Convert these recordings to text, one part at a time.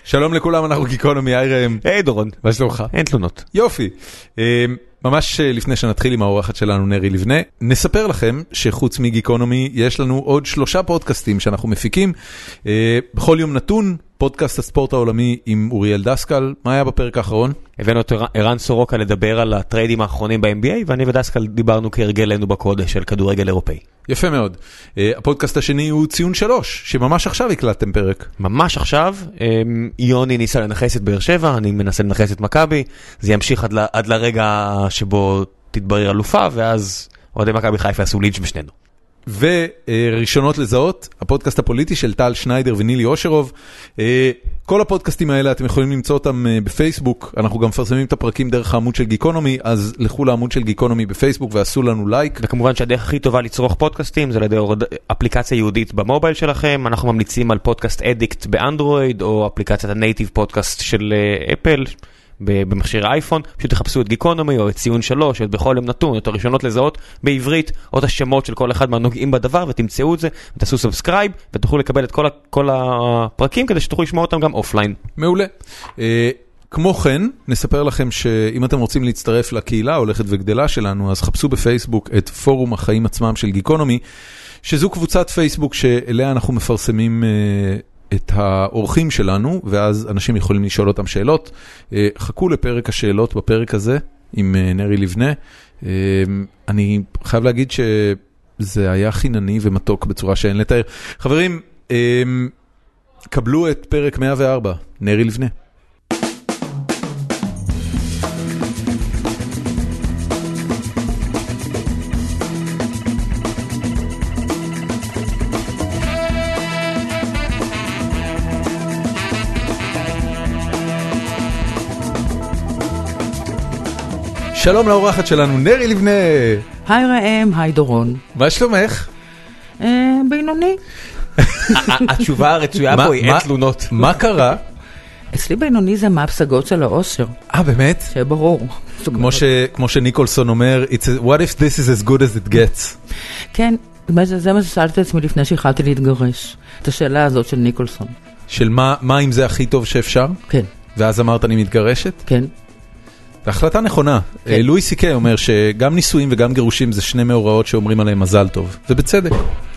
שלום לכולם, אנחנו גיקונומי, היי ראם. היי דורון. מה שלומך? אין תלונות. יופי. ממש לפני שנתחיל עם האורחת שלנו נרי לבנה, נספר לכם שחוץ מגיקונומי יש לנו עוד 3 פודקאסטים שאנחנו מפיקים. בכל יום נתון, פודקאסט הספורט העולמי עם אוריאל דסקל. מה היה בפרק האחרון? הבאנו את ערן סורוקה לדבר על הטריידים האחרונים ב-NBA, ואני ודסקל דיברנו כהרגלנו בקודש של כדורגל אירופאי. יפה מאוד. הפודקאסט השני הוא ציון 3, שממש עכשיו הקלטתם פרק. ממש עכשיו, יוני ניסה לנחס את באר שבע, אני מנסה לנחס את מכבי, זה ימשיך עד לרגע שבו תתברר אלופה, ואז אוהדי מכבי חיפה יעשו לינץ' בשנינו. וראשונות לזהות, הפודקאסט הפוליטי של טל שניידר ונילי אושרוב. כל הפודקאסטים האלה אתם יכולים למצוא אותם בפייסבוק, אנחנו גם מפרסמים את הפרקים דרך העמוד של גיקונומי, אז לכו לעמוד של גיקונומי בפייסבוק ועשו לנו לייק. וכמובן שהדרך הכי טובה לצרוך פודקאסטים זה על ידי אפליקציה יהודית במובייל שלכם, אנחנו ממליצים על פודקאסט אדיקט באנדרואיד, או אפליקציית הנייטיב פודקאסט של אפל, במכשיר האייפון, פשוט תחפשו את גיקונומי או את ציון 3, את בכל יום נתון, את הראשונות לזהות בעברית, או את השמות של כל אחד מהנוגעים בדבר, ותמצאו את זה, ותעשו סאבסקרייב, ותוכלו לקבל את כל הפרקים, כדי שתוכלו לשמוע אותם גם אופליין. מעולה. כמו כן, נספר לכם שאם אתם רוצים להצטרף לקהילה הולכת וגדלה שלנו, אז חפשו בפייסבוק את פורום החיים עצמם של גיקונומי, שזו קבוצת פייסבוק שאליה אנחנו מפרסמים את האורחים שלנו, ואז אנשים יכולים לשאול אותם שאלות. חכו לפרק השאלות בפרק הזה, עם נרי לבנה. אני חייב להגיד שזה היה חינני ומתוק בצורה שאין לתאר. חברים, קבלו את פרק 104, נרי לבנה. שלום לאורחת שלנו, נרי לבנה. היי ראם, היי דורון. מה שלומך? בינוני. התשובה הרצויה פה היא אין תלונות. מה קרה? אצלי בינוני זה מה הפסגות של האושר. באמת? שברור. כמו שניקולסון אומר, what if this is as good as it gets? כן, זה מה ששאלתי את עצמי לפני שהחלטתי להתגרש. את השאלה הזאת של ניקולסון. של מה אם זה הכי טוב שאפשר? כן. ואז אמרת אני מתגרשת? כן. החלטה נכונה. לואי סי-קיי אומר שגם נישואים וגם גירושים זה שני מאורעות שאומרים עליהם מזל טוב. ובצדק.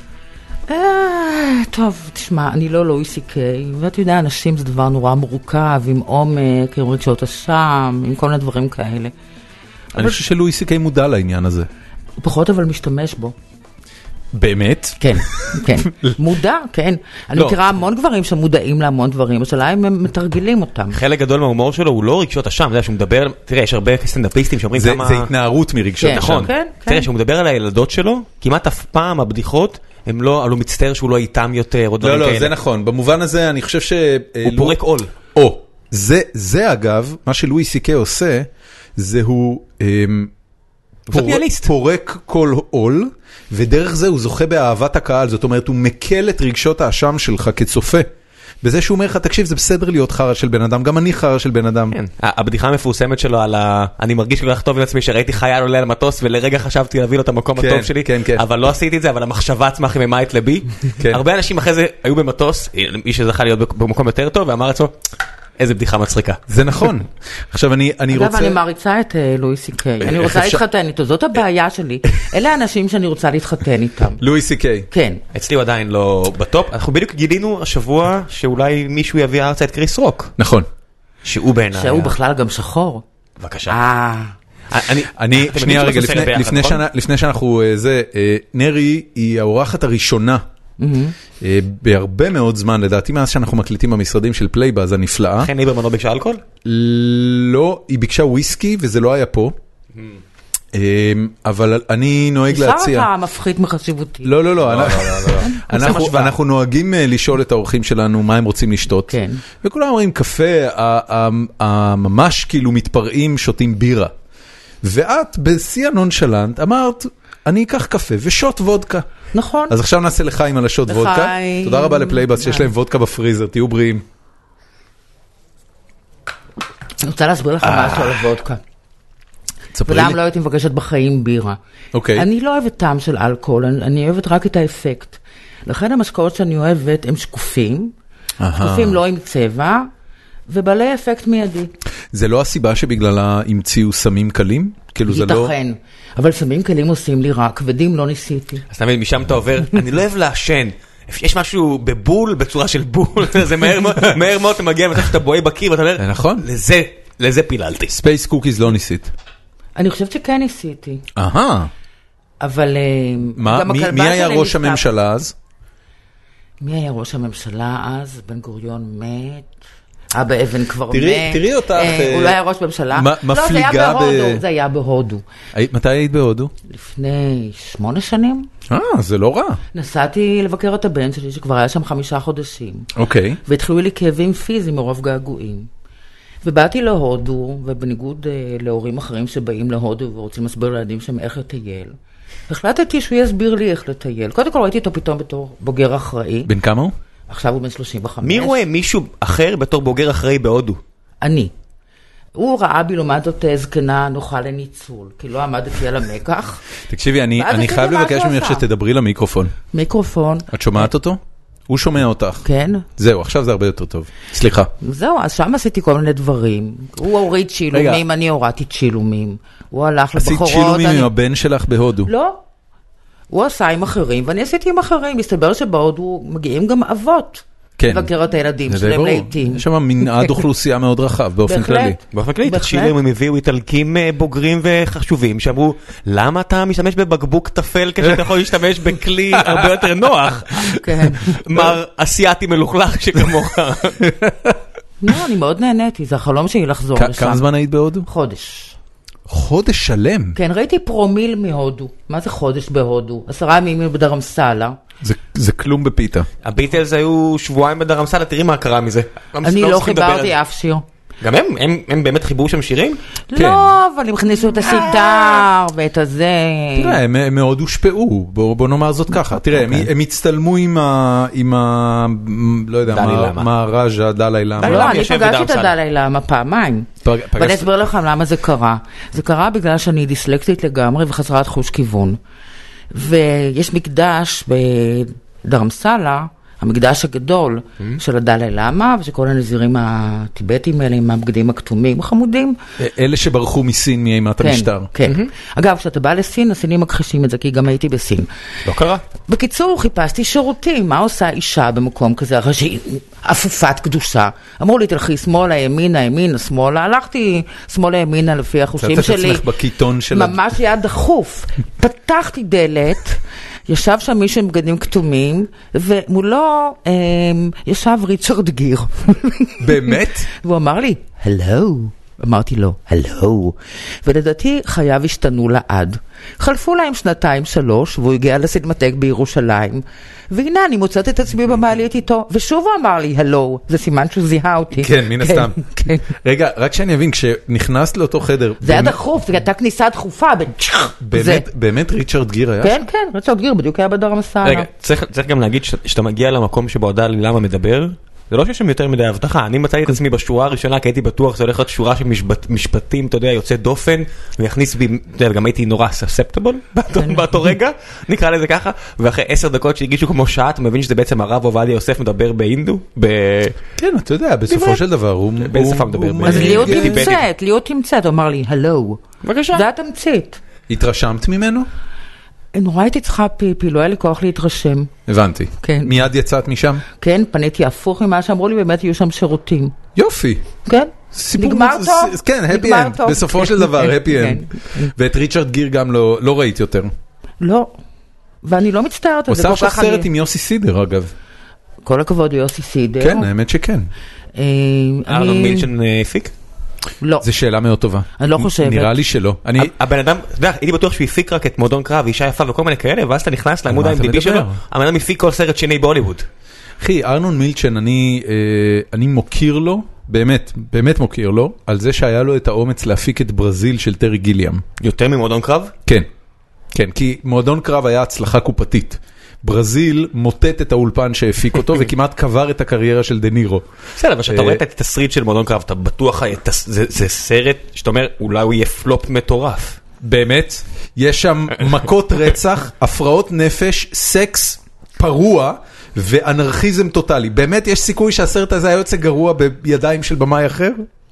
טוב, תשמע, אני לא לואי סי-קיי, ואתה יודע, אנשים זה דבר נורא מורכב, עם עומק, עם רגשות אשם, עם כל מיני דברים כאלה. אני חושב שלואי סי-קיי מודע לעניין הזה. הוא פחות אבל משתמש בו. באמת? כן, כן. מודע, כן. אני מכירה המון גברים שמודעים להמון דברים, השאלה אם הם מתרגלים אותם. חלק גדול מההומור שלו הוא לא רגשות אשם, אתה יודע שהוא מדבר, תראה, יש הרבה סטנדאפיסטים שאומרים כמה... זה התנערות מרגשות אשם. נכון, תראה, שהוא מדבר על הילדות שלו, כמעט אף פעם הבדיחות, הם לא, הוא מצטער שהוא לא איתם יותר, או דברים כאלה. לא, זה נכון. במובן הזה, אני חושב ש... הוא פורק עול. זה אגב, מה שלואי סי-קיי עושה, זה הוא... פורק כל עול, ודרך זה הוא זוכה באהבת הקהל, זאת אומרת, הוא מקל את רגשות האשם שלך כצופה. בזה שהוא אומר לך, תקשיב, זה בסדר להיות חרא של בן אדם, גם אני חרא של בן אדם. כן, הבדיחה המפורסמת שלו על אני מרגיש כל כך טוב עם עצמי, שראיתי חייל עולה על מטוס, ולרגע חשבתי להביא לו את המקום הטוב שלי, אבל לא עשיתי את זה, אבל המחשבה עצמה חיממה את לבי. הרבה אנשים אחרי זה היו במטוס, מי שזכה להיות במקום יותר טוב, ואמר עצמו, איזה בדיחה מצחיקה. זה נכון. עכשיו אני רוצה... אגב, אני מעריצה את לואי סי-קיי. אני רוצה להתחתן איתו, זאת הבעיה שלי. אלה האנשים שאני רוצה להתחתן איתם. לואי סי-קיי. כן. אצלי הוא עדיין לא בטופ. אנחנו בדיוק גילינו השבוע שאולי מישהו יביא ארצה את קריס רוק. נכון. שהוא בעיניי... שהוא בכלל גם שחור. בבקשה. שנייה רגע, לפני שאנחנו... נרי היא האורחת הראשונה בהרבה מאוד זמן, לדעתי מאז שאנחנו מקליטים במשרדים של פלייבאז הנפלאה. לכן ליברמן לא ביקשה אלכוהול? לא, היא ביקשה וויסקי וזה לא היה פה. אבל אני נוהג להציע... נשאר לך מפחית מחשיבותי. לא, אנחנו נוהגים לשאול את האורחים שלנו מה הם רוצים לשתות. וכולם אומרים קפה, ממש כאילו מתפרעים, שותים בירה. ואת בשיא הנונשלנט אמרת, אני אקח קפה ושוט וודקה. נכון. אז עכשיו נעשה לחיים על השוט וודקה. תודה רבה לפלייבאס שיש להם וודקה בפריזר, תהיו בריאים. אני רוצה להסביר לך משהו על הוודקה. ולמה לא הייתי מבקשת בחיים בירה. אני לא אוהבת טעם של אלכוהול, אני אוהבת רק את האפקט. לכן המשקאות שאני אוהבת הם שקופים, שקופים לא עם צבע, ובעלי אפקט מיידי. זה לא הסיבה שבגללה המציאו סמים קלים? כאילו זה לא... ייתכן, אבל סמים קלים עושים לי רע, כבדים לא ניסיתי. אז תמיד משם אתה עובר, אני לא אוהב לעשן. יש משהו בבול, בצורה של בול, זה מהר מאוד אתה מגיע מצב שאתה בואה בקיר, ואתה אומר, נכון. לזה פיללתי. ספייס קוקיז לא ניסית. אני חושבת שכן ניסיתי. אבל... מי היה ראש הממשלה אז? מי היה ראש הממשלה אז? בן גוריון מת. אבא אבן כבר מת. תראי אותך. הוא לא היה ראש ממשלה. מפליגה לא, זה היה בהודו. מתי היית בהודו? לפני 8 שנים. זה לא רע. נסעתי לבקר את הבן שלי שכבר היה שם 5 חודשים. אוקיי. והתחילו לי כאבים פיזיים מרוב געגועים. ובאתי להודו, ובניגוד להורים אחרים שבאים להודו ורוצים להסביר לילדים שם איך לטייל. החלטתי שהוא יסביר לי איך לטייל. קודם כל ראיתי אותו פתאום בתור בוגר אחראי. בן כמה הוא? עכשיו הוא בן 35. מי רואה מישהו אחר בתור בוגר אחראי בהודו? אני. הוא ראה בי לעומת זאת זקנה נוחה לניצול, כי לא עמדתי על המקח. תקשיבי, אני חייב לבקש ממך שתדברי למיקרופון. מיקרופון. את שומעת אותו? הוא שומע אותך. כן. זהו, עכשיו זה הרבה יותר טוב. סליחה. זהו, אז שם עשיתי כל מיני דברים. הוא הוריד שילומים, אני הורדתי שילומים. הוא הלך לבחורות. עשית שילומים עם הבן שלך בהודו? לא. הוא עשה עם אחרים, ואני עשיתי עם אחרים. מסתבר שבהודו מגיעים גם אבות. לבקר את הילדים שלהם לעתים. יש שם מנעד אוכלוסייה מאוד רחב, באופן כללי. באופן כללי, תקשיבים, הם הביאו איטלקים בוגרים וחשובים, שאמרו, למה אתה משתמש בבקבוק תפל כשאתה יכול להשתמש בכלי הרבה יותר נוח? מר אסיאתי מלוכלך שכמוך. לא, אני מאוד נהניתי, זה החלום שלי לחזור לשם. כמה זמן היית בהודו? חודש. חודש שלם? כן, ראיתי פרומיל מהודו. מה זה חודש בהודו? 10 ימים בדרמסלה. זה כלום בפיתה. הביטלס היו שבועיים בדרמסלה, תראי מה קרה מזה. אני לא חיברתי אף שיר. גם הם באמת חיברו שם שירים? לא, אבל הם הכניסו את הסיטר ואת הזה. תראה, הם מאוד הושפעו, בוא נאמר זאת ככה. תראה, הם הצטלמו עם לא יודע, מה רג'ה, דלי למה. לא, אני פגשתי את הדלי למה פעמיים. ואני אסביר לכם למה זה קרה. זה קרה בגלל שאני דיסלקטית לגמרי וחסרת חוש כיוון. ויש מקדש בדרמסלה, המקדש הגדול של הדלי למה, ושכל הנזירים הטיבטים האלה עם הבגדים הכתומים, חמודים. אלה שברחו מסין מאימת המשטר. כן. אגב, כשאתה בא לסין, הסינים מכחישים את זה, כי גם הייתי בסין. לא קרה. בקיצור, חיפשתי שירותים. מה עושה אישה במקום כזה, אחרי שהיא אפופת קדושה? אמרו לי, תלכי שמאלה, ימינה, ימינה, שמאלה. הלכתי שמאלה, ימינה, לפי החושים שלי. קצת עצמך בכיתון של... ממש היה דחוף. פתחתי דלת, ישב שם מישהו עם בגדים כתומים, ומולו ישב ריצ'רד גיר. באמת? והוא אמר לי, הלו. אמרתי לו, הלו. ולדעתי חייו השתנו לעד. חלפו להם 2-3, והוא הגיע לסינמטק בירושלים. והנה, אני מוצאת את עצמי במעלית איתו, ושוב הוא אמר לי, הלו. זה סימן שהוא זיהה אותי. כן, מן הסתם. רגע, רק שאני אבין, כשנכנסת לאותו חדר... זה היה דחוף, זה הייתה כניסה דחופה. באמת ריצ'רד גיר היה? כן, כן, ריצ'רד גיר, בדיוק היה בדרמסלה. רגע, צריך גם להגיד שאתה מגיע למקום שבו הדלי למה מדבר, זה לא שיש שם יותר מדי הבטחה. אני מצאתי את עצמי בשורה הראשונה, כי הייתי בטוח שזה הולך להיות שורה של משפטים, אתה יודע, יוצא דופן, ויכניס בי, אתה יודע, גם הייתי נורא susceptible באותו רגע, נקרא לזה ככה, ואחרי 10 דקות שהגישו כמו שעה, אתה מבין שזה בעצם הרב עובדיה יוסף מדבר באינדו? כן, אתה יודע, בסופו של דבר, הוא... באיזה שפה מדבר? אז להיות תמצאת, הוא אמר לי, הלו. בבקשה. זה התמצית. התרשמת ממנו? נורא הייתי צריכה פיפי, לא היה לי כוח להתרשם. הבנתי. כן. מיד יצאת משם? כן, פניתי הפוך ממה שאמרו לי, באמת יהיו שם שירותים. יופי. כן. נגמר טוב. כן, הפי אנד. בסופו של דבר, הפי אנד. ואת ריצ'רד גיר גם לא ראית יותר. לא. ואני לא מצטערת על זה. עושה עכשיו סרט עם יוסי סידר, אגב. כל הכבוד יוסי סידר. כן, האמת שכן. ארנון מילצ'ן הפיק? לא. זו שאלה מאוד טובה. אני לא חושבת. נראה לי שלא. הבן אדם, אתה יודע, הייתי בטוח שהוא הפיק רק את מועדון קרב, אישה יפה וכל מיני כאלה, ואז אתה נכנס לעמוד ה-IMDb שלו, הבן אדם הפיק כל סרט שני בהוליווד. אחי, ארנון מילצ'ן, אני מוקיר לו, באמת מוקיר לו, על זה שהיה לו את האומץ להפיק את ברזיל של טרי גיליאם. יותר ממועדון קרב? כן. כן, כי מועדון קרב היה הצלחה קופתית. ברזיל מוטט את האולפן שהפיק אותו, וכמעט קבר את הקריירה של דנירו. בסדר, אבל שאתה רואה את התסריט של מועדון קרב, אתה בטוח, זה סרט שאתה אומר, אולי הוא יהיה פלופ מטורף. באמת, יש שם מכות רצח, הפרעות נפש, סקס פרוע, ואנרכיזם טוטלי. באמת יש סיכוי שהסרט הזה היה יוצא גרוע בידיים של במאי אחר?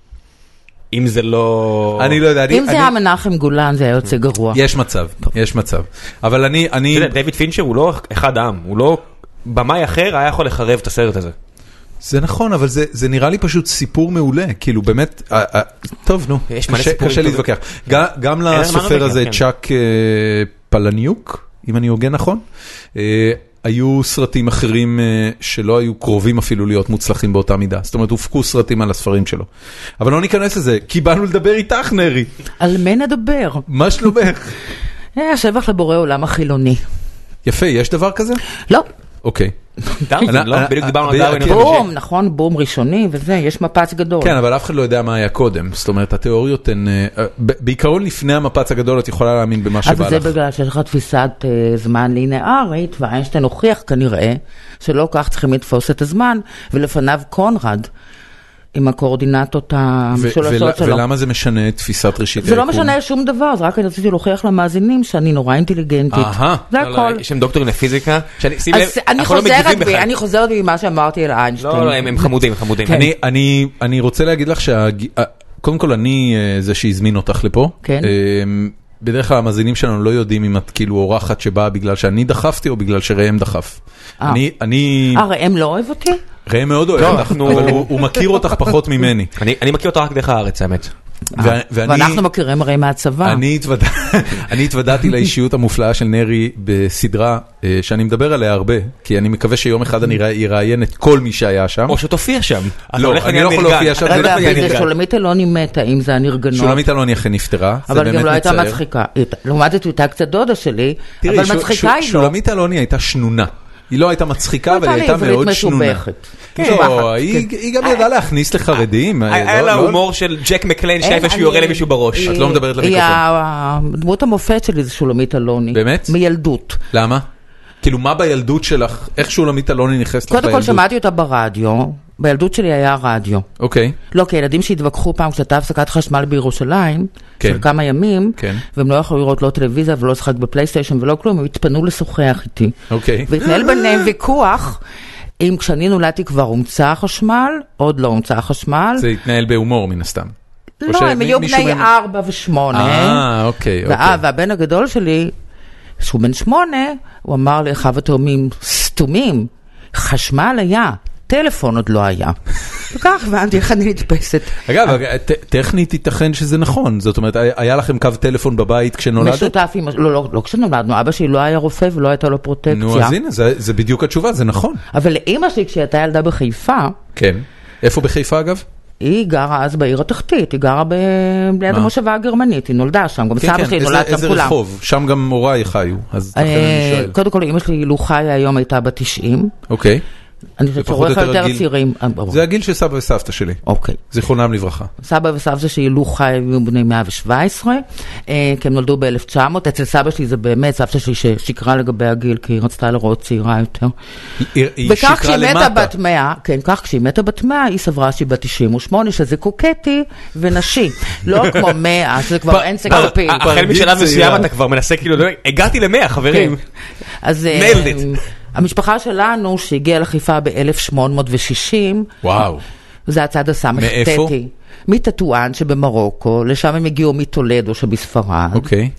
אם זה לא... אני לא יודע. אם זה היה מנחם גולן, זה היה יוצא גרוע. יש מצב, יש מצב. אבל אני... אתה יודע, דיוויד פינצ'ר הוא לא אחד העם, הוא לא... במאי אחר היה יכול לחרב את הסרט הזה. זה נכון, אבל זה נראה לי פשוט סיפור מעולה, כאילו באמת, טוב נו, קשה להתווכח. גם לסופר הזה, צ'אק פלניוק, אם אני הוגן נכון, היו סרטים אחרים שלא היו קרובים אפילו להיות מוצלחים באותה מידה. זאת אומרת, הופקו סרטים על הספרים שלו. אבל לא ניכנס לזה, כי באנו לדבר איתך, נרי. על מה נדבר? מה שלומך? שבח לבורא עולם החילוני. יפה, יש דבר כזה? לא. אוקיי. בדיוק דיברנו על דרווין. בום, נכון, בום ראשוני וזה, יש מפץ גדול. כן, אבל אף אחד לא יודע מה היה קודם. זאת אומרת, התיאוריות הן... בעיקרון לפני המפץ הגדול את יכולה להאמין במה שבא לך. אבל זה בגלל שיש לך תפיסת זמן לינארית, ואיינשטיין הוכיח כנראה שלא כך צריכים לתפוס את הזמן, ולפניו קונרד. עם הקואורדינטות המשולשות שלו. ולמה זה משנה תפיסת ראשית היקום? זה לא משנה שום דבר, זה רק רציתי להוכיח למאזינים שאני נורא אינטליגנטית. זה הכל. יש שם דוקטורים לפיזיקה? אני חוזרת ממה שאמרתי על איינשטיין. לא, הם חמודים, חמודים. אני רוצה להגיד לך קודם כל אני זה שהזמין אותך לפה. כן. בדרך כלל המאזינים שלנו לא יודעים אם את כאילו אורחת שבאה בגלל שאני דחפתי או בגלל שראם דחף. ראם לא אוהב אותי? ראם מאוד אוהב אותך, אבל הוא מכיר אותך פחות ממני. אני מכיר אותך רק דרך הארץ, האמת. ואנחנו מכירים הרי מהצבא. אני התוודעתי לאישיות המופלאה של נרי בסדרה שאני מדבר עליה הרבה, כי אני מקווה שיום אחד אני אראיין את כל מי שהיה שם. או שתופיע שם. לא, אני לא יכול להופיע שם. רגע, וזה שולמית אלוני מתה, אם זה הנרגנות. שולמית אלוני אכן נפטרה. אבל גם לא הייתה מצחיקה. לעומת זאת הייתה קצת דודה שלי, אבל מצחיקה היא לא. שולמית אלוני הייתה שנונה. היא לא הייתה מצחיקה, אבל היא הייתה מאוד שנונה. לא, היא גם ידעה להכניס לחרדים. היה לה הומור של ג'ק מקליין שאיפה שהוא יורה למישהו בראש. את לא מדברת למיקרופון. דמות המופת שלי זה שולמית אלוני. באמת? מילדות. למה? כאילו מה בילדות שלך? איך שולמית אלוני נכנסת לך בילדות? קודם כל שמעתי אותה ברדיו. בילדות שלי היה רדיו. אוקיי. לא, כי ילדים שהתווכחו פעם כשהייתה הפסקת חשמל בירושלים, של כמה ימים, והם לא יכולו לראות לא טלוויזיה ולא לשחק בפלייסטיישן ולא כלום, הם התפנו לשוחח איתי. אוקיי. והתנהל ביניהם ויכוח, אם כשאני נולדתי כבר הומצא החשמל, עוד לא הומצא החשמל. זה התנהל בהומור מן הסתם. לא, הם היו בני 4 ו8. אוקיי. והבן הגדול שלי, שהוא בן 8, הוא אמר לי, אחד התאומים סתומים, חשמל היה. טלפון עוד לא היה. וכך הבנתי איך אני נתפסת. אגב, טכנית ייתכן שזה נכון. זאת אומרת, היה לכם קו טלפון בבית כשנולדת? משותף עם... לא כשנולדנו. אבא שלי לא היה רופא ולא הייתה לו פרוטקציה. נו, אז הנה, זה בדיוק התשובה, זה נכון. אבל לאמא שלי, כשהייתה ילדה בחיפה... כן. איפה בחיפה, אגב? היא גרה אז בעיר התחתית, היא גרה ליד המושבה הגרמנית, היא נולדה שם, גם סבא שלי נולד שם כולם. איזה רחוב? שם גם הוריי חיו, אז לכן אני שואל. קודם כל, אמא שלי, לו חיה היום הייתה בת 90. אוקיי. אני חושבת שרואה יותר צעירים. זה הגיל של סבא וסבתא שלי. אוקיי. זיכרונם לברכה. סבא וסבתא שלי לו חי היו בני 117, כי הם נולדו ב-1900. אצל סבא שלי זה באמת סבתא שלי ששיקרה לגבי הגיל, כי היא רצתה לראות צעירה יותר. היא שיקרה למטה. כן, כך כשהיא מתה בת 100, היא סברה שהיא בת 98, שזה קוקטי ונשי. לא כמו 100, שזה כבר אין סגר פיל. החל משלב מסוים אתה כבר מנסה כאילו, הגעתי ל-100 חברים. אז המשפחה שלנו שהגיעה לחיפה ב-1860, וואו. זה הצד הסמכתתי. מאיפה? מטטואן שבמרוקו, לשם הם הגיעו מטולדו שבספרד. אוקיי.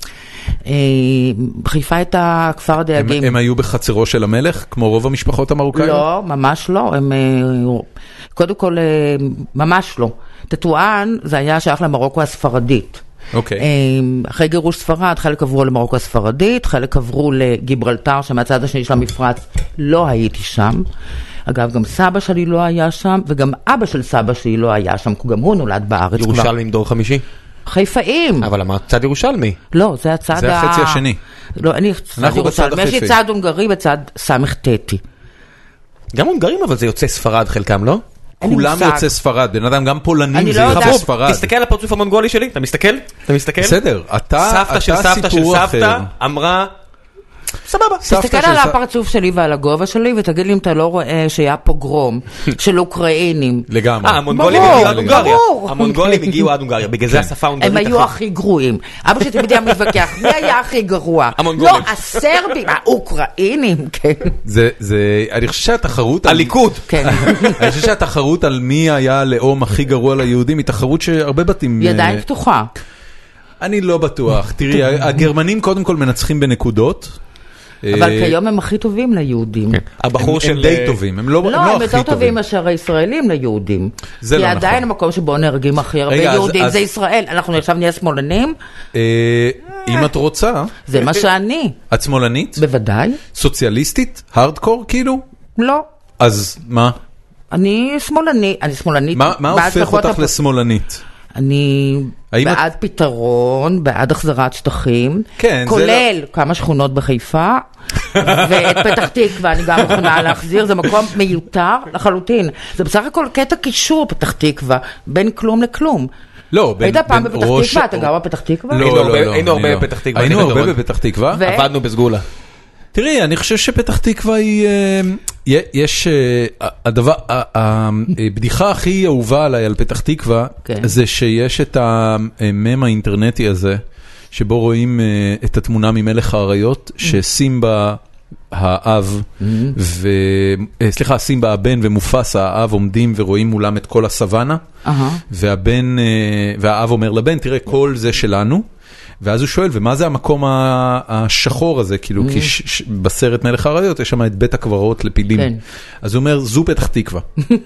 חיפה הייתה כפר דייגים. הם היו בחצרו של המלך, כמו רוב המשפחות המרוקאיות? לא, ממש לא. קודם כל, ממש לא. טטואן זה היה שייך למרוקו הספרדית. אוקיי. אחרי גירוש ספרד, חלק עברו למרוקו הספרדית, חלק עברו לגיברלטר, שמהצד השני של המפרץ לא הייתי שם. אגב, גם סבא שלי לא היה שם, וגם אבא של סבא שלי לא היה שם, כי גם הוא נולד בארץ. ירושלמים דור חמישי? חיפאים. אבל אמרת צד ירושלמי. לא, זה הצד זה החצי השני. לא, אני צד ירושלמי. יש לי צד הונגרי בצד סמכתתי. גם הונגרים, אבל זה יוצא ספרד חלקם, לא? כולם יוצא ספרד, בן אדם גם פולנים זה יוצא ספרד. תסתכל על הפרצוף המונגולי שלי, אתה מסתכל? בסדר, אתה סבתא של סבתא של סבתא אמרה, סבבה. תסתכל על הפרצוף שלי ועל הגובה שלי, ותגיד לי אם אתה לא רואה שהיה פוגרום של אוקראינים. לגמרי. המונגולים הגיעו עד הונגריה. המונגולים הגיעו עד הונגריה, בגלל זה השפה ההונגרית. הם היו הכי גרועים. אבא שלי תמיד היה מתווכח, מי היה הכי גרוע? המונגולים. לא, הסרבים, האוקראינים, כן. אני חושב שהתחרות... הליכוד. כן. אני חושב שהתחרות על מי היה הלאום הכי גרוע ליהודים, היא תחרות שהרבה בתים... היא עדיין פתוחה. אני לא בטוח. תראי, הגרמנים קודם כל מנצחים בנקודות. אבל כיום הם הכי טובים ליהודים. הבחור של... הם די טובים, הם לא הכי טובים. לא, הם יותר טובים מאשר הישראלים ליהודים. זה לא כי נכון. עדיין המקום שבו נהרגים הכי הרבה יהודים זה ישראל. אנחנו עכשיו נהיה שמאלנים? אם את רוצה... זה מה שאני. את שמאלנית? בוודאי. סוציאליסטית? הארדקור כאילו? לא. אז מה? אני שמאלנית. מה הופך אותך לשמאלנית? אני בעד פתרון, בעד החזרת שטחים, כולל כמה שכונות בחיפה, ואת פתח תקווה אני גם מוכנה להחזיר, זה מקום מיותר לחלוטין. זה בסך הכל קטע קישור פתח תקווה, בין כלום לכלום. לא, היית פעם בפתח תקווה? אתה גר בפתח תקווה? היינו הרבה בפתח תקווה. היינו הרבה בפתח תקווה. עבדנו בסגולה. תראי, אני חושב שפתח תקווה היא, יש, הבדיחה הכי אהובה עליי על פתח תקווה, זה שיש את המם האינטרנטי הזה, שבו רואים את התמונה ממלך האריות, שסימבה האב, סליחה, סימבה הבן ומופסה האב עומדים ורואים מולם את כל הסוואנה, והאב אומר לבן, תראה, כל זה שלנו, ואז הוא שואל, ומה זה המקום השחור הזה? כאילו, כי בסרט מלך האריות יש שם את בית הקברות לפילים. אז הוא אומר, זו פתח תקווה.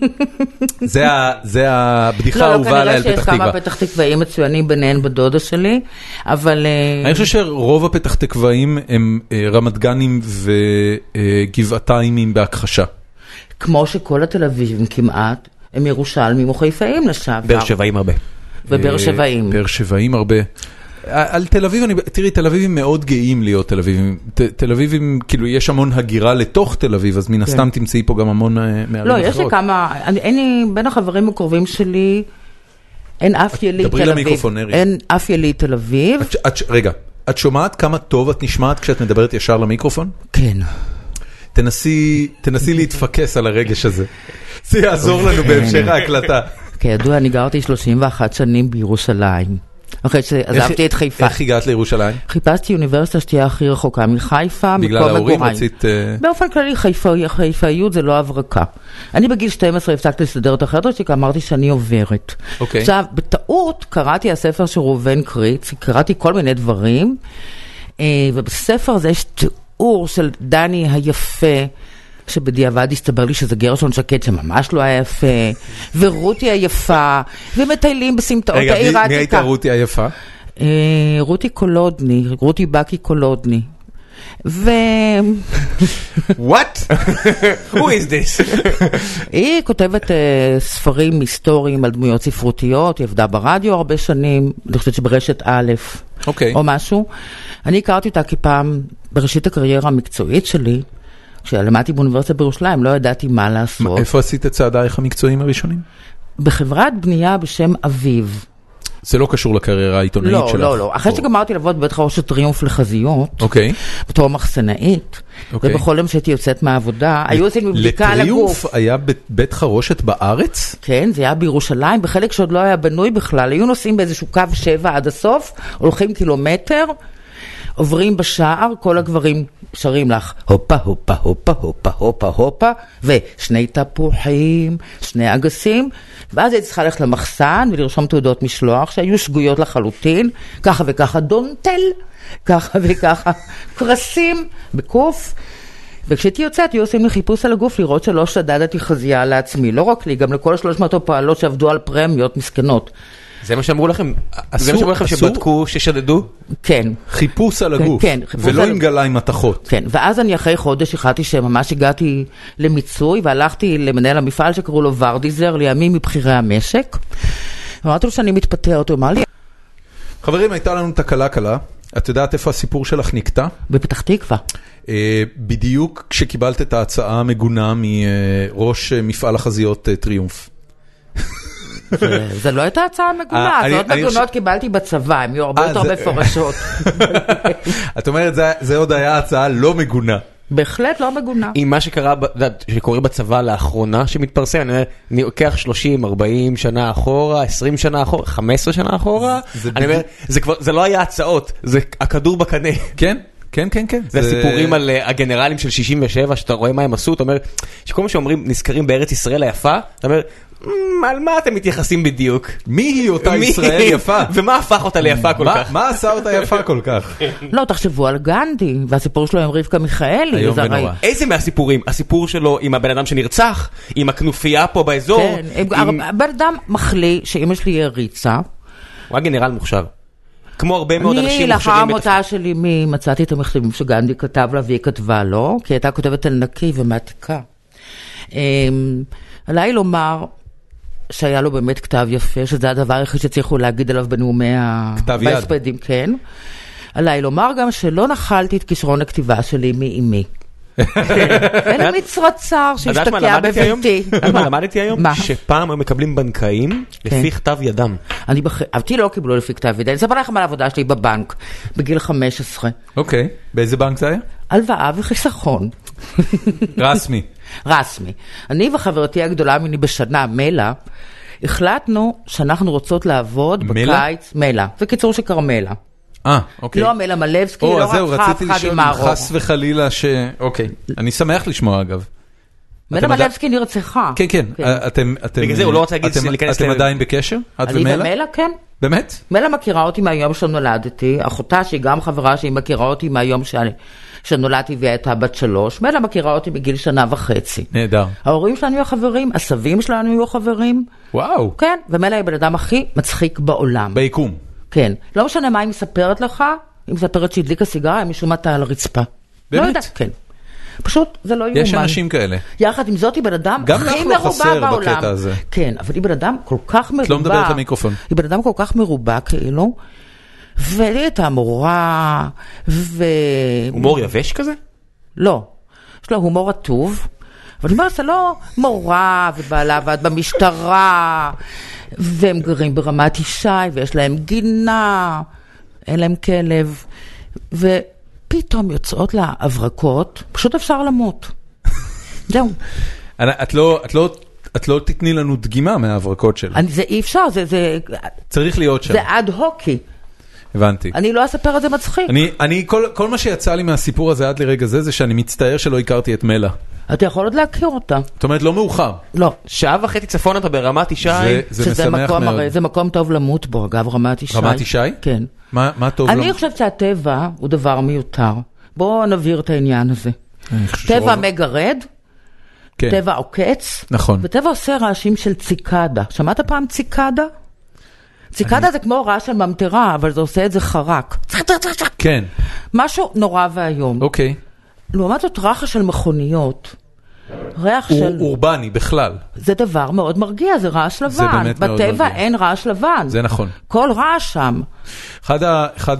זה הבדיחה האהובה עליי על פתח תקווה. לא, כנראה שיש כמה פתח תקוואים מצוינים ביניהן בדודה שלי, אבל... אני חושב שרוב הפתח תקוואים הם רמת גנים וגבעתיים בהכחשה. כמו שכל התל אביבים כמעט, הם ירושלמים או חיפאים לשעבר. באר שבעים הרבה. ובאר שבעים. באר שבעים הרבה. על תל אביב, תראי, תל אביבים מאוד גאים להיות תל אביבים. תל אביבים, כאילו, יש המון הגירה לתוך תל אביב, אז מן הסתם תמצאי פה גם המון מערים אחרות. לא, יש לי כמה, בין החברים הקרובים שלי, אין אף יליד תל אביב. דברי למיקרופון, נרי. אין אף יליד תל אביב. רגע, את שומעת כמה טוב את נשמעת כשאת מדברת ישר למיקרופון? כן. תנסי להתפקס על הרגש הזה. זה יעזור לנו בהמשך ההקלטה. כידוע, אני גרתי 31 שנים בירושלים. אחרי שעזבתי את חיפה. איך הגעת לירושלים? חיפשתי אוניברסיטה שתהיה הכי רחוקה מחיפה. בגלל ההורים רצית... באופן כללי חיפאיות זה לא הברקה. אני בגיל 12 הפסקתי לסדר את החדר שלי, כי אמרתי שאני עוברת. עכשיו, בטעות קראתי הספר של ראובן קריץ, קראתי כל מיני דברים, ובספר הזה יש תיאור של דני היפה, שבדיעבד הסתבר לי שזה גרשון שקד שממש לא היה יפה, ורותי היפה, ומטיילים בסמטאות העיר העתיקה. רגע, מי הייתה רותי היפה? רותי קולודני, רותי בקי קולודני. What? Who is this? היא כותבת ספרים היסטוריים על דמויות ספרותיות, היא עבדה ברדיו הרבה שנים, אני חושבת שברשת א' או משהו. אני הכרתי אותה כפעם בראשית הקריירה המקצועית שלי, כשלמדתי באוניברסיטה בירושלים, לא ידעתי מה לעשות. איפה עשית את צעדייך המקצועיים הראשונים? בחברת בנייה בשם אביב. זה לא קשור לקריירה העיתונאית שלך? לא, לא. אחרי שגמרתי לעבוד בבית חרושת טריומף לחזיות, בתור מחסנאית, ובכל יום שהייתי יוצאת מהעבודה, היו עושים בדיקה על הגוף. לטריומף היה בית חרושת בארץ? כן, זה היה בירושלים, בחלק שעוד לא היה בנוי בכלל. היו נוסעים באיזשהו קו 7 עד הסוף, הולכים קילומטר, עוברים בשער, כל הגברים שרים לך, הופה, הופה, הופה, הופה, הופה, הופה, ושני תפוחים, שני אגסים, ואז הייתי צריכה ללכת למחסן ולרשום תעודות משלוח שהיו שגויות לחלוטין, ככה וככה דונטל, ככה וככה קרסים, בקוף, וכשהייתי יוצאת, היו עושים לי חיפוש על הגוף לראות שלא שדדתי חזייה לעצמי, לא רק לי, גם לכל 300 הפועלות שעבדו על פרמיות מסכנות. זה מה שאמרו לכם? זה מה שאמרו לכם שבדקו, ששדדו? כן. חיפוש על הגוף. כן. ולא עם גלה עם מתחות. כן. ואז אני אחרי חודש החלטתי שממש הגעתי למיצוי, והלכתי למנהל המפעל שקראו לו ורדיזר, לימים מבחירי המשק. אמרתי לו שאני מתפטרת, הוא אמר לי... חברים, הייתה לנו תקלה קלה. את יודעת איפה הסיפור שלך נקטע? בפתח תקווה. בדיוק כשקיבלת את ההצעה המגונה מראש מפעל החזיות טריומף. זה לא הייתה הצעה מגונה, הצעות מגונות קיבלתי בצבא, הם יהיו הרבה יותר מפורשות. את אומרת, זה עוד היה הצעה לא מגונה. בהחלט לא מגונה. עם מה שקורה בצבא לאחרונה שמתפרסם, אני לוקח 30, 40 שנה אחורה, 20 שנה אחורה, 15 שנה אחורה, אני אומר, זה לא היה הצעות, זה הכדור בקנה. כן? כן, כן, כן. זה סיפורים על הגנרלים של 67, שאתה רואה מה הם עשו, אתה אומר, שכל מה שאומרים נזכרים בארץ ישראל היפה, אתה אומר, על מה אתם מתייחסים בדיוק? מי היא אותה ישראל יפה? ומה הפך אותה ליפה כל כך? מה עשה אותה יפה כל כך? לא, תחשבו על גנדי, והסיפור שלו עם רבקה מיכאלי. איום ונורא. איזה מהסיפורים? הסיפור שלו עם הבן אדם שנרצח, עם הכנופיה פה באזור. כן, הבן אדם מחליא שאמא שלי הריצה. הוא היה גנרל מוכשר. כמו הרבה מאוד אנשים מוכשרים. אני לאחר המוצאה שלי מצאתי את המכתבים שגנדי כתב לה והיא כתבה לו, כי הייתה כותבת על נקי ומעתיקה. עליי לומר שהיה לו באמת כתב יפה, שזה הדבר היחיד שצריכו להגיד עליו בנאומי בהספדים, כן. עליי לומר גם שלא נחלתי את כישרון הכתיבה שלי מאמי. אין מצרצר שהשתקע בביתי. למדתי היום שפעם הם מקבלים בנקאים לפי כתב ידם. אותי לא קיבלו לפי כתב ידם. אני אספר לכם על העבודה שלי בבנק בגיל 15. אוקיי, באיזה בנק זה היה? הלוואה וחיסכון. רסמי. רסמי. אני וחברתי הגדולה ממני בשנה, מלה, החלטנו שאנחנו רוצות לעבוד בקיץ. מלה? זה קיצור של קרמלה. אוקיי. לא מלה מלבסקי, לא רק חף חד עם הארוך. חס וחלילה אוקיי. אני שמח לשמוע אגב. מלה מלבסקי נרצחה. כן, כן. בגלל זה הוא לא רוצה להגיד אתם עדיין בקשר? את ומלה? אני ומלה, כן. באמת? מלה מכירה אותי מהיום שנולדתי, אחותה שהיא גם חברה שהיא מכירה אותי מהיום שנולדתי והיא הייתה בת 3, מלה מכירה אותי בגיל 1.5 שנה. נהדר. ההורים שלנו היו חברים, הסבים שלנו היו חברים. וואו. כן, ומלה היא בן אדם הכי מצחיק בעולם. ביקום. כן. לא משנה מה היא מספרת לך, היא מספרת שהדליקה סיגריה, היא משום מתה על הרצפה. באמת? לא יודעת, כן. פשוט זה לא יאומן. יש אנשים כאלה. יחד עם זאת היא בן אדם הכי מרובע בעולם. בקטע הזה. כן, אבל היא בן אדם כל כך מרובע. לא מדברת למיקרופון. היא בן אדם כל כך מרובע כאילו, והיא הייתה מורה, הומור יבש כזה? לא. יש לו הומור עטוב, אבל היא אומרת, זה לא מורה ובעלה ועד במשטרה, והם גרים ברמת ישי, ויש להם גינה, אין להם כלב, ופתאום יוצאות לה הברקות, פשוט אפשר למות. זהו. את לא תתני לנו דגימה מההברקות שלה. זה אי אפשר, זה... צריך להיות שם. זה עד הוקי. הבנתי. אני לא אספר את זה מצחיק. כל מה שיצא לי מהסיפור הזה עד לרגע זה שאני מצטער שלא הכרתי את מלה. אתה יכול עוד להכיר אותה. זאת אומרת, לא מאוחר. לא. 1.5 שעה צפון אתה ברמת ישי. זה משמח מאוד. זה מקום טוב למות בו, אגב, רמת ישי. רמת ישי? כן. מה טוב למות? אני חושבת שהטבע הוא דבר מיותר. בואו נבהיר את העניין הזה. טבע מגרד, טבע עוקץ, נכון. וטבע עושה רעשים של ציקדה. שמעת פעם ציקדה? ציקדה זה כמו רעש של ממטרה, אבל זה עושה את זה חרק. כן. משהו נורא והיום. אוקיי. לעומת זאת רעש של מכוניות, ריח של... אורבני בכלל. זה דבר מאוד מרגיע, זה רעש לבן. זה באמת מאוד מרגיע. בטבע אין רעש לבן. זה נכון. כל רעש שם. אחד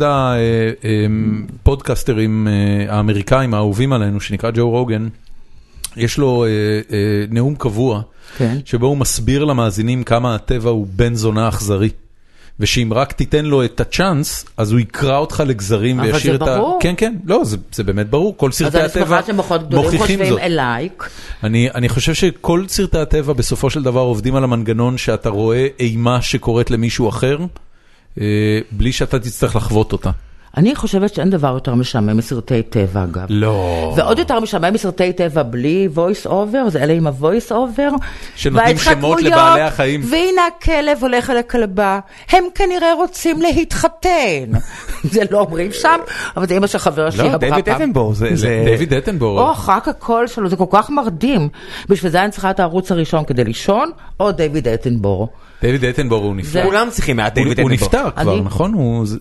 הפודקאסטרים האמריקאים האהובים עלינו, שנקרא ג'ו רוגן, יש לו נאום קבוע, שבו הוא מסביר למאזינים כמה הטבע הוא בן זונה אכזרי. ושאם רק תיתן לו את הצ'אנס, אז הוא יקרא אותך לגזרים וישאיר את ה... אבל זה ברור. כן, כן, לא, זה באמת ברור. כל סרטי הטבע מוכיחים זאת. אני חושב שכל סרטי הטבע בסופו של דבר עובדים על המנגנון שאתה רואה אימה שקורית למישהו אחר, בלי שאתה תצטרך לחוות אותה. אני חושבת שאין דבר יותר משעמם מסרטי טבע, אגב. לא. ועוד יותר משעמם מסרטי טבע בלי voice over, זה אלה עם ה-voice over. שנותנים שמות לבעלי החיים. והנה הכלב הולך אל הכלבה, הם כנראה רוצים להתחתן. זה לא אומרים שם, אבל זה אמא של חבר שלי. לא, דיוויד אטנבורו. דיוויד אטנבורו. או רק הקול שלו, זה כל כך מרדים. בשביל זה אני צריכה את הערוץ הראשון כדי לישון, או דיוויד אטנבורו. דיוויד אטנבורו הוא נפטר. כולם צריכים מעט דיוויד אטנבורו. הוא נפטר כבר, נכון?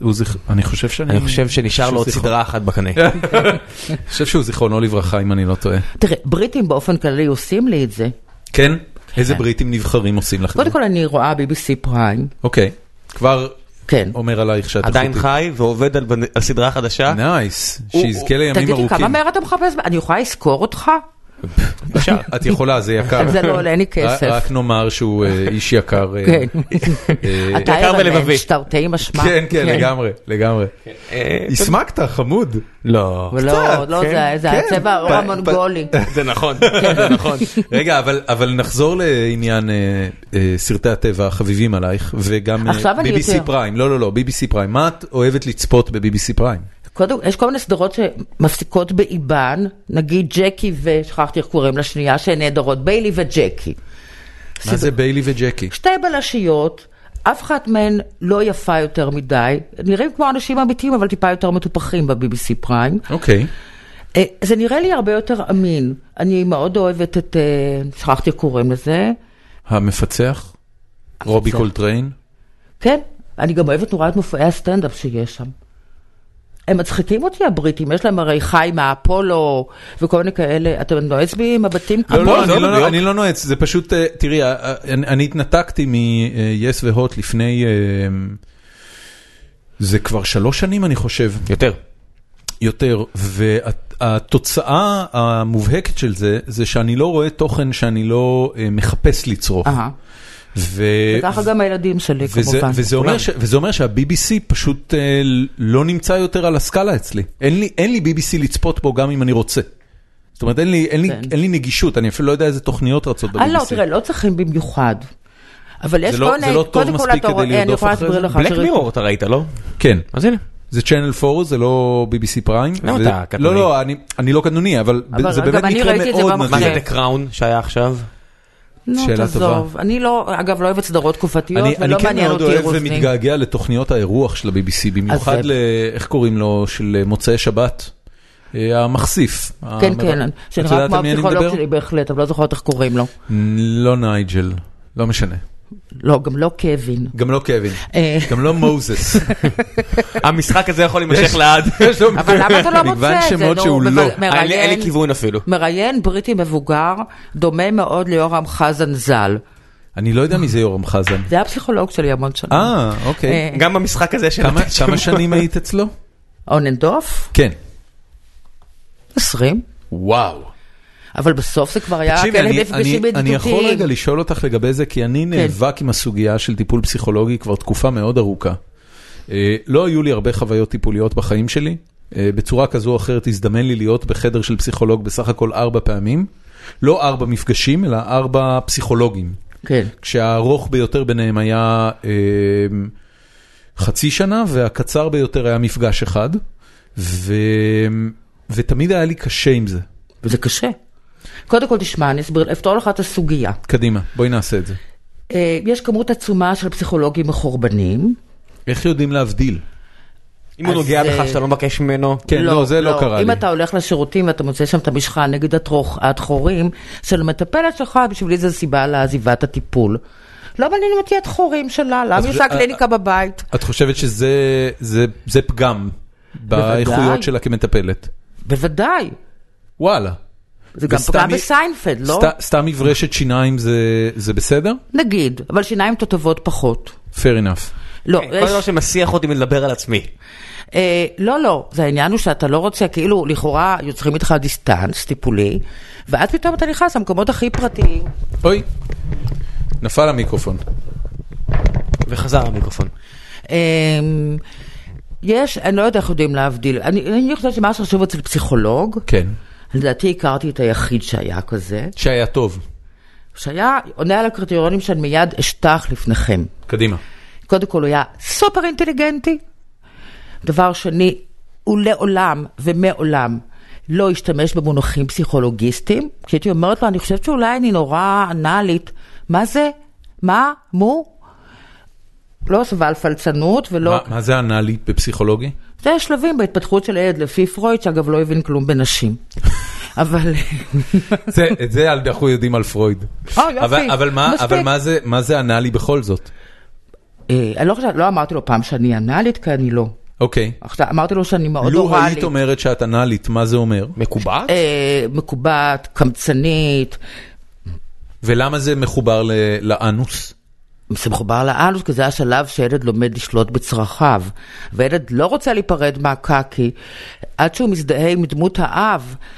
אני חושב שנשאר לו עוד סדרה אחת בקנה. אני חושב שהוא זיכרונו לברכה, אם אני לא טועה. תראה, בריטים באופן כללי עושים לי את זה. כן? איזה בריטים נבחרים עושים לך? קודם כל אני רואה BBC פריים. אוקיי. כבר אומר עלייך שאת איכותית. עדיין חי ועובד על סדרה חדשה. נייס. שיזכה לימים ארוכים. תגידי, כמה מהר אתה מחפש? אני יכולה לזכור אותך? את יכולה, זה יקר. זה לא עולה, אין לי כסף. רק נאמר שהוא איש יקר. כן. אתה יקר ולבבי. שתרתי משמע. כן, כן, לגמרי, לגמרי. הסמקת, חמוד. לא. לא, זה הצבע האור המונגולי. זה נכון, זה נכון. רגע, אבל נחזור לעניין סרטי הטבע החביבים עלייך, וגם BBC פריים. לא, BBC פריים. מה את אוהבת לצפות ב-BBC פריים? יש כל מיני סדרות שמפסיקות באיבן, נגיד ג'קי ושכחתי איך קוראים לשנייה, שהן נהדרות, ביילי וג'קי. מה זה ביילי וג'קי? שתי בלשיות, אף אחת מהן לא יפה יותר מדי, נראים כמו אנשים אמיתיים, אבל טיפה יותר מטופחים ב-BBC פריים. אוקיי. זה נראה לי הרבה יותר אמין. אני מאוד אוהבת את, שכחתי איך קוראים לזה. המפצח? רובי קולטריין? כן, אני גם אוהבת נורא את מופעי הסטנדאפ שיש שם. הם מצחיקים אותי הבריטים, יש להם הרי חי מהאפולו וכל מיני כאלה, אתם נועץ בי עם הבתים כמו? לא, אני לא נועץ, זה פשוט, תראי, אני התנתקתי מ-yes והוט לפני, זה כבר 3 שנים אני חושב. יותר, והתוצאה המובהקת של זה, זה שאני לא רואה תוכן שאני לא מחפש לצרוך. וככה גם הילדים שלי כמובן. וזה אומר שה-BBC פשוט לא נמצא יותר על הסקאלה אצלי. אין לי BBC לצפות בו גם אם אני רוצה. זאת אומרת, אין לי נגישות, אני אפילו לא יודע איזה תוכניות רצות ב-BBC. לא, תראה, לא צריכים במיוחד. אבל יש זה לא טוב מספיק כדי לרדוף אחרי זה? בלק מירור אתה ראית, לא? כן. אז הנה. זה Channel 4, זה לא BBC פריים. למה אתה קטנוני? לא, אני לא קטנוני, אבל זה באמת מקרה מאוד נדיר. מה זה The Crown שהיה עכשיו? שאלה טובה. אני לא, אגב, לא אוהבת סדרות תקופתיות, ולא מעניין אותי רוזני. אני כן מאוד אוהב ומתגעגע לתוכניות האירוח של ה-BBC, במיוחד איך קוראים לו, של מוצאי שבת, המחשיף. כן, כן, שנראה כמו הפסיכולוג שלי בהחלט, אבל לא זוכרת איך קוראים לו. לא נייג'ל, לא משנה. לא, גם לא קווין. גם לא מוזס. המשחק הזה יכול להימשך לעד. אבל למה אתה לא מוצא את זה? מגוון שמות שהוא לא. אין לי כיוון אפילו. מראיין בריטי מבוגר, דומה מאוד ליורם חזן ז"ל. אני לא יודע מי זה יורם חזן. זה הפסיכולוג שלי המון שנים. אוקיי. גם במשחק הזה של... כמה שנים היית אצלו? אוננדוף? כן. 20. וואו. אבל בסוף זה כבר היה כאלה מפגשים בדידותיים. אני יכול רגע לשאול אותך לגבי זה, כי אני נאבק עם הסוגיה של טיפול פסיכולוגי כבר תקופה מאוד ארוכה. לא היו לי הרבה חוויות טיפוליות בחיים שלי. בצורה כזו או אחרת הזדמן לי להיות בחדר של פסיכולוג בסך הכל 4 פעמים. לא 4 מפגשים, אלא 4 פסיכולוגים. כן. כשהארוך ביותר ביניהם היה חצי שנה, והקצר ביותר היה מפגש אחד. ותמיד היה לי קשה עם זה. וזה קשה. קודם כל תשמע, אני אפתור לך את הסוגיה. קדימה, בואי נעשה את זה. יש כמות עצומה של פסיכולוגים מחורבנים. איך יודעים להבדיל? אם הוא נוגע בך שאתה לא מבקש ממנו? כן, לא, זה לא קרה לי. אם אתה הולך לשירותים ואתה מוצא שם את המשחה נגד הדחורים של מטפלת שלך, בשבילי זו סיבה לעזיבת הטיפול. לא מעניינים אותי הדחורים שלה, למה יש לה קליניקה בבית? את חושבת שזה פגם באיכויות שלה כמטפלת? בוודאי. וואלה. זה גם פגע בסיינפלד, לא? סתם מברשת שיניים זה בסדר? נגיד, אבל שיניים תותבות פחות. fair enough. לא, כל דבר שמסיח אותי מלדבר על עצמי. לא, זה העניין הוא שאתה לא רוצה, כאילו לכאורה יוצרים איתך דיסטנס טיפולי, ואז פתאום אתה נכנס למקומות הכי פרטיים. אוי, נפל המיקרופון. וחזר המיקרופון. אני לא יודע איך יודעים להבדיל. אני חושבת שמה שחשוב אצל פסיכולוג, כן. לדעתי הכרתי את היחיד שהיה כזה. שהיה טוב. שהיה עונה על הקריטריונים שאני מיד אשטח לפניכם. קדימה. קודם כל הוא היה סופר אינטליגנטי. דבר שני, הוא לעולם ומעולם לא השתמש במונחים פסיכולוגיסטיים. כשהייתי אומרת לו, אני חושבת שאולי אני נורא אנלית. מה זה? מה? מו? לא סבל פלצנות ולא... מה זה אנלי בפסיכולוגי? זה שלבים בהתפתחות של הילד לפי פרויד, שאגב לא הבין כלום בנשים. אבל... את זה אנחנו יודעים על פרויד. אבל מה זה אנלי בכל זאת? אני לא אמרתי לו פעם שאני אנלית, כי אני לא. אוקיי. אמרתי לו שאני מאוד לו אוראלית. היית אומרת שאת אנלית, מה זה אומר? מקובעת? מקובעת, קמצנית. ולמה זה מחובר לאנוס? זה מחובר לאנוס, כי זה השלב שילד לומד לשלוט בצרכיו, וילד לא רוצה להיפרד מהקקי, עד שהוא מזדהה עם דמות האב,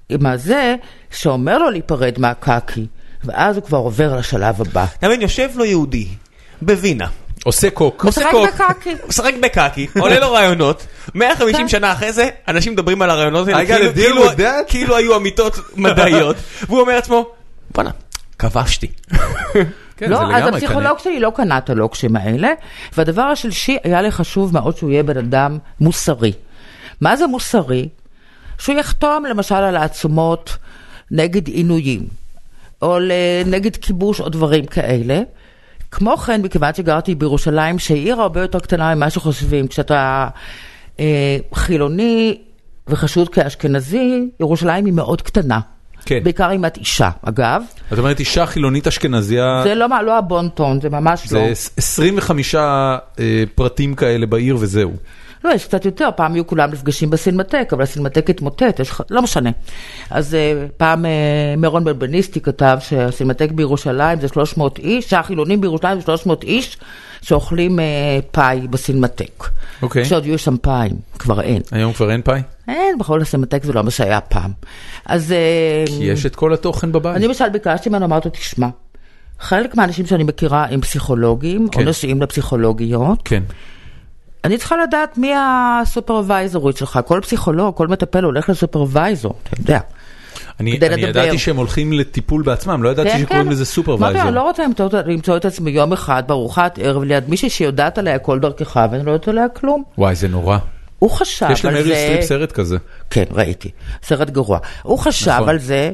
עם הזה שאומר לו להיפרד מהקקי, ואז הוא כבר עובר לשלב הבא. תמיד יושב לו יהודי בווינה. עושה קוק. משחק בקקי, עולה לו רעיונות, 150 שנה אחרי זה, אנשים מדברים על הרעיונות האלה, כאילו היו אמיתות מדעיות, והוא אומר לעצמו, בוא'נה, כבשתי. לא, אז הפסיכולוג שלי לא קנה את הלוקשים האלה, והדבר השלישי היה לי חשוב מאוד שהוא יהיה בן אדם מוסרי. מה זה מוסרי? שהוא יחתום למשל על העצומות נגד עינויים, או נגד כיבוש או דברים כאלה. כמו כן, מכיוון שגרתי בירושלים, שהיא הרבה יותר קטנה ממה שחושבים, כשאתה חילוני וחשוד כאשכנזי, ירושלים היא מאוד קטנה. כן. בעיקר אם את אישה, אגב. זאת אומרת, אישה חילונית אשכנזיה... זה לא הבונטון, זה ממש לא. זה 25 פרטים כאלה בעיר וזהו. לא, יש קצת יותר, פעם היו כולם נפגשים בסינמטק, אבל הסינמטק התמוטט, לא משנה. אז פעם מירון בלבניסטי כתב שהסינמטק בירושלים זה 300 איש, שהחילונים בירושלים זה 300 איש שאוכלים פאי בסינמטק. אוקיי. כשעוד יהיו שם פאיים, כבר אין. היום כבר אין פאי? אין, בכל הסינמטק זה לא מה שהיה פעם. אז... כי יש את כל התוכן בבית. אני למשל ביקשתי ממנו, אמרתי, תשמע, חלק מהאנשים שאני מכירה הם פסיכולוגים, או נושאים לפסיכולוגיות. כן. אני צריכה לדעת מי הסופרוויזורית שלך. כל פסיכולוג, כל מטפל הולך לסופרוויזור, אתה יודע. אני ידעתי שהם הולכים לטיפול בעצמם, לא ידעתי שקוראים לזה סופרוויזור. אני לא רוצה למצוא את עצמי יום אחד בארוחת ערב ליד מישהי שיודעת עליה כל דרכך, ואני לא יודעת עליה כלום. וואי, זה נורא. הוא חשב על זה... יש למרי סטריפ סרט כזה. כן, ראיתי. סרט גרוע. הוא חשב על זה,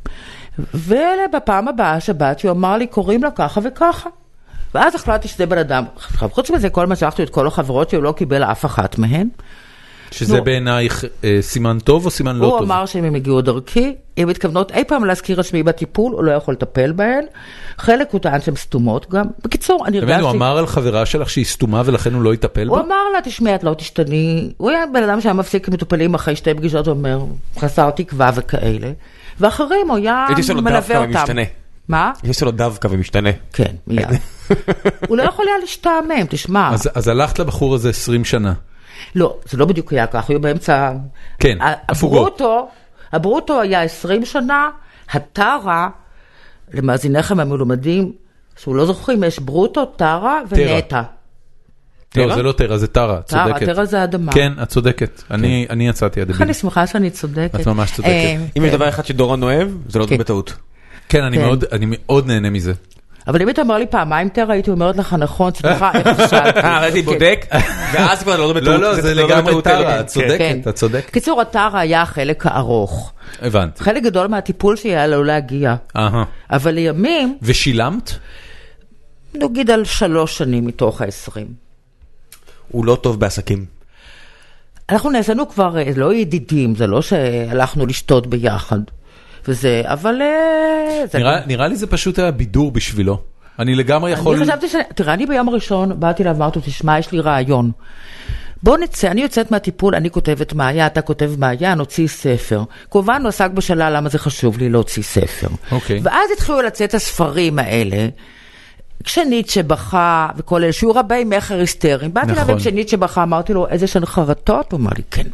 ובפעם הבאה שבאתי הוא אמר לי, קוראים לה ככה וככה. ואז החלטתי שזה בן אדם. חוץ מזה, כל מה שלחתי את כל החברות שהוא לא קיבל אף אחת מהן. שזה בעינייך סימן טוב או סימן לא טוב? הוא אמר שאם הם הגיעו דרכי, אם מתכוונות אי פעם להזכיר את שמי בטיפול, הוא לא יכול לטפל בהן. חלק הוא טען שהן סתומות גם. בקיצור, אני הרגשתי... הוא אמר על חברה שלך שהיא סתומה ולכן הוא לא יטפל בה? הוא אמר לה, תשמעי, את לא תשתני. הוא היה בן אדם שהיה מפסיק מטופלים אחרי 2 פגישות, הוא אומר, חסר תקווה וכאלה. ואחרים הוא היה מלווה אותם. מה? יש לו דווקא ומשתנה. כן, מיד. הוא לא יכול היה להשתעמם, תשמע. אז הלכת לבחור הזה 20 שנה. לא, זה לא בדיוק היה ככה, היו באמצע... כן, הפוגות. הברוטו היה 20 שנה, הטרה, למאזיניכם המלומדים, שהוא לא זוכרים, יש ברוטו, טרה ונטה. לא, זה לא טרה, זה טרה, צודקת. טרה זה אדמה. כן, את צודקת. אני יצאתי הדביל. אני שמחה שאני צודקת. את ממש צודקת. אם יש דבר אחד שדורון אוהב, זה לא בטעות. כן, אני מאוד נהנה מזה. אבל אם אתה אומר לי פעמיים טרה, הייתי אומרת לך נכון, סליחה, איך חשבתי. הייתי בודק, ואז כבר לא בטעות. לא, זה לגמרי טרה, את צודקת, את צודקת. קיצור, הטרה היה החלק הארוך. הבנתי. חלק גדול מהטיפול שהיה לו להגיע. אבל לימים... ושילמת? נגיד על 3 שנים מתוך 20. הוא לא טוב בעסקים. אנחנו נעשינו כבר לא ידידים, זה לא שהלכנו לשתות ביחד. וזה, אבל... נראה לי זה פשוט היה בידור בשבילו. אני לגמרי יכול... אני חשבתי תראה, אני ביום הראשון באתי לה ואמרתי, תשמע, יש לי רעיון. בוא נצא, אני יוצאת מהטיפול, אני כותבת מאיה, אתה כותב מאיה, נוציא ספר. כמובן, הוא עסק בשאלה למה זה חשוב לי להוציא ספר. ואז התחילו לצאת הספרים האלה, כשניטשה בכה וכל אלה, שהוא רבי מחר היסטריים. באתי לה וכשניטשה בכה, אמרתי לו, איזה שהן חרטות? הוא אמר לי, כן.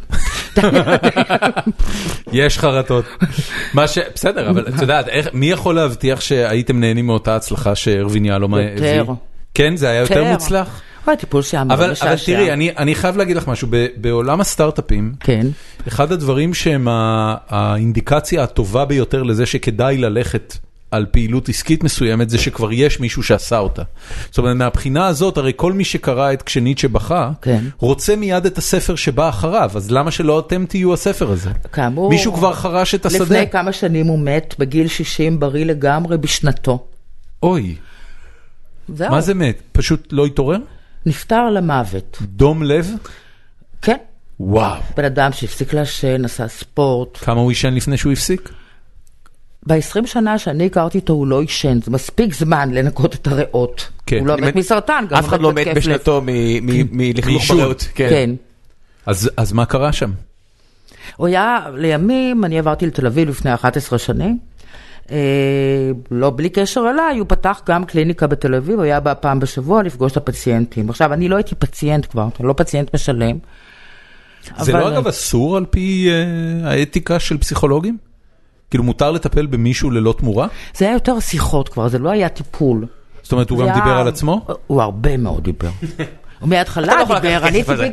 יש חרטות. בסדר, אבל את יודעת, מי יכול להבטיח שהייתם נהנים מאותה הצלחה שארווין יהלום הביא? יותר. כן, זה היה יותר מוצלח? הטיפול שם. אבל תראי, אני חייב להגיד לך משהו, בעולם הסטארט-אפים, אחד הדברים שהם האינדיקציה הטובה ביותר לזה שכדאי ללכת על פעילות עסקית מסוימת, זה שכבר יש מישהו שעשה אותה. זאת אומרת, מהבחינה הזאת, הרי כל מי שקרא את כשניטשה בכה, רוצה מיד את הספר שבא אחריו, אז למה שלא אתם תהיו הספר הזה? כאמור, מישהו כבר חרש את השדה. לפני כמה שנים הוא מת, בגיל 60, בריא לגמרי, בשנתו. אוי. זהו. מה זה מת? פשוט לא התעורר? נפטר למוות. דום לב? כן. וואו. בן אדם שהפסיק לעשן, עשה ספורט. כמה הוא ישן לפני שהוא הפסיק? ב-20 שנה שאני הכרתי אותו, הוא לא ישן. זה מספיק זמן לנקות את הריאות. כן. הוא לא מת מסרטן. אף אחד לא מת בשנתו מלכלוך בריאות. כן. אז מה קרה שם? הוא היה לימים, אני עברתי לתל אביב לפני 11 שנים. לא בלי קשר אליי, הוא פתח גם קליניקה בתל אביב, הוא היה בא פעם בשבוע לפגוש את הפציינטים. עכשיו, אני לא הייתי פציינט כבר, אני לא פציינט משלם. זה לא אגב אסור על פי האתיקה של פסיכולוגים? כאילו מותר לטפל במישהו ללא תמורה? זה היה יותר שיחות כבר, זה לא היה טיפול. זאת אומרת, הוא גם דיבר על עצמו? הוא הרבה מאוד דיבר. ומההתחלה דיבר, אני ציפיתי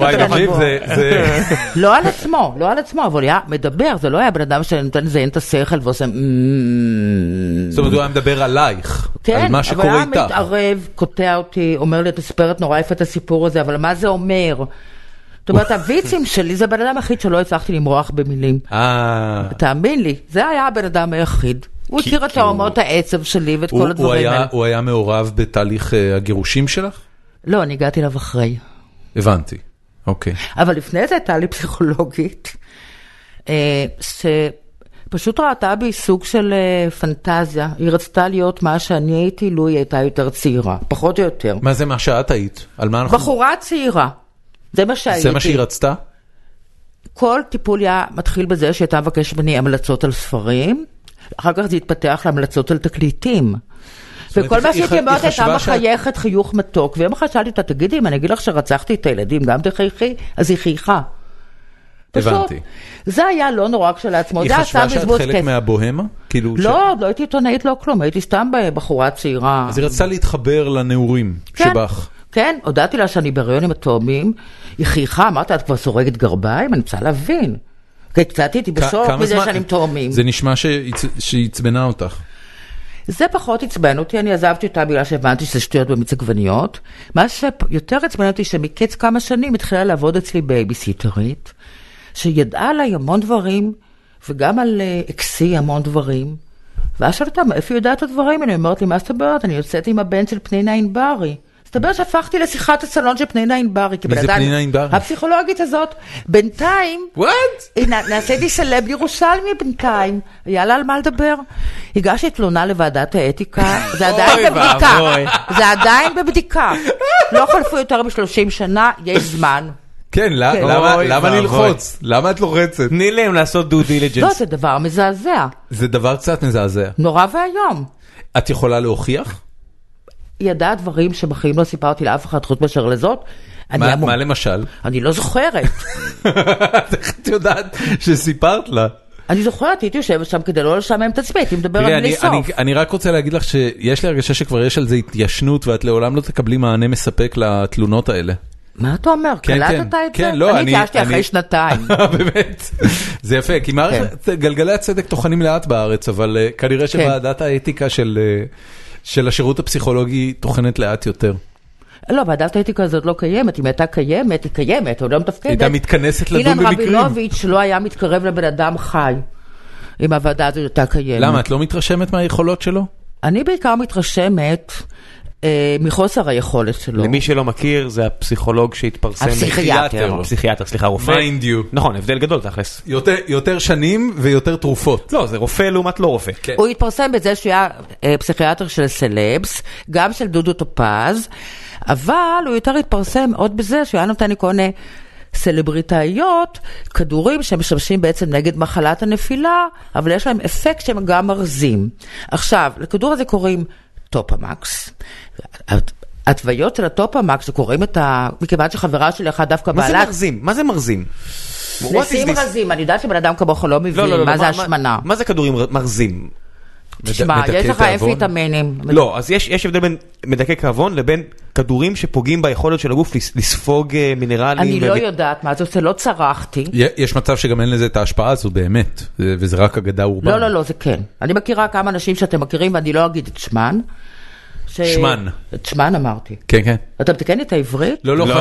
לא על עצמו, לא על עצמו, אבל היה מדבר, זה לא היה בן אדם שנותן לזיין את השכל ועושה זאת אומרת, הוא היה מדבר עלייך, על מה שקורה איתך. אבל היה מתערב, קוטע אותי, אומר לי, את מספרת נורא יפה את הסיפור הזה, אבל מה זה אומר? זאת אומרת, הוויצים שלי, זה בן אדם היחיד שלא הצלחתי למרוח במילים. תאמין לי, זה היה הבן אדם היחיד. הוא הכיר את האומות העצב שלי ואת כל הדברים האלה. הוא היה מעורב בתהליך הגירושים שלך? לא, אני הגעתי אליו אחרי. הבנתי, אוקיי. אבל לפני זה הייתה לי פסיכולוגית, שפשוט ראתה בי סוג של פנטזיה. היא רצתה להיות מה שאני הייתי, לו היא הייתה יותר צעירה, פחות או יותר. מה זה מה שאת היית? על מה אנחנו... בחורה צעירה. זה מה שהייתי. זה מה שהיא רצתה? כל טיפול היה מתחיל בזה שהייתה מבקשת ממני המלצות על ספרים, אחר כך זה התפתח להמלצות על תקליטים. וכל מה שהייתי אומרת הייתה מחייכת חיוך מתוק, ויום אחד שאלתי אותה, תגידי, אם אני אגיד לך שרצחתי את הילדים, גם תחייכי, אז היא חייכה. הבנתי. זה היה לא נורא כשלעצמו. היא חשבה שאת חלק מהבוהמה? לא, לא הייתי עיתונאית, לא כלום, הייתי סתם בחורה צעירה. אז היא רצתה להתחבר לנעורים שבך. כן, הודעתי לה שאני בהיריון עם התאומים, היא חייכה, אמרת, את כבר סורגת גרביים, אני רוצה להבין. קצתי איתי בשוק מזה שאני עם תאומים. זה נשמע שהצבנה אותך. זה פחות הצבן אותי, אני עזבתי אותה בגלל שהבנתי שזה שטויות במיץ עגבניות. מה שיותר הצבן אותי שמקץ כמה שנים התחילה לעבוד אצלי בייביסיטרית, שידעה עליי המון דברים, וגם על אקסי המון דברים. ואז שאלת אותה, איפה יודעת את הדברים? אני אומרת לי, מה סתברת? אני יוצאת עם הבן של פנינה ענברי. סתבר שהפכתי לשיחת הסלון של פנינה ענברי. מי זה פנינה ענברי? הפסיכולוגית הזאת. בינתיים... What? נעשיתי סלב ירושלמי בינתיים. היה לה על מה לדבר. הגשתי תלונה לוועדת האתיקה. זה עדיין בבדיקה. זה עדיין בבדיקה. לא חלפו יותר ב-30 שנה, יש זמן. כן, למה ללחוץ? למה את לוחצת? תני להם לעשות due diligence. לא, זה דבר מזעזע. זה דבר קצת מזעזע. נורא והיום. את יכולה להוכיח? היא ידעה דברים שבחיים לא סיפרתי לאף אחד חוץ מאשר לזאת. מה למשל? אני לא זוכרת. איך את יודעת שסיפרת לה? אני זוכרת, הייתי יושבת שם כדי לא לשעמם את עצמי, הייתי מדבר על בלי סוף. אני רק רוצה להגיד לך שיש לי הרגשה שכבר יש על זה התיישנות, ואת לעולם לא תקבלי מענה מספק לתלונות האלה. מה אתה אומר? קלטת את זה? כן, לא, אני התיישתי אחרי שנתיים. באמת, זה יפה, כי מערכת, גלגלי הצדק תוכנים לאט בארץ, אבל כנראה שוועדת האתיקה של השירות הפסיכולוגי תוכנת לאט יותר. לא, ועדת האתיקה הזאת לא קיימת, אם הייתה קיימת, היא קיימת, או לא מתפקדת. הייתה מתכנסת לדון במקרים. אילן רבינוביץ' לא היה מתקרב לבן אדם חי, אם הוועדה הזאת הייתה קיימת. למה? את לא מתרשמת מהיכולות שלו? אני בעיקר מתרשמת מחוסר היכולת שלו. למי שלא מכיר, זה הפסיכולוג שהתפרסם. הפסיכיאטר, סליחה, רופא. Mind you. נכון, הבדל גדול, תכלס. יותר שנים ויותר תרופות. לא, זה רופא לעומת לא רופא. הוא התפרסם בזה שהוא היה פסיכיאטר של סלבס, גם של דודו טופז, אבל הוא יותר התפרסם עוד בזה שהוא היה נותן כל מיני סלבריטאיות, כדורים שמשמשים בעצם נגד מחלת הנפילה, אבל יש להם אפקט שהם גם מרזים. עכשיו, לכדור הזה קוראים טופמקס. התוויות של הטופמקס שקוראים מכיוון שחברה שלי אחת דווקא בעלת... מה זה מרזים? מה זה מרזים? נסים רזים, אני יודעת שבן אדם כמוך לא מבין מה זה השמנה. מה זה כדורים מרזים? תשמע, יש לך ויטמינים. לא, אז יש הבדל בין מדכא כאבון לבין כדורים שפוגעים ביכולת של הגוף לספוג מינרלים. אני לא יודעת מה זה עושה, לא צרחתי. יש מצב שגם אין לזה את ההשפעה הזו באמת, וזה רק אגדה אורבנית. לא, לא, לא, זה כן. אני מכירה כמה אנשים שאתם מכירים, ואני לא אגיד את שמן. שמן. את שמן אמרתי. כן, כן. אתה מתקן את העברית? לא, לא, חס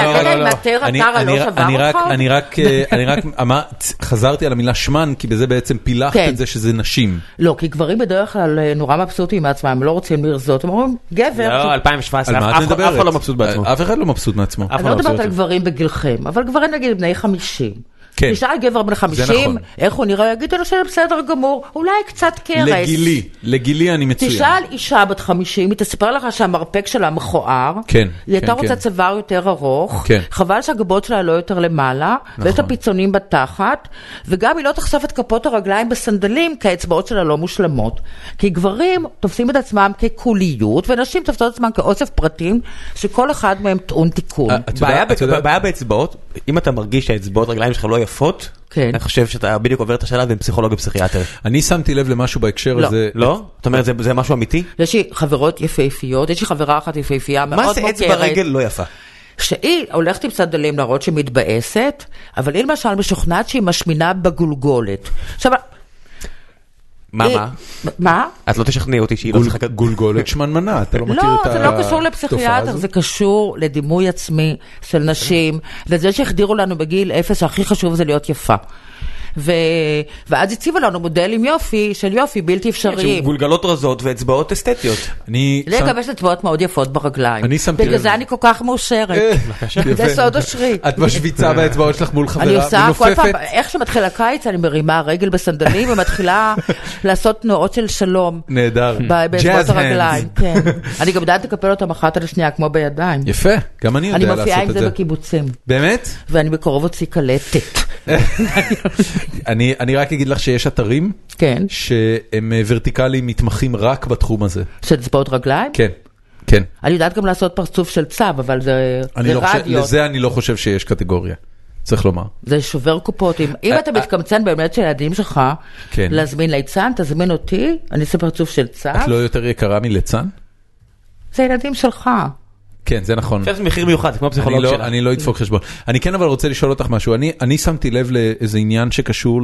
וחלילה. אני רק חזרתי על המילה שמן, כי בזה בעצם פילחת את זה שזה נשים. לא, כי גברים בדרך כלל נורא מבסוטים מעצמם, הם לא רוצים לרזות, הם אומרים, גבר. לא, 2017, אף אחד לא מבסוט בעצמו. אף אחד לא מבסוט מעצמו. אני לא מדברת על גברים בגילכם, אבל גברים נגיד בני 50. תשאל גבר בן 50, איך הוא נראה, יגיד לו שזה בסדר גמור, אולי קצת קרס. לגילי אני מצוין. תשאל אישה בת 50, היא תספר לך שהמרפק שלה מכוער, היא הייתה רוצה צוואר יותר ארוך, חבל שהגבות שלה לא יותר למעלה, ויש לה פיצונים בתחת, וגם היא לא תחשוף את כפות הרגליים בסנדלים, כי האצבעות שלה לא מושלמות. כי גברים תופסים את עצמם כקוליות, ונשים תופסות את עצמם כאוסף פרטים, שכל אחד מהם טעון תיקון. בעיה באצבעות, אם אתה מרגיש שהאצבעות רגליים שלך לא יפות, כן. אני חושב שאתה בדיוק עובר את השאלה בין פסיכולוג ופסיכיאטר. אני שמתי לב למשהו בהקשר הזה. לא? זאת אומרת, זה משהו אמיתי? יש לי חברות יפהפיות, יש לי חברה אחת יפהפייה מאוד מוכרת. מה זה אצבע רגל לא יפה? שהיא הולכת עם סנדלים להראות שהיא מתבאסת, אבל היא למשל משוכנעת שהיא משמינה בגולגולת. עכשיו... מה? את לא תשכנעי אותי שהיא לא צריכה... גולגולת שמנמנה, אתה לא מכיר את התופעה הזו? לא, זה לא קשור לפסיכיאטר, זה קשור לדימוי עצמי של נשים, לזה שהחדירו לנו בגיל 0 שהכי חשוב זה להיות יפה. ואז הציבו לנו מודלים של יופי בלתי אפשריים. גולגלות רזות ואצבעות אסתטיות. לי גם יש אצבעות מאוד יפות ברגליים. בגלל זה אני כל כך מאושרת. זה סוד אושרי. את משוויצה באצבעות שלך מול חברה מנופפת. אני עושה כל פעם, איך שמתחיל הקיץ, אני מרימה רגל בסנדלים ומתחילה לעשות תנועות של שלום. נהדר. באצבעות הרגליים. אני גם יודעת לקפל אותם אחת על השנייה, כמו בידיים. יפה, גם אני יודע לעשות את זה. אני מופיעה עם זה בקיבוצים. באמת? ואני בקרוב הוציא קלטת. אני רק אגיד לך שיש אתרים שהם ורטיקליים מתמחים רק בתחום הזה. של אצבעות רגליים? כן, כן. אני יודעת גם לעשות פרצוף של צב, אבל זה רדיו. לזה אני לא חושב שיש קטגוריה, צריך לומר. זה שובר קופות. אם אתה מתקמצן באמת של הילדים שלך, להזמין ליצן, תזמין אותי, אני אעשה פרצוף של צב. את לא יותר יקרה מליצן? זה ילדים שלך. כן, זה נכון. זה מחיר מיוחד, כמו הפסיכולוג שלה. אני לא אדפוק חשבון. אני כן אבל רוצה לשאול אותך משהו. אני שמתי לב לאיזה עניין שקשור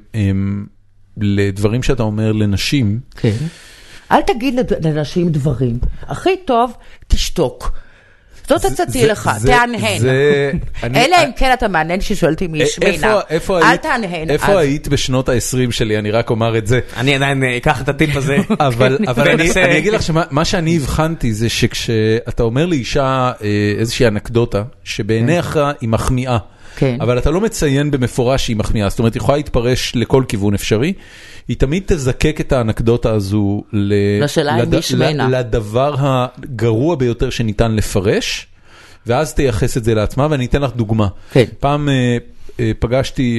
לדברים שאתה אומר לנשים. כן. אל תגיד לנשים דברים. הכי טוב, תשתוק. זאת הצעתי לך, תענהן. אלא אם כן אתה מענן ששואלתי מי ישמינה. אל תענהן. איפה היית בשנות ה-20 שלי? אני רק אומר את זה. אני עדיין אקח את הטיפ הזה. אבל אני אגיד לך שמה שאני הבחנתי זה שכשאתה אומר לאישה איזושהי אנקדוטה, שבעיניך היא מחמיאה, אבל אתה לא מציין במפורש שהיא מחמיאה, זאת אומרת, היא יכולה להתפרש לכל כיוון אפשרי, היא תמיד תזקק את האנקדוטה הזו לדבר הגרוע ביותר שניתן לפרש, ואז תייחס את זה לעצמה, ואני אתן לך דוגמה. פעם פגשתי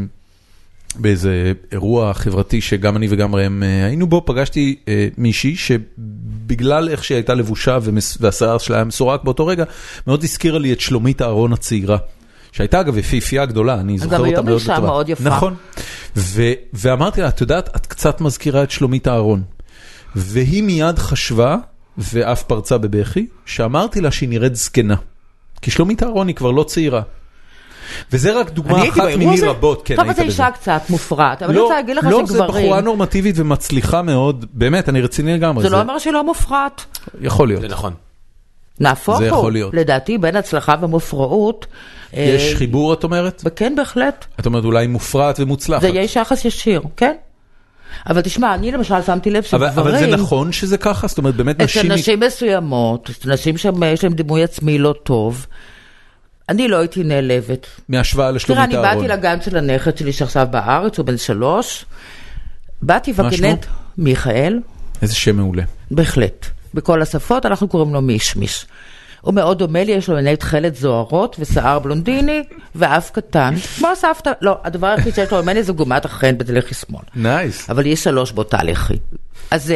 באיזה אירוע חברתי שגם אני וגם ראם היינו בו, פגשתי מישהי שבגלל איך שהיא הייתה לבושה והשיער שלה היה מסורק באותו רגע, מאוד הזכירה לי את שלומית אהרון הצעירה. שהייתה אגב יפיפייה גדולה, אני זוכר אותה מאוד טובה. מאוד יפה. נכון. ואמרתי לה, את יודעת, את קצת מזכירה את שלומית אהרון. והיא מיד חשבה, ואף פרצה בבכי, שאמרתי לה שהיא נראית זקנה. כי שלומית אהרון היא כבר לא צעירה. וזה רק דוגמה אחת מיני רבות. טוב, זה אישה קצת מופרעת, אבל אני רוצה להגיד לך שגברים... לא, זה בחורה נורמטיבית ומצליחה מאוד, באמת, אני רציני לגמרי. זה לא אומר שהיא לא מופרעת. יכול להיות. זה נכון. נהפוך הוא, לדעתי בין הצלחה ומופרעות. יש חיבור את אומרת? כן, בהחלט. את אומרת אולי מופרעת ומוצלחת. זה יש יחס ישיר, כן. אבל תשמע, אני למשל שמתי לב שגברים... אבל זה נכון שזה ככה? זאת אומרת, באמת נשים... אצל נשים מסוימות, נשים שיש להם דימוי עצמי לא טוב, אני לא הייתי נעלבת. מהשוואה לשלומית אהרון. תראה, אני באתי לגן של הנכד שלי שעכשיו בארץ, הוא בן 3, באתי וגנט מיכאל. איזה שם מעולה. בהחלט. בכל השפות אנחנו קוראים לו מישמיש. הוא מאוד דומה לי, יש לו עיני תכלת זוהרות ושיער בלונדיני ואף קטן. כמו הסבתא, לא, הדבר הכי שיש לו ממני זה גומת החן בדלחי שמאל. נייס. אבל יש 3 באותה לחי. אז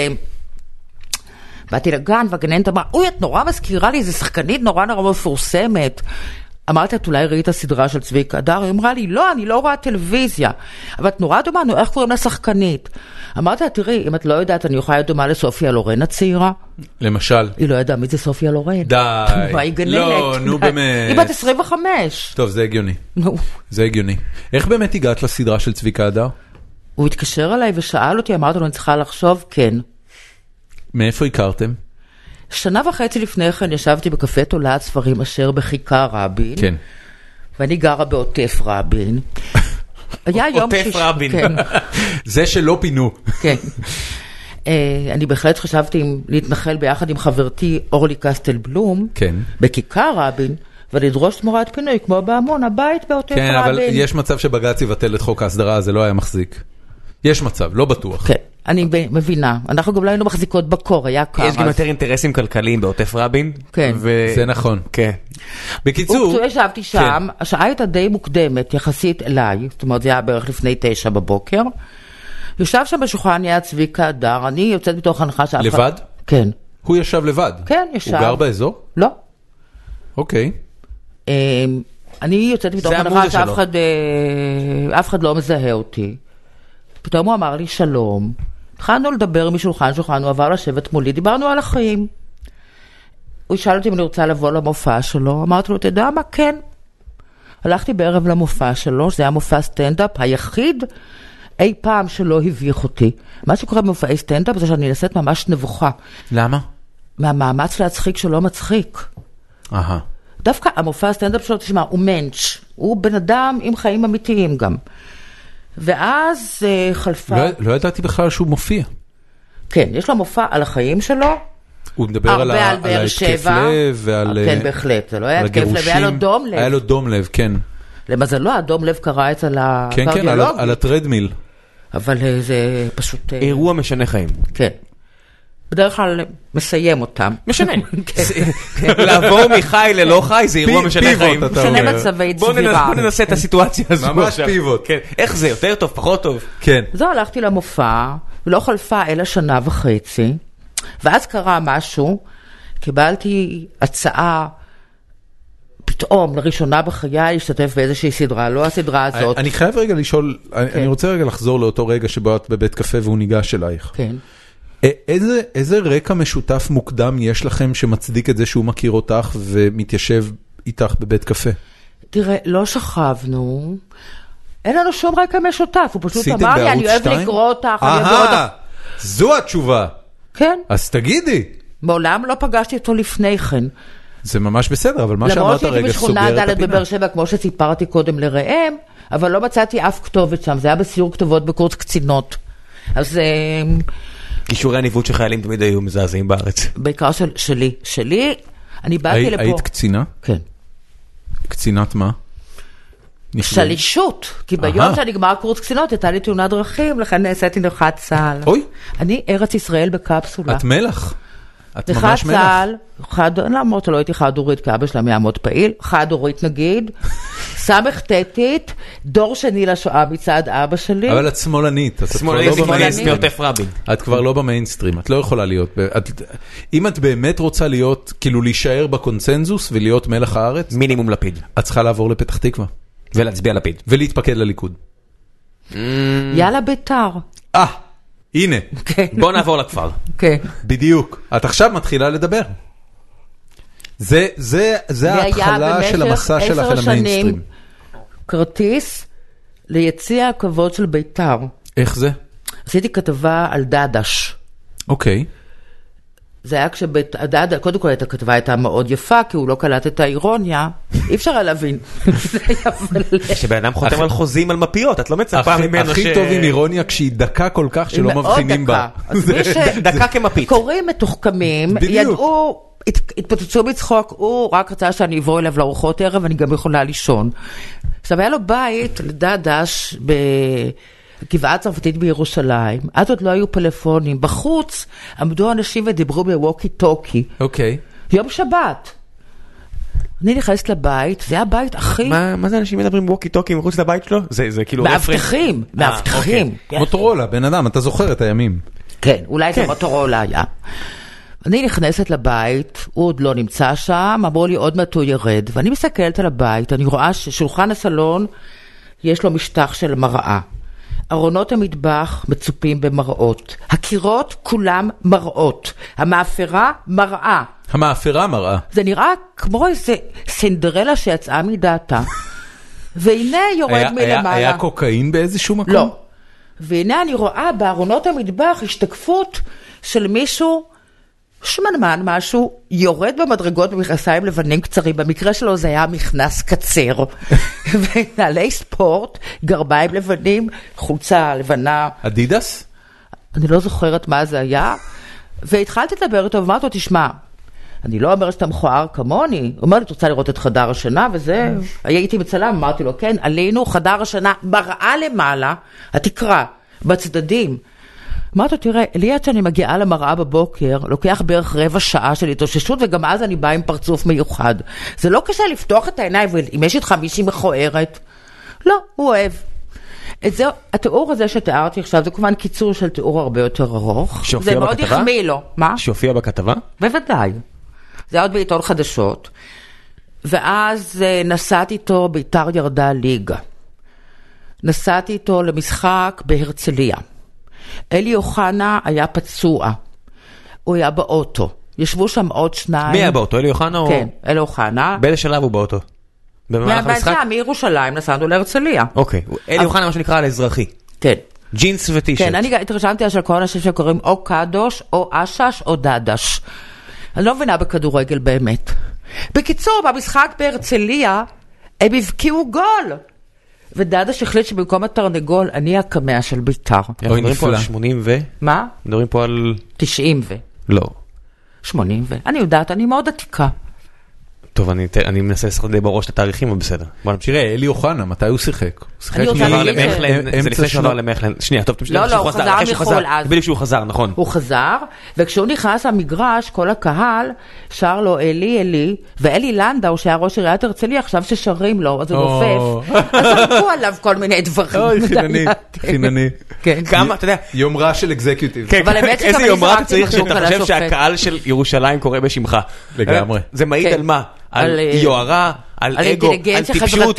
באתי לגן והגננת אמרה, אוי, את נורא מזכירה לי, איזו שחקנית נורא מפורסמת. אמרתי, את אולי ראית הסדרה של צביקה הדר? היא אמרה לי, לא, אני לא רואה טלוויזיה. אבל את נורא דומה, איך קוראים לה שחקנית? אמרתי, תראי, אם את לא יודעת, אני יכולה להיות דומה לסופיה לורן הצעירה. למשל? היא לא ידעה מי זה סופיה לורן. די. היא גננת. לא, נו באמת. היא בת 25. טוב, זה הגיוני. זה הגיוני. איך באמת הגעת לסדרה של צביקה הדר? הוא התקשר אליי ושאל אותי, אמרתי לו, אני צריכה לחשוב, כן. מאיפה הכרתם? 1.5 שנה לפני כן ישבתי בקפה תולעת ספרים אשר בכיכר רבין. כן. ואני גרה בעוטף רבין. עוטף רבין. זה שלא פינו. כן. אני בהחלט חשבתי להתנחל ביחד עם חברתי אורלי קסטל בלום. כן. בכיכר רבין. ולדרוש תמורת פינוי, כמו בהמון, הבית בעוטף רבין. כן, אבל יש מצב שבג"ץ יבטל את חוק ההסדרה, זה לא היה מחזיק. יש מצב, לא בטוח. כן, אני מבינה. אנחנו גם לא היינו מחזיקות בקור, היה קר. יש גם יותר אינטרסים כלכליים בעוטף רבין. כן. זה נכון. כן. בקיצור... ישבתי שם, השעה הייתה די מוקדמת, יחסית אליי, זאת אומרת, זה היה בערך לפני 9 בבוקר. יושב שם בשולחן יד צביקה הדר, אני יוצאת מתוך הנחה שאף... לבד? כן. הוא ישב לבד? כן, ישב. הוא גר באזור? לא. אוקיי. אני יוצאת מתוך הנחה שאף אחד לא מזהה אותי. פתאום הוא אמר לי שלום. התחלנו לדבר משולחן, הוא עבר לשבת מולי, דיברנו על החיים. הוא שאל אותי אם אני רוצה לבוא למופע שלו, אמרתי לו, אתה יודע מה? כן. הלכתי בערב למופע שלו, זה היה מופע סטנדאפ, היחיד אי פעם שלא הביך אותי. מה שקורה במופעי סטנדאפ זה שאני נעשית ממש נבוכה. למה? מהמאמץ להצחיק שלא מצחיק. דווקא המופע הסטנדאפ שלו, תשמע, הוא מנץ', הוא בן אדם עם חיים אמיתיים גם. ואז חלפה... לא ידעתי בכלל שהוא מופיע. כן, יש לו מופע על החיים שלו. הוא מדבר על ההתקף לב ועל... כן, בהחלט, זה לא היה התקף לב, היה לו דום לב. היה לו דום לב, כן. למזלו, הדום לב קרה אצל הקרדיולוג. כן, כן, על הטרדמיל. אבל זה פשוט... אירוע משנה חיים. כן. בדרך כלל מסיים אותם. משנה. לעבור מחי ללא חי זה אירוע משנה חיים. משנה מצבי צבירה. בוא ננסה את הסיטואציה הזו. ממש פיבוט. איך זה? יותר טוב, פחות טוב? כן. זו הלכתי למופע, ולא חלפה אלא 1.5 שנה, ואז קרה משהו, קיבלתי הצעה פתאום, לראשונה בחיי, להשתתף באיזושהי סדרה, לא הסדרה הזאת. אני חייב רגע לשאול, אני רוצה רגע לחזור לאותו רגע שבו את בבית קפה והוא ניגש אלייך. כן. איזה רקע משותף מוקדם יש לכם שמצדיק את זה שהוא מכיר אותך ומתיישב איתך בבית קפה? תראה, לא שכבנו, אין לנו שום רקע משותף, הוא פשוט אמר לי, אני אוהב לקרוא אותך, זו התשובה. כן. אז תגידי. מעולם לא פגשתי אותו לפני כן. זה ממש בסדר, אבל מה שאמרת הרגע סוגר את הפינה. למרות שהייתי בשכונה ד' בבאר שבע, כמו שסיפרתי קודם לראם, אבל לא מצאתי אף כתובת שם, זה היה בסיור כתובות בקורס קצינות. אז... קישורי הניווט של חיילים תמיד היו מזעזעים בארץ. בעיקר שלי, אני באתי לפה. היית קצינה? כן. קצינת מה? שלישות, כי ביום שנגמר קורס קצינות, הייתה לי תאונת דרכים, לכן נעשיתי נוחת צה"ל. אוי. אני ארץ ישראל בקפסולה. את מלח. את ממש מלח. נוחת צה"ל, למרות שלא הייתי חד-הורית, כי אבא שלה יעמוד פעיל, חד-הורית נגיד, סמכתתית, דור שני לשואה מצד אבא שלי. אבל את שמאלנית. שמאלנית מעוטף רבין. את כבר לא במיינסטרים, את לא יכולה להיות. אם את באמת רוצה להיות, כאילו להישאר בקונצנזוס ולהיות מלח הארץ, מינימום לפיד. את צריכה לעבור לפתח תקווה. ולהצביע לפיד. ולהתפקד לליכוד. יאללה ביתר. הנה. בוא נעבור לכפר. כן. בדיוק. את עכשיו מתחילה לדבר. זה ההתחלה של המסע שלך אל המיינסטרים. כרטיס ליציע הכבוד של ביתר. איך זה? עשיתי כתבה על דדש. אוקיי. זה היה קודם כל את הכתבה הייתה מאוד יפה, כי הוא לא קלט את האירוניה, אי אפשר להבין. שבן אדם חותם על חוזים על מפיות, את לא מצפה ממנו הכי טוב עם אירוניה כשהיא דקה כל כך שלא מבחינים בה. דקה כמפית. קוראים מתוחכמים, ידעו, התפוצצו בצחוק, הוא רק רצה שאני אבוא אליו לארוחות ערב, אני גם יכולה לישון. עכשיו היה לו בית לדדש גבעה צרפתית בירושלים, אז עוד לא היו פלאפונים, בחוץ עמדו אנשים ודיברו בווקי טוקי. אוקיי. יום שבת. אני נכנסת לבית, זה הבית הכי... מה זה אנשים מדברים בווקי טוקי מחוץ לבית שלו? זה כאילו... מאבטחים. מוטורולה, בן אדם, אתה זוכר את הימים. כן, אולי זה מוטורולה היה. אני נכנסת לבית, הוא עוד לא נמצא שם, אמרו לי עוד מעט הוא ירד, ואני מסתכלת על הבית, אני רואה ששולחן הסלון יש לו משטח של מראה. ארונות המטבח מצופים במראות. הקירות כולם מראות. המאפרה מראה. המאפרה מראה. זה נראה כמו איזה סינדרלה שיצאה מדעתה. והנה יורד מלמעלה. היה קוקאין באיזשהו מקום? לא. והנה אני רואה בארונות המטבח השתקפות של מישהו שמנמן משהו, יורד במדרגות במכנסיים לבנים קצרים, במקרה שלו זה היה מכנס קצר, ונעלי ספורט, גרביים לבנים, חולצה לבנה. אדידס? אני לא זוכרת מה זה היה, והתחלתי לדבר איתו, ואמרתי לו, תשמע, אני לא אומרת שאתה מכוער כמוני, הוא אומר לי, את רוצה לראות את חדר השינה, וזה, הייתי מצלם, אמרתי לו, כן, עלינו, חדר השינה, מראה למעלה, התקרה, בצדדים, אמרת לו, תראה, לי עד שאני מגיעה למראה בבוקר, לוקח בערך רבע שעה של התאוששות, וגם אז אני באה עם פרצוף מיוחד. זה לא קשה לפתוח את העיניים, ואם יש איתך מישהי מכוערת, לא, הוא אוהב. התיאור הזה שתיארתי עכשיו, זה כמובן קיצור של תיאור הרבה יותר ארוך. זה מאוד יחמיא לו. מה? שהופיע בכתבה? בוודאי. זה עוד בעיתון חדשות. ואז נסעתי איתו, ביתר ירדה ליגה. נסעתי איתו למשחק בהרצליה. אלי אוחנה היה פצוע. הוא היה באוטו. ישבו שם עוד שניים. מי היה באוטו? אלי אוחנה או... כן, אלי אוחנה. באיזה שלב הוא באוטו? במהלך המשחק? מירושלים נסענו להרצליה. אוקיי. אלי אוחנה מה שנקרא על אזרחי. כן. ג'ינס וטישרט. כן, אני התרשמתי של כל אנשים שקוראים או קדוש, או אשש, או דדש. אני לא מבינה בכדורגל באמת. בקיצור, במשחק בהרצליה, הם הבקיעו גול. ודדש החליט שבמקום התרנגול, אני הקמע של ביתר. מדברים פה על 80 ו... מה? מדברים פה על... 90 ו... לא. 80 ו... אני יודעת, אני מאוד עתיקה. טוב, אני מנסה לשחק די בראש את התאריכים, אבל בסדר. תראה, אלי אוחנה, מתי הוא שיחק? אני רוצה להגיד זה לפני שעבר למחלן. שנייה, טוב, תמשיך. לא, הוא חזר מחול אז. בלי שהוא חזר, נכון. הוא חזר, וכשהוא נכנס למגרש, כל הקהל שר לו אלי, אלי, ואלי לנדאו, שהיה ראש עיריית הרצליה, עכשיו ששרים לו, אז הוא נופף. אז זרקו עליו כל מיני דברים. אוי, חינני, חינני. כמה, אתה יודע. יומרה של אקזקיוטיב. איזה יומרה אתה צריך שאתה חושב שהקהל של ירושלים קורא בשמך. לגמרי. זה מעיד על מה? על יוהרה, על אגו, על טיפשות.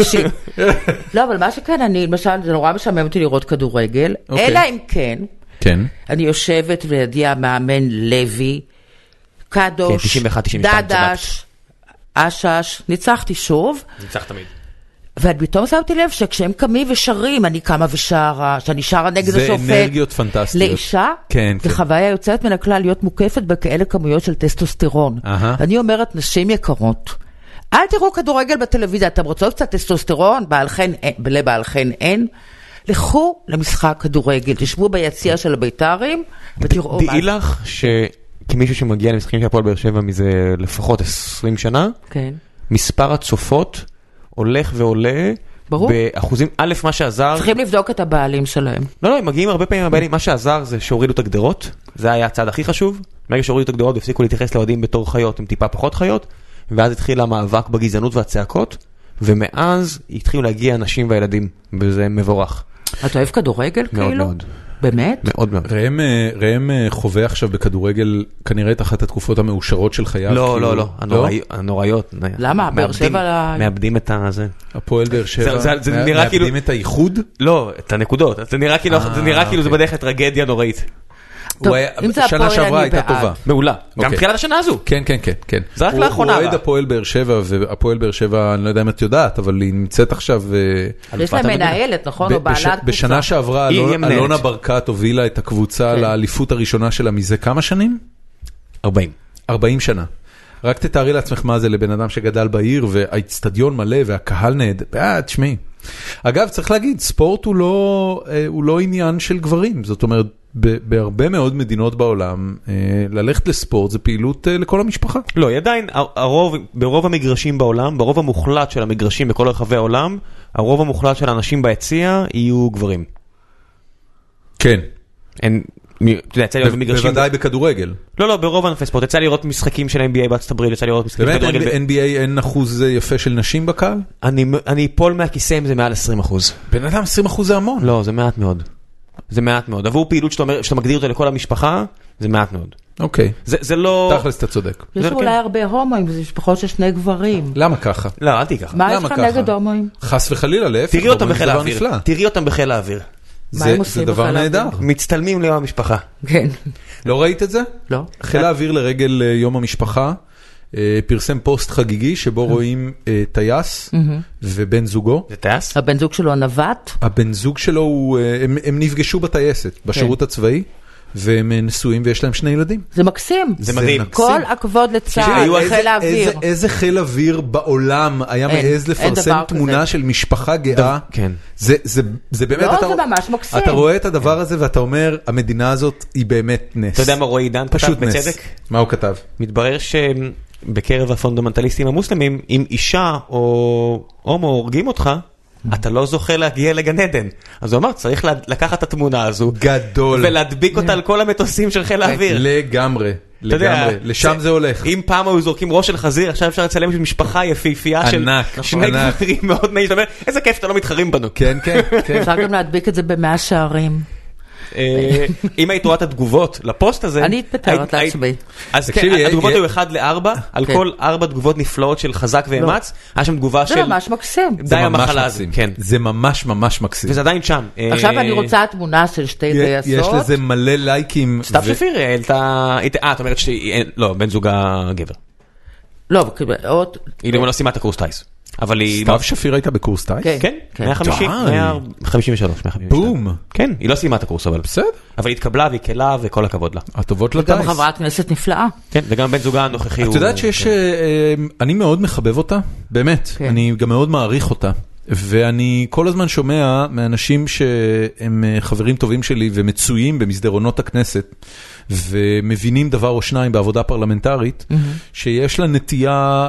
לא, אבל מה שכן, אני, למשל, זה נורא משעמם אותי לראות כדורגל, אלא אם כן, אני יושבת וידי המאמן לוי, קדוש, דדש, אשש, ניצחתי שוב. ניצח תמיד. ופתאום שמתי לב שכשהם קמים ושרים, אני קמה ושרה, שאני שרה נגד השופט. זה אנרגיות פנטסטיות. לאישה, וחוויה יוצאת מן הכלל להיות מוקפת בכאלה כמויות של טסטוסטרון. אני אומרת, נשים יקרות, אל תראו כדורגל בטלוויזיה, אתם רוצות קצת טסטוסטרון, לבעל חן אין, לכו למשחק כדורגל, תשבו ביציע של הבית"רים, ותראו מה. דעי לך שכמישהו שמגיע למשחקים של הפועל באר שבע מזה לפחות 20 שנה, מספר הצופות הולך ועולה, באחוזים, א' מה שעזר... צריכים לבדוק את הבעלים שלהם. לא, הם מגיעים הרבה פעמים הבעלים, מה שעזר זה שהורידו את הגדרות, זה היה הצעד הכי חשוב, ברגע שהורידו את הגדרות והפסיקו להתייחס לאוהדים בתור חיות, הם טיפה פחות חיות, ואז התחיל המאבק בגזענות והצעקות, ומאז התחילו להגיע אנשים וילדים, וזה מבורך. אתה אוהב כדורגל כאילו? מאוד מאוד. באמת? מאוד מאוד. ראם חווה עכשיו בכדורגל כנראה את אחת התקופות המאושרות של חייו. לא, הנוראיות. למה? באר שבע... מאבדים את הזה. הפועל באר שבע מאבדים את הייחוד? לא, את הנקודות. זה נראה כאילו זה בדרך טרגדיה נוראית. שנה שעברה הייתה טובה. מעולה. גם תחילת השנה הזו. כן. זה רק לאחרונה. הוא אוהד הפועל באר שבע, והפועל באר שבע, אני לא יודע אם את יודעת, אבל היא נמצאת עכשיו... יש להם מנהלת, נכון? או בעלת קבוצה. בשנה שעברה, אלונה ברקת הובילה את הקבוצה לאליפות הראשונה שלה מזה כמה שנים? 40 שנה. רק תתארי לעצמך מה זה לבן אדם שגדל בעיר, והאצטדיון מלא, והקהל נהדר. תשמעי. אגב, צריך להגיד, ספורט הוא לא עניין של גברים. זאת אומרת, בהרבה מאוד מדינות בעולם, ללכת לספורט זה פעילות לכל המשפחה. לא, עדיין, ברוב המגרשים בעולם, ברוב המוחלט של המגרשים בכל רחבי העולם, הרוב המוחלט של האנשים ביציע יהיו גברים. כן. בוודאי בכדורגל. לא, ברוב ענפי ספורט. יצא לראות משחקים של NBA בארצות הברית, יצא לראות משחקים של כדורגל. באמת, ב-NBA אין אחוז יפה של נשים בקהל? אני אפול מהכיסא אם זה מעל 20%. בן אדם 20% זה המון. לא, זה מעט מאוד. זה מעט מאוד. עבור פעילות שאתה מגדיר אותה לכל המשפחה, זה מעט מאוד. אוקיי. זה לא... תכלס, אתה צודק. יש אולי הרבה הומואים, וזה משפחות של שני גברים. למה ככה? לא, אל תהי ככה. מה יש לך נגד הומואים? חס וחלילה, להפך. תראי אותם בחיל האוויר. זה דבר נהדר. מצטלמים ליום המשפחה. כן. לא ראית את זה? לא. חיל האוויר לרגל יום המשפחה, פרסם פוסט חגיגי שבו רואים טייס ובן זוגו. זה טייס? הבן זוג שלו נווט? הבן זוג שלו, הם נפגשו בטייסת, בשירות הצבאי, והם נשואים ויש להם 2 ילדים. זה מקסים. זה מדהים. כל הכבוד לצה"ל, חיל האוויר. איזה חיל אוויר בעולם היה מעז לפרסם תמונה של משפחה גאה? כן. זה באמת, לא, זה ממש מקסים. אתה רואה את הדבר הזה ואתה אומר, המדינה הזאת היא באמת נס. אתה יודע מה רועי עידן כתב בצדק? מה הוא כתב? מתברר שבקרב הפונדמנטליסטים המוסלמים, אם אישה או הומו הורגים אותך, אתה לא זוכה להגיע לגן עדן. אז הוא אמר, צריך לקחת את התמונה הזו. גדול. ולהדביק אותה על כל המטוסים של חיל האוויר. לגמרי. לשם זה הולך. אם פעם היו זורקים ראש של חזיר, עכשיו אפשר לצלם עם משפחה יפיפייה של שני גברים מאוד נעים. איזה כיף, אתה לא מתחרים בנו. כן. אפשר גם להדביק את זה ב100 שערים. אם היית רואה את התגובות לפוסט הזה... אני אתפטרת לעצמי. אז כן, התגובות היו 1-4, על כל 4 תגובות נפלאות של חזק ואמץ, היה שם תגובה של... זה ממש מקסים. די המחלה הזה. זה ממש ממש מקסים. וזה עדיין שם. עכשיו אני רוצה תמונה של שתי טייסות. יש לזה מלא לייקים. סתיו שפיר העלתה... את אומרת לא, בן זוגה גבר. לא, היא לא סיימה את הקורס טייס. אבל היא... סתיו שפיר הייתה בקורס טייס? כן, 153. בום. כן, היא לא סיימה את הקורס, אבל בסדר. אבל היא התקבלה והיא קלה וכל הכבוד לה. הטובות לטייס. גם חברת כנסת נפלאה. כן, וגם בן זוגה הנוכחי הוא... את יודעת שיש... אני מאוד מחבב אותה, באמת. אני גם מאוד מעריך אותה. ואני כל הזמן שומע מאנשים שהם חברים טובים שלי ומצויים במסדרונות הכנסת, ומבינים דבר או שניים בעבודה פרלמנטרית, שיש לה נטייה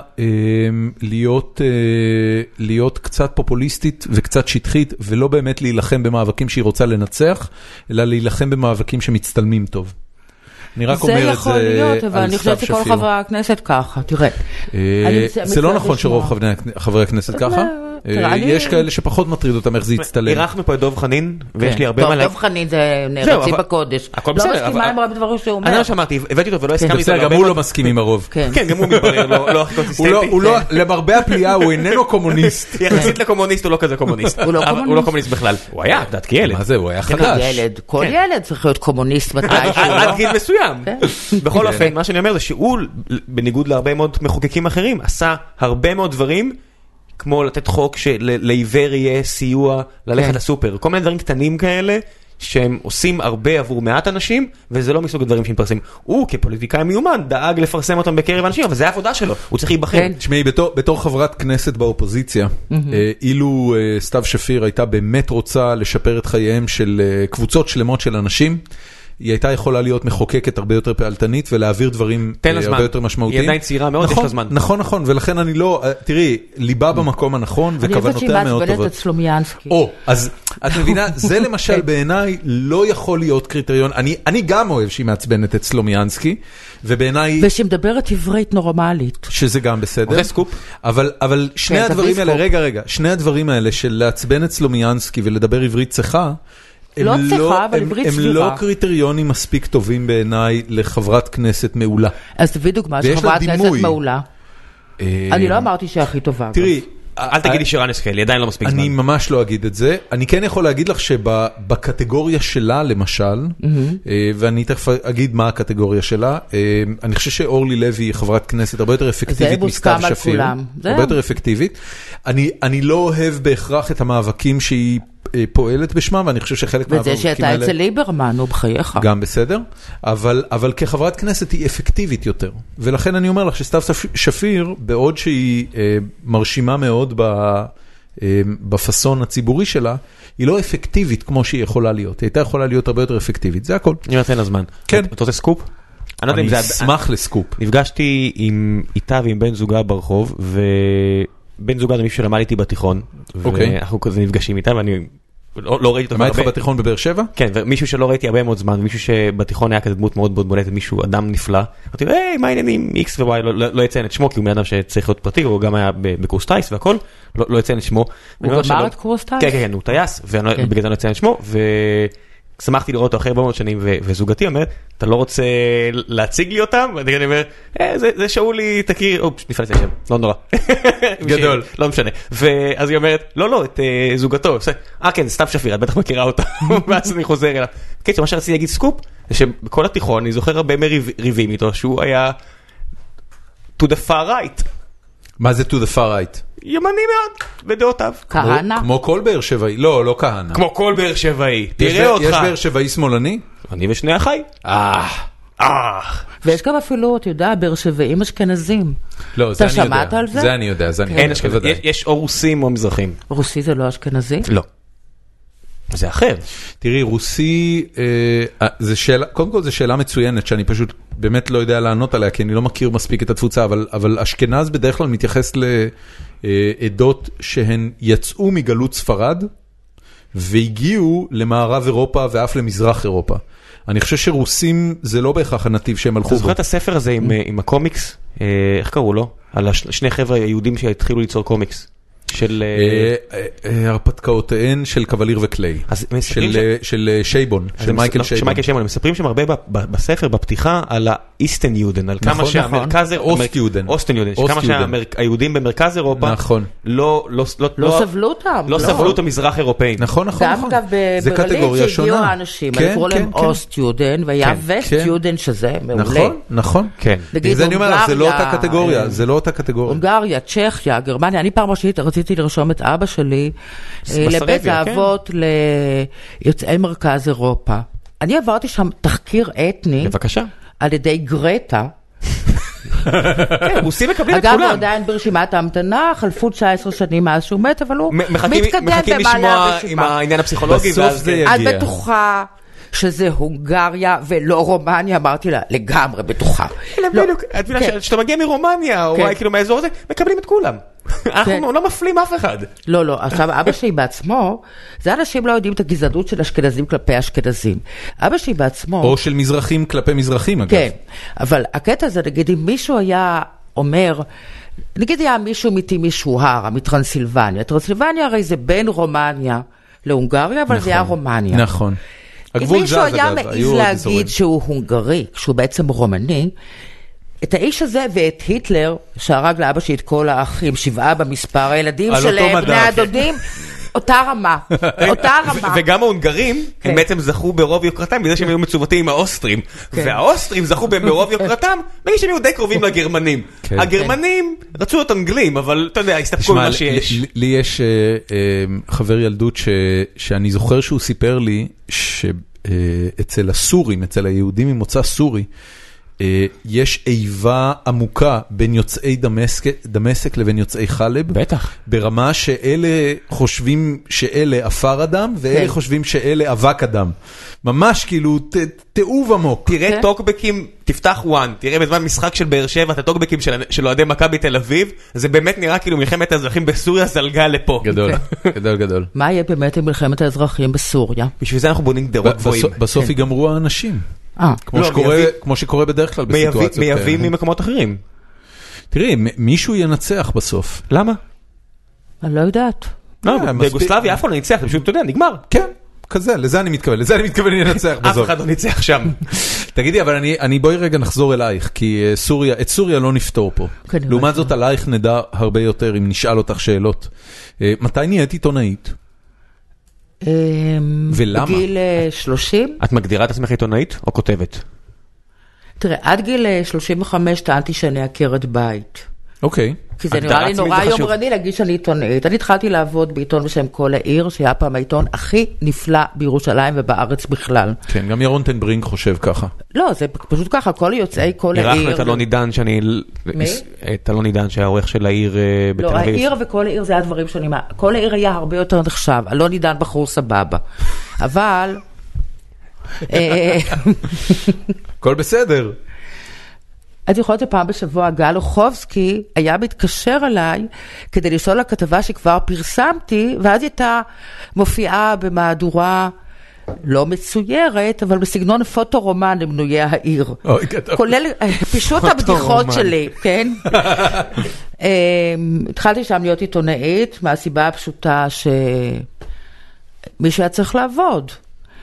להיות קצת פופוליסטית וקצת שטחית, ולא באמת להילחם במאבקים שהיא רוצה לנצח, אלא להילחם במאבקים שמצטלמים טוב. אני רק אומר את זה על סתיו שפיר. זה יכול להיות, אבל אני חושבת שכל חברי הכנסת ככה, תראה. זה לא נכון שרוב חברי הכנסת ככה. יש כאלה שפחות מטריד אותם איך זה יצטלם. אירחנו פה את דוב חנין, ויש לי הרבה מה... דוב חנין זה נרצים בקודש. הכל בסדר. לא מסכימה עם הרבה דברים שהוא אומר. אני לא שמעתי, הבאתי אותו ולא הסכמתי איתו. בסדר, גם הוא לא מסכים עם הרוב. כן, גם הוא מתברר, לא הכי קונסיסטנטי. למרבה הפליאה הוא איננו קומוניסט. יחסית לקומוניסט הוא לא כזה קומוניסט. הוא לא קומוניסט בכלל. הוא היה, דעת כילד. מה זה, הוא היה חדש. כל ילד צריך להיות קומוניסט מתישהו. עד גיל מסוים. בכל אופן, מה שאני אומר זה שהוא, בניגוד להרבה מאוד מחוקקים אחרים, עשה הרבה מאוד דברים, כמו לתת חוק שלעיוור יהיה סיוע ללכת לסופר. כל מיני דברים קטנים כאלה, שהם עושים הרבה עבור מעט אנשים, וזה לא מסוג הדברים שמפרסם. הוא כפוליטיקאי מיומן דאג לפרסם אותם בקרב אנשים, אבל זה העבודה שלו, הוא צריך להיבחר. תשמעי, בתור חברת כנסת באופוזיציה, אילו סתיו שפיר הייתה באמת רוצה לשפר את חייהם של קבוצות שלמות של אנשים, היא הייתה יכולה להיות מחוקקת הרבה יותר פעלתנית ולהעביר דברים הרבה יותר משמעותיים. היא עדיין צעירה מאוד, יש לה זמן. נכון, ולכן אני לא, תראי, ליבה במקום הנכון וכוונותיה מאוד טובות. אני חושבת שהיא מעצבנת את סלומיאנסקי. אז את מבינה, זה למשל בעיניי לא יכול להיות קריטריון, אני גם אוהב שהיא מעצבנת את סלומיאנסקי, ובעיניי... ושהיא מדברת עברית נורמלית. שזה גם בסדר. זה סקופ. אבל שני הדברים האלה, רגע, שני הדברים האלה של לעצבן את סלומיאנסקי ולדבר עברית צחה, לא צריכה, אבל עברית סבירה. הם לא קריטריונים מספיק טובים בעיניי לחברת כנסת מעולה. אז תביא דוגמה שחברת כנסת מעולה. אני לא אמרתי שהיא הכי טובה. תראי, אל תגידי שרן השכל, היא עדיין לא מספיק זמן. אני ממש לא אגיד את זה. אני כן יכול להגיד לך שבקטגוריה שלה, למשל, ואני תכף אגיד מה הקטגוריה שלה, אני חושב שאורלי לוי היא חברת כנסת הרבה יותר אפקטיבית מסתיו שפיר. הרבה יותר אפקטיבית. אני לא אוהב בהכרח את המאבקים שהיא פועלת בשמם, ואני חושב שחלק מהמאבקים האלה... וזה שאתה אצל ליברמן, הוא בחייך. גם בסדר, אבל כחברת כנסת היא אפקטיבית יותר. ולכן אני אומר לך שסתיו שפיר, בעוד שהיא מרשימה מאוד בפסון הציבורי שלה, היא לא אפקטיבית כמו שהיא יכולה להיות. היא הייתה יכולה להיות הרבה יותר אפקטיבית, זה הכל. אני נותן לזמן. כן. אתה רוצה סקופ? אני אשמח לסקופ. נפגשתי איתה ועם בן זוגה ברחוב, בן זוגה זה מישהו שלמד איתי בתיכון, ואנחנו כזה נפגשים איתה, ואני לא ראיתי אותו הרבה. למד איתך בתיכון בבאר שבע? כן, ומישהו שלא ראיתי הרבה מאוד זמן, מישהו שבתיכון היה כזה דמות מאוד מאוד בולטת, מישהו, אדם נפלא. אמרתי לו, מה העניינים, X ו-Y, לא יציין את שמו, כי הוא מאדם שצריך להיות פרטי, הוא גם היה בקורס טייס והכל, לא יציין את שמו. הוא גמר את קורס טייס? כן, הוא טייס, ובגלל זה לא יציין את שמו, שמחתי לראות אותו אחרי הרבה מאוד שנים, וזוגתי אומרת, אתה לא רוצה להציג לי אותם? ואני אומר, זה שאולי, תכיר, נפלא לזה שם, לא נורא. גדול. לא משנה. ואז היא אומרת, לא, את זוגתו. כן, זה סתיו שפיר, את בטח מכירה אותה. ואז אני חוזר אליו. קיצור, מה שרציתי להגיד סקופ, זה שבכל התיכון, אני זוכר הרבה מריבים איתו, שהוא היה to the far right. מה זה to the far right? ימני מאוד, בדעותיו. כהנה? כמו כל באר שבעי, לא כהנה. כמו כל באר שבעי, תראה אותך. יש באר שבעי שמאלני? אני ושני אחי. ויש גם אפילו, אתה יודע, באר שבעים אשכנזים. לא, זה אני יודע. אתה שמעת על זה? זה אני יודע, זה אני יודע. יש או רוסים או מזרחים. רוסי זה לא אשכנזי? לא. זה אחר. תראי, רוסי, קודם כל זו שאלה מצוינת, שאני פשוט באמת לא יודע לענות עליה, כי אני לא מכיר מספיק את התפוצה, אבל אשכנז בדרך כלל מתייחס לעדות שהן יצאו מגלות ספרד, והגיעו למערב אירופה ואף למזרח אירופה. אני חושב שרוסים זה לא בהכרח הנתיב שהם הלכו בו. אתה זוכר את הספר הזה עם הקומיקס? איך קראו לו? על שני חבר'ה יהודים שהתחילו ליצור קומיקס. של... הרפתקאותיהן של קבליר וקליי. של שייבון, של מייקל שייבון. מייקל שייבון, הם מספרים שם הרבה בספר, בפתיחה, על האיסטן יודן, על כמה שהמרכז... אוסט יודן. אוסטן יודן, שכמה שהיהודים במרכז אירופה לא סבלו אותם. לא סבלו את המזרח אירופאים. נכון. גם אגב בברלין שהגיעו האנשים, אני קורא להם אוסט יודן, והיה וסט יודן שזה מעולה. נכון. זה אני אומר, זה לא אותה קטגוריה. הונגריה, צ'כיה, גרמניה, אני פעם רציתי לרשום את אבא שלי לבית האבות ליוצאי מרכז אירופה. אני עברתי שם תחקיר אתני. בבקשה. על ידי גרטה. כן, רוסים מקבלים את כולם. אגב, הוא עדיין ברשימת ההמתנה, חלפו 19 שנים מאז שהוא מת, אבל הוא מתקדם מחכים לשמוע עם העניין הפסיכולוגי. בסוף זה יגיע. את בטוחה שזה הונגריה ולא רומניה? אמרתי לה, לגמרי בטוחה. את מבינה, כשאתה מגיע מרומניה, או כאילו מהאזור הזה, מקבלים את כולם. אנחנו לא מפלים אף אחד. לא, עכשיו אבא שלי בעצמו, זה אנשים לא יודעים את הגזענות של אשכנזים כלפי אשכנזים. אבא שלי בעצמו... או של מזרחים כלפי מזרחים, אגב. כן, אבל הקטע הזה, נגיד, אם מישהו היה אומר, נגיד היה מישהו משוהרה, מטרנסילבניה. טרנסילבניה הרי זה בין רומניה להונגריה, אבל זה היה רומניה. נכון. אם מישהו היה מעז להגיד שהוא הונגרי, שהוא בעצם רומני, את האיש הזה ואת היטלר, שהרג לאבא שלי את כל האחים, 7 במספר, הילדים שלהם, בני הדודים, אותה רמה. וגם ההונגרים, הם בעצם זכו ברוב יוקרתם, בגלל שהם היו מצוותים עם האוסטרים. והאוסטרים זכו בהם ברוב יוקרתם, בגלל שהם היו די קרובים לגרמנים. הגרמנים רצו את אנגלים, אבל אתה יודע, הסתפקו במה שיש. לי יש חבר ילדות שאני זוכר שהוא סיפר לי, שאצל הסורים, אצל היהודים ממוצא סורי, יש איבה עמוקה בין יוצאי דמשק לבין יוצאי חלב. בטח. ברמה שאלה חושבים שאלה אפר אדם, ואלה חושבים שאלה אבק אדם. ממש כאילו תאוב עמוק. תראה טוקבקים, תפתח וואן, תראה בזמן משחק של באר שבע, את הטוקבקים של אוהדי מכבי תל אביב, זה באמת נראה כאילו מלחמת האזרחים בסוריה זלגה לפה. גדול. מה יהיה באמת עם מלחמת האזרחים בסוריה? בשביל זה אנחנו בונים גדרות גבוהים. בסוף ייגמרו האנשים. כמו שקורה בדרך כלל בסיטואציות כאלה. מייבאים ממקומות אחרים. תראי, מישהו ינצח בסוף. למה? אני לא יודעת. בגוסלביה אף אחד לא ניצח, זה פשוט, אתה יודע, נגמר. כן, כזה, לזה אני מתכוון לנצח בסוף. אף אחד לא ניצח שם. תגידי, אבל בואי רגע נחזור אלייך, כי את סוריה לא נפתור פה. לעומת זאת, עלייך נדע הרבה יותר אם נשאל אותך שאלות. מתי נהיית עיתונאית? ולמה? בגיל 30. את מגדירה את עצמך עיתונאית או כותבת? תראה, עד גיל 35 טענתי שאני עקרת בית. אוקיי. כי זה נראה לי נורא יומרני להגיד שאני עיתונאית. אני התחלתי לעבוד בעיתון בשם כל העיר, שהיה פעם העיתון הכי נפלא בירושלים ובארץ בכלל. כן, גם ירון טנברינג חושב ככה. לא, זה פשוט ככה, כל יוצאי כל העיר. נראה את אלון עידן שאני... מי? את אלון עידן שהיה העורך של העיר בתל אביב. לא, העיר וכל העיר זה היה דברים שונים. כל העיר היה הרבה יותר נחשב. אלון עידן בחור סבבה. אבל... הכל בסדר. אז יכול להיות שפעם בשבוע גל אוחובסקי היה מתקשר אליי כדי לשאול על הכתבה שכבר פרסמתי, ואז הייתה מופיעה במהדורה לא מצוירת, אבל בסגנון פוטו-רומן למנויי העיר. כולל פישוט הבדיחות שלי, כן? התחלתי שם להיות עיתונאית, מהסיבה הפשוטה שמישהו היה צריך לעבוד.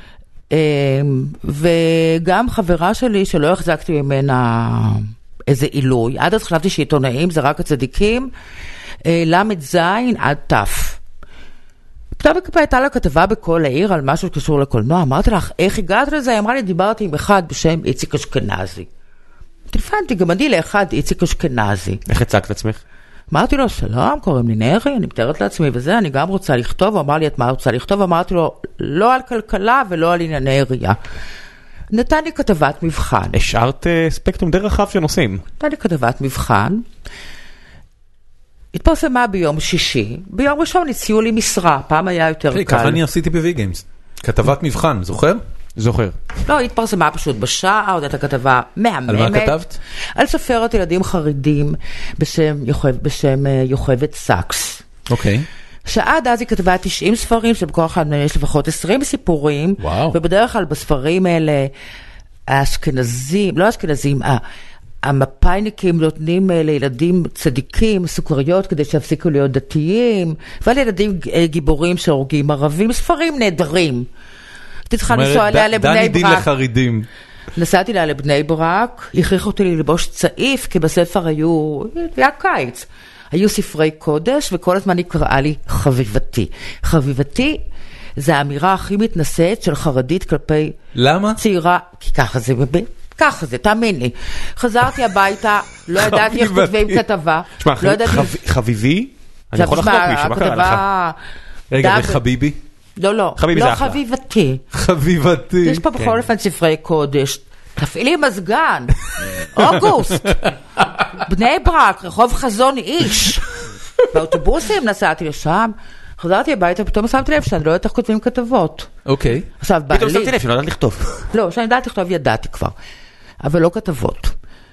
וגם חברה שלי שלא החזקתי ממנה איזה עילוי, עד אז חשבתי שעיתונאים זה רק הצדיקים, למד זין עד תף. פתאום הייתה לה כתבה בכל העיר על משהו שקשור לקולנוע, אמרתי לך, איך הגעת לזה? היא אמרה לי, דיברתי עם אחד בשם איציק אשכנזי. טלפנתי גם אני לאחד איציק אשכנזי. איך הצגת עצמך? אמרתי לו, שלום, קוראים לי נרי, אני מתארת לעצמי וזה, אני גם רוצה לכתוב, הוא אמר לי את מה רוצה לכתוב, אמרתי לו, לא על כלכלה ולא על ענייני עירייה. נתן לי כתבת מבחן. השארת ספקטרום די רחב של נושאים. נתן לי כתבת מבחן, התפרסמה ביום שישי, ביום ראשון הציעו לי משרה, פעם היה יותר קל. ככה אני עשיתי ב-V-Games, כתבת מבחן, זוכר? זוכר. לא, התפרסמה פשוט בשעה, עוד הייתה כתבה מהממת. על מה כתבת? על סופרת ילדים חרדים בשם יוכבד סאקס. אוקיי. שעד אז היא כתבה 90 ספרים, שבכל אחד יש לפחות 20 סיפורים. וואו. ובדרך כלל בספרים האלה, האשכנזים, לא האשכנזים, המפאיניקים נותנים לילדים צדיקים, סוכריות, כדי שיפסיקו להיות דתיים, ועל ילדים גיבורים שהורגים ערבים, ספרים נהדרים. הייתי צריכה לנסוע עליה לבני ברק. דני דין לחרדים. נסעתי לה לבני ברק, הכריחו אותי ללבוש צעיף, כי בספר היה קיץ. היו ספרי קודש, וכל הזמן היא קראה לי חביבתי. חביבתי זה האמירה הכי מתנשאת של חרדית כלפי למה? צעירה, כי ככה זה, תאמין לי. חזרתי הביתה, לא ידעתי איך כותבים כתבה. תשמע, חביבי? אני יכול לחלוק מישהו, מה קרה לך? רגע, וחביבי? לא, חביבתי. חביבתי. יש פה בכל אופן ספרי קודש. תפעילי מזגן. אוגוסט. בני ברק, רחוב חזון איש. באוטובוסים נסעתי לשם. חזרתי הביתה, פתאום שמתי לב שאני לא יודעת איך כותבים כתבות. אוקיי. עכשיו, פתאום שמתי לב שאני לא יודעת לכתוב. לא, שאני יודעת לכתוב ידעתי כבר. אבל לא כתבות.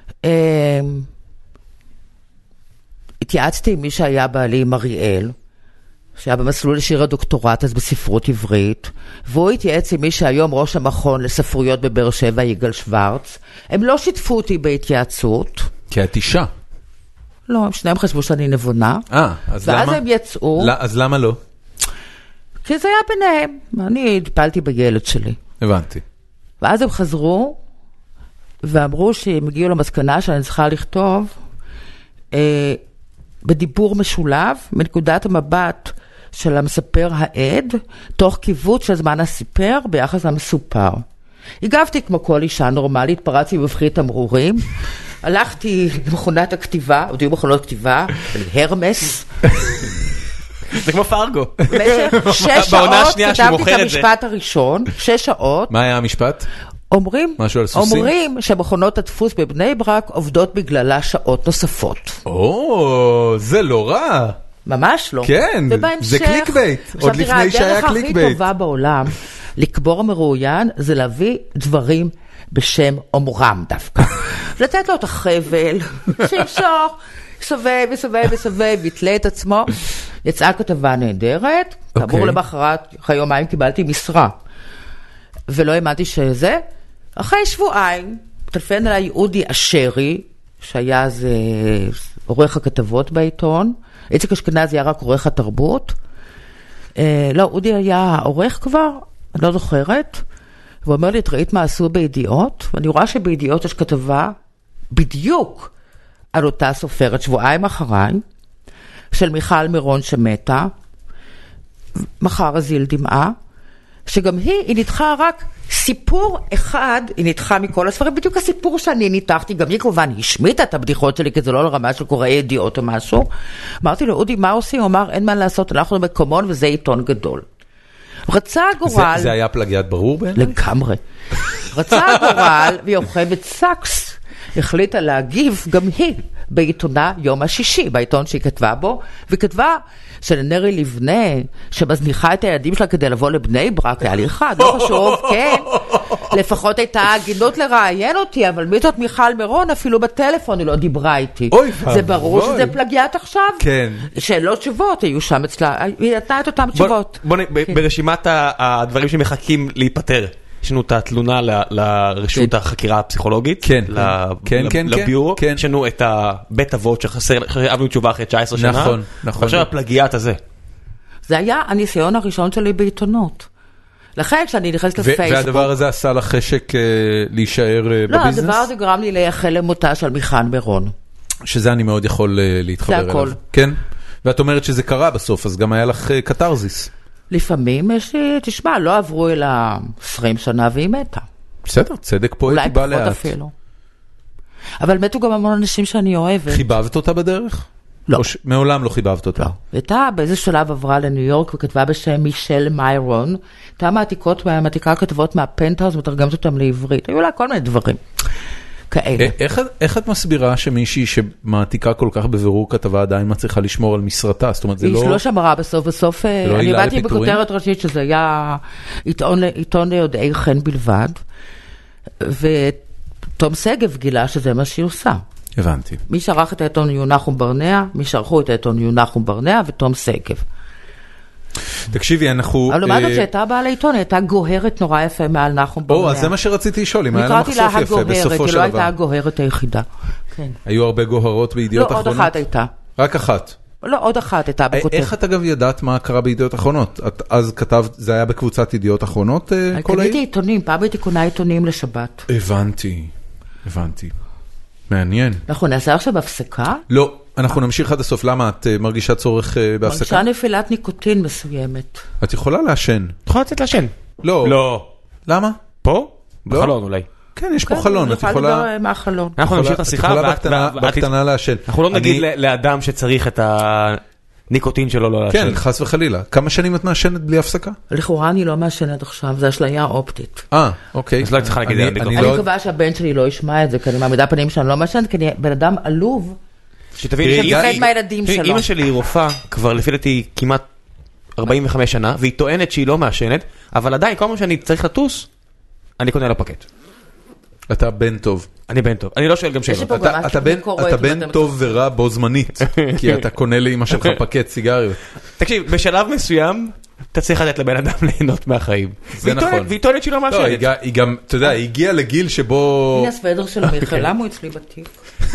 התייעצתי עם מי שהיה בעלי עם אריאל, שהיה במסלול לשיר הדוקטורט אז בספרות עברית, והוא התייעץ עם מי שהיום ראש המכון לספרויות בבאר שבע, יגאל שוורץ. הם לא שיתפו אותי בהתייעצות. כי את אישה. לא, הם שניהם חשבו שאני נבונה. אז למה? ואז הם יצאו. אז למה לא? כי זה היה ביניהם. אני טיפלתי בילד שלי. הבנתי. ואז הם חזרו, ואמרו שהם הגיעו למסקנה שאני צריכה לכתוב בדיבור משולב, מנקודת המבט של המספר העד, תוך קיבוץ של זמן הסיפר ביחס למסופר. הגבתי כמו כל אישה נורמלית, פרצתי בבכי תמרורים, הלכתי למכונת הכתיבה, עוד היו מכונות כתיבה, הרמס. זה כמו פארגו. במשך 6 שעות כתבתי את המשפט הראשון, 6 שעות. מה היה המשפט? אומרים שמכונות הדפוס בבני ברק עובדות בגללה שעות נוספות. זה לא רע. ממש לא. כן, זה קליק בייט. עוד לפני שהיה קליק בייט. הדרך הכי טובה בעולם לקבור מרואיין זה להביא דברים בשם אומרם דווקא. לתת לו את החבל, שימשוך, סובב, יתלה את עצמו. יצאה כתבה נהדרת, כאמור למחרת, אחרי יומיים קיבלתי משרה. ולא האמנתי שזה. אחרי שבועיים, טלפן אליי אודי אשרי, שהיה אז עורך הכתבות בעיתון. איציק אשכנזי היה רק עורך התרבות. לא, אודי היה עורך כבר, אני לא זוכרת. והוא אומר לי, את ראית מה עשו בידיעות? ואני רואה שבידיעות יש כתבה בדיוק על אותה סופרת, שבועיים אחריי, של מיכל מירון שמתה, מחר הזיל דמעה, שגם היא ניתחה רק סיפור אחד, היא ניתחה מכל הספרים, בדיוק הסיפור שאני ניתחתי, גם היא כמובן השמיטה את הבדיחות שלי, כי זה לא לרמה של קוראי ידיעות או משהו. אמרתי לו, אודי, מה עושים? הוא אמר, אין מה לעשות, אנחנו במקומון וזה עיתון גדול. רצה הגורל... זה היה פלגיית ברור בעיניי? לגמרי. רצה הגורל, ויוכבד סאקס החליטה להגיב גם היא בעיתונה יום השישי, בעיתון שהיא כתבה בו, וכתבה שלנרי לבנה, שמזניחה את הילדים שלה כדי לבוא לבני ברק, היה לי אחד, לא חשוב, כן. לפחות הייתה הגינות לראיין אותי, אבל מיתות מיכל מירון, אפילו בטלפון היא לא דיברה איתי. זה ברור שזה פלגיית עכשיו. כן. שאלות תשובות, היו שם אצלה, היא נתנה את אותם תשובות. בוא ברשימת הדברים שמחכים להיפטר. יש לנו את התלונה לרשות החקירה הפסיכולוגית, לביורו, יש לנו את בית אבות שחסר, אבנו תשובה אחרי 19 שנה, נכון. עכשיו הפלגיית הזה. זה היה הניסיון הראשון שלי בעיתונות. לכן כשאני נכנסת לפייסבוק... והדבר הזה עשה לך חשק להישאר בביזנס? לא, הדבר הזה גרם לי לייחל למותה של מיכל מירון. שזה אני מאוד יכול להתחבר אליו. זה הכל. כן? ואת אומרת שזה קרה בסוף, אז גם היה לך קטרזיס. לפעמים יש לי, תשמע, לא עברו אלא 20 שנה והיא מתה. בסדר, צדק פואטי בא לאט. אולי פחות אפילו. אבל מתו גם המון אנשים שאני אוהבת. חיבבת אותה בדרך? לא. מעולם לא חיבבת אותה? לא. הייתה באיזה שלב עברה לניו יורק וכתבה בשם מישל מיירון. הייתה מעתיקה כתבות מהפנטהאוז ומתרגמת אותם לעברית. היו לה כל מיני דברים. כאלה. איך את מסבירה שמישהי שמעתיקה כל כך בבירור כתבה עדיין מצליחה לשמור על משרתה? זאת אומרת, זה לא... היא לא שמרה בסוף, אני באתי בכותרת ראשית שזה היה עיתון ליודעי חן בלבד, ותום שגב גילה שזה מה שהיא עושה. הבנתי. מי שערך את העיתון יהיו נחום ברנע, מי שערכו את העיתון יהיו נחום ברנע ותום שגב. תקשיבי, אנחנו... אבל למדת שהייתה בעל העיתון, הייתה גוהרת נורא יפה מעל נחום ברנע. אז זה מה שרציתי לשאול, אם היה לה מחשוף יפה בסופו של דבר. היא לא הייתה הגוהרת היחידה. כן. היו הרבה גוהרות בידיעות אחרונות? לא, עוד אחת הייתה. רק אחת? לא, עוד אחת הייתה בכותרת. איך את אגב ידעת מה קרה בידיעות אחרונות? את אז כתבת, זה היה בקבוצת ידיעות אחרונות כל העיר? קניתי עיתונים, פעם הייתי קונה עיתונים לשבת. הבנתי. מעניין. אנחנו נעשה עכשיו הפסקה? לא, אנחנו נמשיך עד הסוף. למה את מרגישה צורך בהפסקה? מרגישה נפילת ניקוטין מסוימת. את יכולה לעשן. את יכולה לצאת לעשן. לא. למה? פה? בחלון אולי. כן, יש פה חלון, את יכולה... לדבר מהחלון. אנחנו נמשיך את השיחה. את יכולה בקטנה לעשן. אנחנו לא נגיד לאדם שצריך את הניקוטין שלו לא לעשן. כן, חס וחלילה. כמה שנים את מעשנת בלי הפסקה? לכאורה אני לא מעשנת עכשיו, זה אשליה אופטית. אוקיי. אז לא צריכה להגיד את זה. אני מקווה שהבן שלי לא ישמע את זה, כי אני מעמידה פנים שאני לא מעשנת, כי אני בן אדם עלוב. שתבין, מהילדים שלו. אמא שלי היא רופאה, כבר לפי דעתי כמעט 45 שנה, והיא טוענת שהיא לא מעשנת, אבל עדיין, כל מה שאני צריך לטוס, אני קונה לה פקט. אתה בן טוב. אני בן טוב. אני לא שואל גם שאלות. אתה בן טוב ורע בו זמנית, כי אתה קונה לאמא שלך פקט סיגריות. תקשיב, בשלב מסוים, אתה צריך לתת לבן אדם ליהנות מהחיים. זה נכון. והיא טוענת שהיא לא מעשנת. היא גם, אתה יודע, היא הגיעה לגיל שבו... הנה הסוודר של מיכל, למה הוא אצלי בתיק?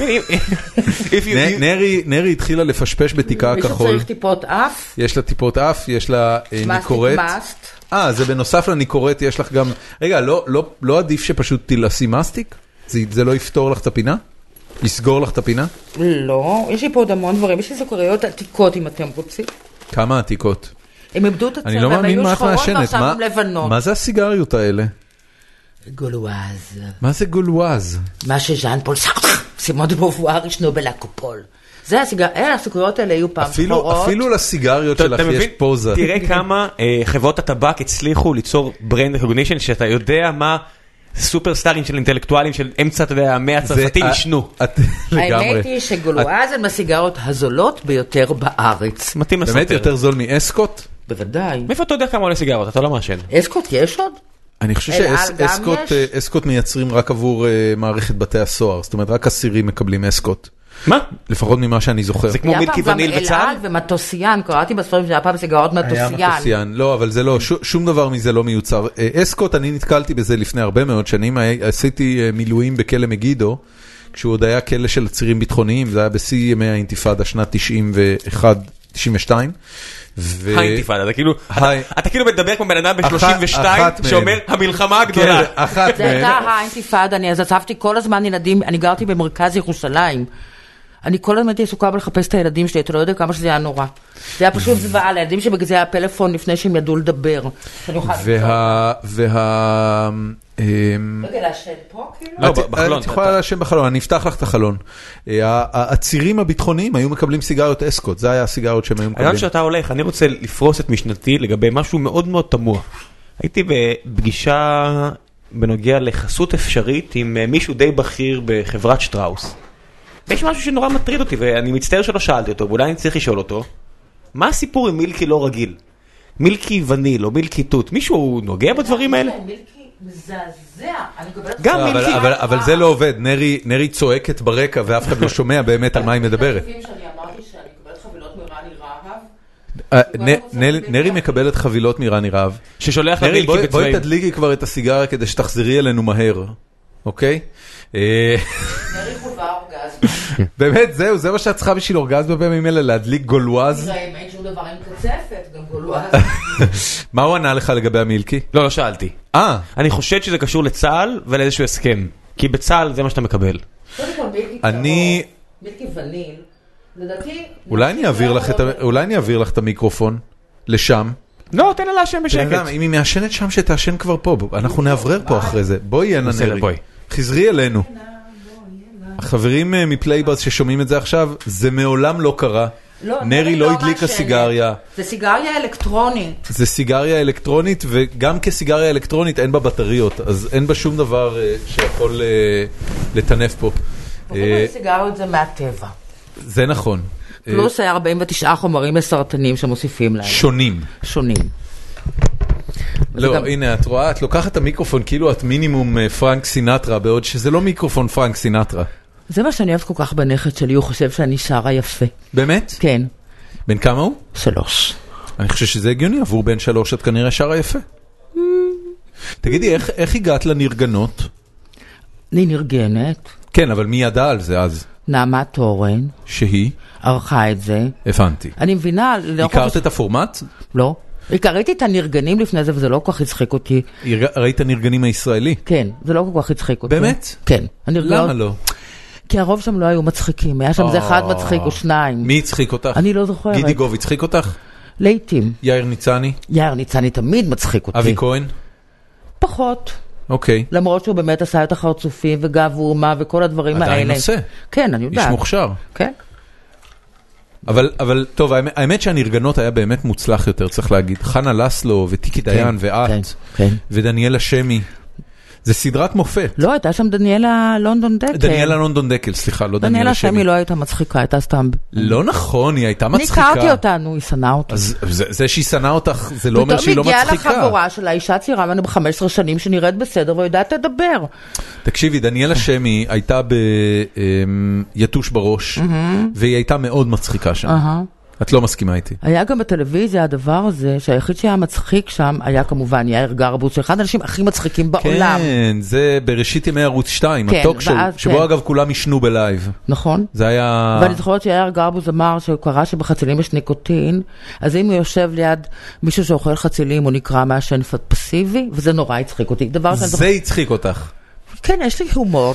נרי התחילה לפשפש בתיקה הכחול. מישהו צריך טיפות אף? יש לה טיפות אף, יש לה ניקורט. זה בנוסף לניקורט יש לך גם... רגע, לא עדיף שפשוט תלעשי מסטיק? זה לא יפתור לך את הפינה? יסגור לך את הפינה? לא, יש לי פה עוד המון דברים. יש לי סוכריות עתיקות אם אתם רוצים. כמה עתיקות? הם איבדו את הצבע, אני לא מאמין מה את מעשנת. ועכשיו הם לבנות. מה זה הסיגריות האלה? גולואז. מה זה גולואז? מה שז'אן פול סארטר, סימון דה בובואר ישנו בלקופול. זה הסוכריות האלה יהיו פעם שחורות. אפילו לסיגריות שלך יש פוזה. תראה כמה חברות הטבק הצליחו ליצור ברנד רקוגנישן, שאתה יודע מה סופרסטארים של אינטלקטואלים של אמצע, אתה יודע, המאה הצרפתים ישנו. האמת היא שגולואז הן הסיגריות הזולות ביותר בארץ. מתאים לסופר. באמת יותר זול מאסקוט? בוודאי. מאיפה אתה יודע כמה עולה סיגרות? אתה לא מעשן. אסקוט יש עוד? אני חושב שאסקוט מייצרים רק עבור מערכת בתי הסוהר, זאת אומרת רק אסירים מקבלים אסקוט. מה? לפחות ממה שאני זוכר. זה כמו מילקי וניל וצהל? אלעל ומטוסיין, קראתי בספרים שהיה פעם סיגרות מטוסיין. לא, אבל זה לא, שום דבר מזה לא מיוצר. אסקוט, אני נתקלתי בזה לפני הרבה מאוד שנים, עשיתי מילואים בכלא מגידו, כשהוא עוד היה כלא של עצירים ביטחוניים, זה היה בשיא ימי האינתיפאדה, שנת 91-92. האינתיפאדה, אתה כאילו מדבר כמו בן אדם ב-32 שאומר המלחמה הגדולה. זה הייתה האינתיפאדה, אני אז עצבתי כל הזמן ילדים, אני גרתי במרכז ירושלים. אני כל הזמן הייתי עסוקה בלחפש את הילדים שלי, אתה לא יודע כמה שזה היה נורא. זה היה פשוט זוועה, לילדים שבגלל היה פלאפון לפני שהם ידעו לדבר. רגע, להשן פה כאילו? לא, בחלון. את יכולה להשן בחלון, אני אפתח לך את החלון. העצירים הביטחוניים היו מקבלים סיגריות אסקוט, זה היה הסיגריות שהם היו מקבלים. היום שאתה הולך, אני רוצה לפרוס את משנתי לגבי משהו מאוד מאוד תמוה. הייתי בפגישה בנוגע לחסות אפשרית עם מישהו די בכיר בחברת שטראוס. ויש משהו שנורא מטריד אותי, ואני מצטער שלא שאלתי אותו, ואולי אני צריך לשאול אותו, מה הסיפור עם מילקי לא רגיל? מילקי וניל או מילקי תות, מישהו נוגע בדברים האלה? מילקי מזעזע, גם מילקי. אבל זה לא עובד, נרי צועקת ברקע, ואף אחד לא שומע באמת על מה היא מדברת. שאני אמרתי שאני מקבלת חבילות מרני רהב. נרי מקבלת חבילות מרני רהב. ששולח למילקי בצבעים. בואי תדליקי כבר את הסיגריה כדי שתחזרי אלינו מהר, אוקיי? נרי חובה אורגזמה. באמת, זהו, זה מה שאת צריכה בשביל אורגזמה בימים אלה, להדליק גולואז. תראה, אם אין שום דבר עם קצפת, גם גולואז. מה הוא ענה לך לגבי המילקי? לא שאלתי. אני חושב שזה קשור לצה"ל ולאיזשהו הסכם. כי בצה"ל זה מה שאתה מקבל. קודם כל, מילקי וניל, לדעתי... אולי אני אעביר לך את המיקרופון לשם. לא, תן לה להשם בשקט. אם היא מעשנת שם, שתעשן כבר פה. אנחנו נעברר פה אחרי זה. בואי הנה נרי. חזרי אלינו. החברים מפלייבאז ששומעים את זה עכשיו, זה מעולם לא קרה. נרי לא הדליקה סיגריה. זה סיגריה אלקטרונית. זה סיגריה אלקטרונית, וגם כסיגריה אלקטרונית אין בה בטריות, אז אין בה שום דבר שיכול לטנף פה. סיגריות זה מהטבע. זה נכון. פלוס 49 חומרים מסרטנים שמוסיפים להם. שונים. לא, הנה, את רואה, את לוקחת את המיקרופון כאילו את מינימום פרנק סינטרה, בעוד שזה לא מיקרופון פרנק סינטרה. זה מה שאני אוהב כל כך בנכד שלי, הוא חושב שאני שרה יפה. באמת? כן. בן כמה הוא? 3. אני חושב שזה הגיוני, עבור בן 3 את כנראה שרה יפה. תגידי, איך הגעת לנרגנות? אני נרגנת. כן, אבל מי ידע על זה אז? נעמה תורן. שהיא? ערכה את זה. הבנתי. אני מבינה... הכרת את הפורמט? לא. ראיתי את הנרגנים לפני זה, וזה לא כל כך הצחיק אותי. ראית את הנרגנים הישראלי? כן, זה לא כל כך הצחיק אותי. באמת? כן. למה לא? כי הרוב שם לא היו מצחיקים. היה שם זה אחד מצחיק או שניים. מי הצחיק אותך? אני לא זוכרת. גידי גוב הצחיק אותך? לעתים. יאיר ניצני? יאיר ניצני תמיד מצחיק אותי. אבי כהן? פחות. אוקיי. למרות שהוא באמת עשה את החרצופים וגב ואומה וכל הדברים האלה. עדיין עושה. כן, אני יודעת. איש מוכשר. כן. אבל טוב, האמת שהנרגנות היה באמת מוצלח יותר, צריך להגיד. חנה לסלו וטיקי דיין ואת, ודניאלה שמי. זה סדרת מופת. לא, הייתה שם דניאלה לונדון דקל. דניאלה לונדון דקל, סליחה, לא דניאלה שמי. דניאלה שמי לא הייתה מצחיקה, הייתה סתם... לא נכון, היא הייתה מצחיקה. אני הכרתי אותה, היא שנאה אותה. אז זה שהיא שנאה אותך, זה לא אומר שהיא לא מצחיקה. פתאום הגיעה לחבורה של האישה צעירה ממנו ב-15 שנים, שנראית בסדר ויודעת לדבר. תקשיבי, דניאלה שמי הייתה ביתוש בראש, והיא הייתה מאוד מצחיקה שם. את לא מסכימה איתי. היה גם בטלוויזיה הדבר הזה, שהיחיד שהיה מצחיק שם, היה כמובן יאיר גרבוס, שאחד האנשים הכי מצחיקים בעולם. כן, זה בראשית ימי ערוץ 2, הטוק שבו אגב כולם ישנו בלייב. נכון. זה היה... ואני זוכרת שיאיר גרבוס אמר שהוא קרא שבחצילים יש ניקוטין, אז אם הוא יושב ליד מישהו שאוכל חצילים, הוא נקרא מעשן פסיבי, וזה נורא הצחיק אותי. זה הצחיק אותך. כן, יש לי הומור.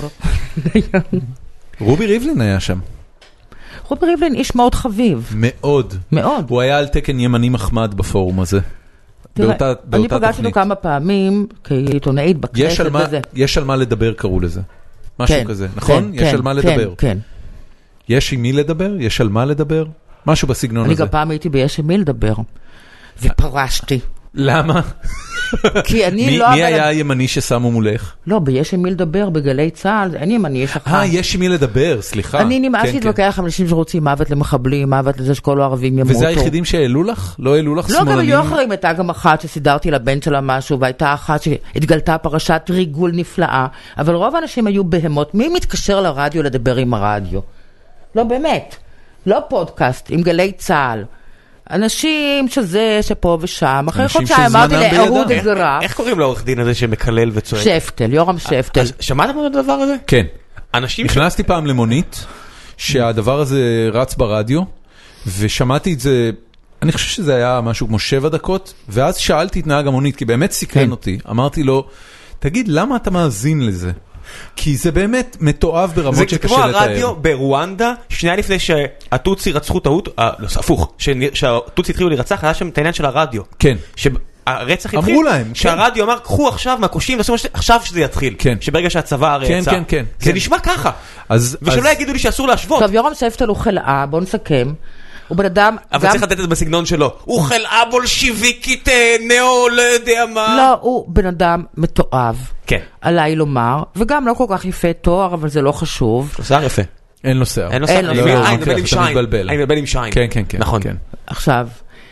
רובי ריבלין היה שם. רובי ריבלין איש מאוד חביב. מאוד. מאוד. הוא היה על תקן ימני מחמד בפורום הזה. תראה, אני פגשתי לו כמה פעמים כעיתונאית בכנסת וזה. יש על מה לדבר קראו לזה. משהו כזה, נכון? יש על מה לדבר. כן. יש עם מי לדבר? יש על מה לדבר? משהו בסגנון הזה. אני גם פעם הייתי ביש עם מי לדבר. ופרשתי. למה? כי אני לא... מי היה הימני ששמו מולך? לא, ביש עם מי לדבר, בגלי צהל, אין ימני, יש אחת. יש עם מי לדבר, סליחה. אני נמאס להתווכח עם אנשים שרוצים מוות למחבלים, מוות לזה שכל הערבים ימותו. וזה היחידים שהעלו לך? לא העלו לך שמאלנים? לא, גם היו אחרים, הייתה גם אחת שסידרתי לבן שלה משהו, והייתה אחת שהתגלתה פרשת ריגול נפלאה, אבל רוב האנשים היו בהמות. מי מתקשר לרדיו לדבר עם הרדיו? לא באמת. לא פודקאסט, עם גלי צהל. אנשים שזה, שפה ושם, אחרי חודשיים אמרתי לאהוד גרף. איך קוראים לעורך דין הזה שמקלל וצועק? שפטל, יורם שפטל. שמעתם על הדבר הזה? כן. נכנסתי פעם למונית, שהדבר הזה רץ ברדיו, ושמעתי את זה, אני חושב שזה היה משהו כמו 7 דקות, ואז שאלתי את נהג המונית, כי באמת סיקרן אותי, אמרתי לו, תגיד, למה אתה מאזין לזה? כי זה באמת מתואב ברמות שקשה לתאר. זה כמו הרדיו ברואנדה, שנייה לפני שהטוצי רצחו טעות, הפוך, שהטוצי התחילו להירצח, היה שם את העניין של הרדיו. כן. שהרצח התחיל, אמרו להם. שהרדיו אמר, קחו עכשיו מהקושים, עכשיו שזה יתחיל. כן. שברגע שהצבא הרי יצא. כן, כן, כן. זה נשמע ככה. ושלא יגידו לי שאסור להשוות. טוב, יורם שפטל הוא חלאה, בוא נסכם. הוא בן אדם... אבל צריך לתת את זה בסגנון שלו. הוא חלאה בולשיביקית, נאו, לא יודע מה. לא, הוא בן אדם מתואב. כן. עליי לומר, וגם לא כל כך יפה תואר, אבל זה לא חשוב. שיער יפה. אין לו שיער. אין לו שיער. אני מדבר עם שיין. כן, כן, כן. נכון. עכשיו,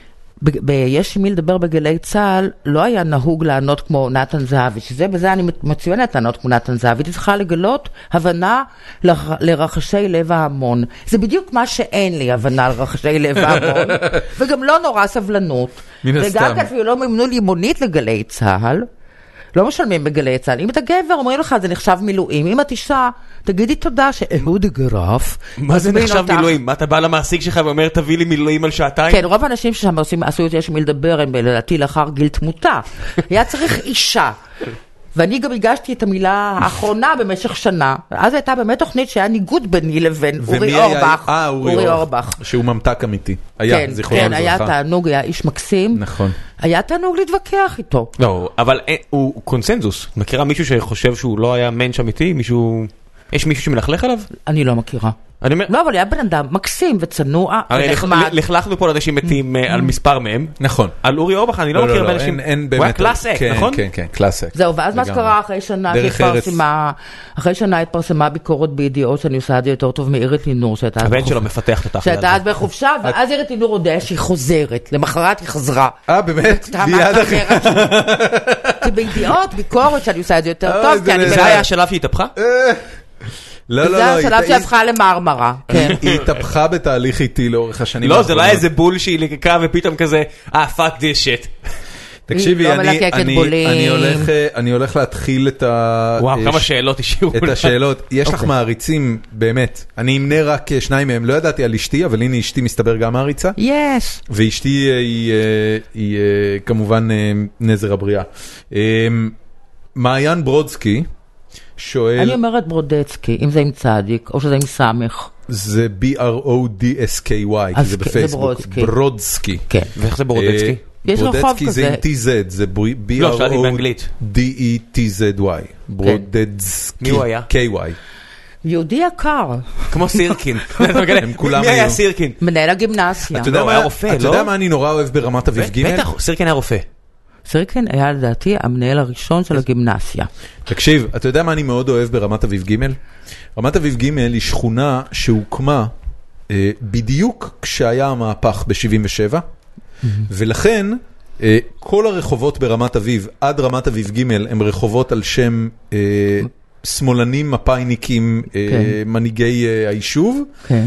יש עם מי לדבר בגלי צהל, לא היה נהוג לענות כמו נתן זהבי, בזה אני מצוינת לענות כמו נתן זהבי, הייתי צריכה לגלות הבנה לרחשי לב ההמון. זה בדיוק מה שאין לי, הבנה לרחשי לב ההמון, וגם לא נורא סבלנות. וגם כתבי לא מימנו לי מונית לגלי צהל, לא משלמים בגלי צהל. אם אתה גבר, אומרים לך, זה נחשב מילואים. אם את אישה, תגידי תודה שאהוד גרף. מה זה נחשב מילואים? מה אתה בא למעסיק שלך ואומר, תביא לי מילואים על שעתיים? כן, רוב האנשים ששם עשו את יש מי לדבר, הם לדעתי לאחר גיל תמותה. היה צריך אישה. ואני גם הגשתי את המילה האחרונה במשך שנה. אז הייתה באמת תוכנית שהיה ניגוד ביני לבין אורי אורבך. אורי אורבך. שהוא ממתק אמיתי. כן, כן, היה תענוג, היה איש מקסים. נכון. היה תענוג להתווכח איתו. לא, אבל הוא קונסנזוס. מכירה מישהו שחושב שהוא לא היה מנש אמיתי? יש מישהו שמלכלך עליו? אני לא מכירה. לא, אבל היה בן אדם מקסים וצנוע ונחמד. לכלכנו פה לאנשים מתים על מספר מהם. נכון. על אורי אורבך, אני לא מכיר באנשים. הוא היה קלאסק, נכון? כן, כן, קלאסק. זהו, ואז מה שקרה אחרי שנה התפרסמה ביקורת בידיעות שאני עושה את זה יותר טוב מאירית לינור. הבן שלו מפתח אותך. שהייתה אז בחופשה, ואז אירית לינור הודיעה שהיא חוזרת. למחרת היא חזרה. באמת? ביד אחרת. כי בידיעות, ביקורת שאני עושה את זה יותר טוב. זה היה השלב שהיא התהפכה? לא, זה השלב שהפכה למרמרה. היא התהפכה בתהליך איתי לאורך השנים. לא, זה לא היה איזה בול שהיא לקקה ופתאום כזה, fuck this shit. תקשיבי, אני הולך להתחיל את כמה שאלות השאירו. את השאלות. יש לך מעריצים, באמת. אני אמנה רק שניים מהם. לא ידעתי על אשתי, אבל הנה אשתי מסתבר גם מעריצה. יש. ואשתי היא כמובן נזר הבריאה. מעיין ברודסקי שואל... אני אומרת ברודצקי, אם זה עם צדיק, או שזה עם סמך. זה B-R-O-D-S-K-Y, כי זה בפייסבוק. ברודסקי. כן. ואיך זה ברודצקי? יש רחוב כזה. ברודצקי זה עם T-Z, זה B-R-O-D-E-T-Z-Y. ברודצקי. מי הוא היה? K-Y. יהודי יקר. כמו סירקין. הם כולם מי היה סירקין? מנהל הגימנסיה. אתה יודע מה אני נורא אוהב ברמת אביב ג'? בטח, סירקין היה רופא. סירקין היה לדעתי המנהל הראשון של הגימנסיה. תקשיב, אתה יודע מה אני מאוד אוהב ברמת אביב ג'? רמת אביב ג' היא שכונה שהוקמה בדיוק כשהיה המהפך ב-77, ולכן כל הרחובות ברמת אביב עד רמת אביב ג' הם רחובות על שם שמאלנים, מפאיניקים, מנהיגי היישוב,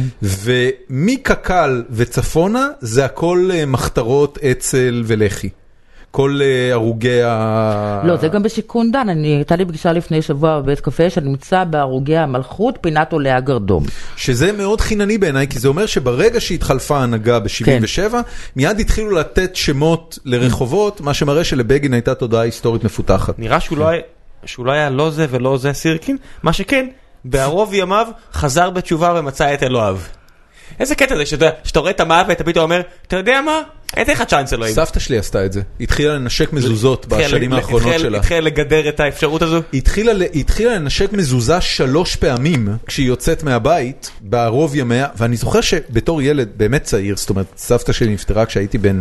ומקקל וצפונה זה הכל מחתרות אצל ולחי. כל הרוגי לא, זה גם בשיקון דן. הייתה לי פגישה לפני שבוע בבית קפה שנמצא בהרוגי המלכות, פינת עולי הגרדום. שזה מאוד חינני בעיניי, כי זה אומר שברגע שהתחלפה ההנהגה ב-77, מיד התחילו לתת שמות לרחובות, מה שמראה שלבגין הייתה תודעה היסטורית מפותחת. נראה שהוא לא היה לא זה ולא זה סירקין, מה שכן, בערוב ימיו חזר בתשובה ומצא את אלוהיו. איזה קטע זה שאתה רואה את המוות ואתה פתאום אומר, אתה יודע מה? אין לך צ'אנס אלוהים. סבתא שלי עשתה את זה. התחילה לנשק מזוזות בשנים האחרונות שלה. התחילה לגדר את האפשרות הזו? התחילה לנשק מזוזה 3 פעמים כשהיא יוצאת מהבית בערוב ימיה, ואני זוכר שבתור ילד באמת צעיר, זאת אומרת, סבתא שלי נפטרה כשהייתי בן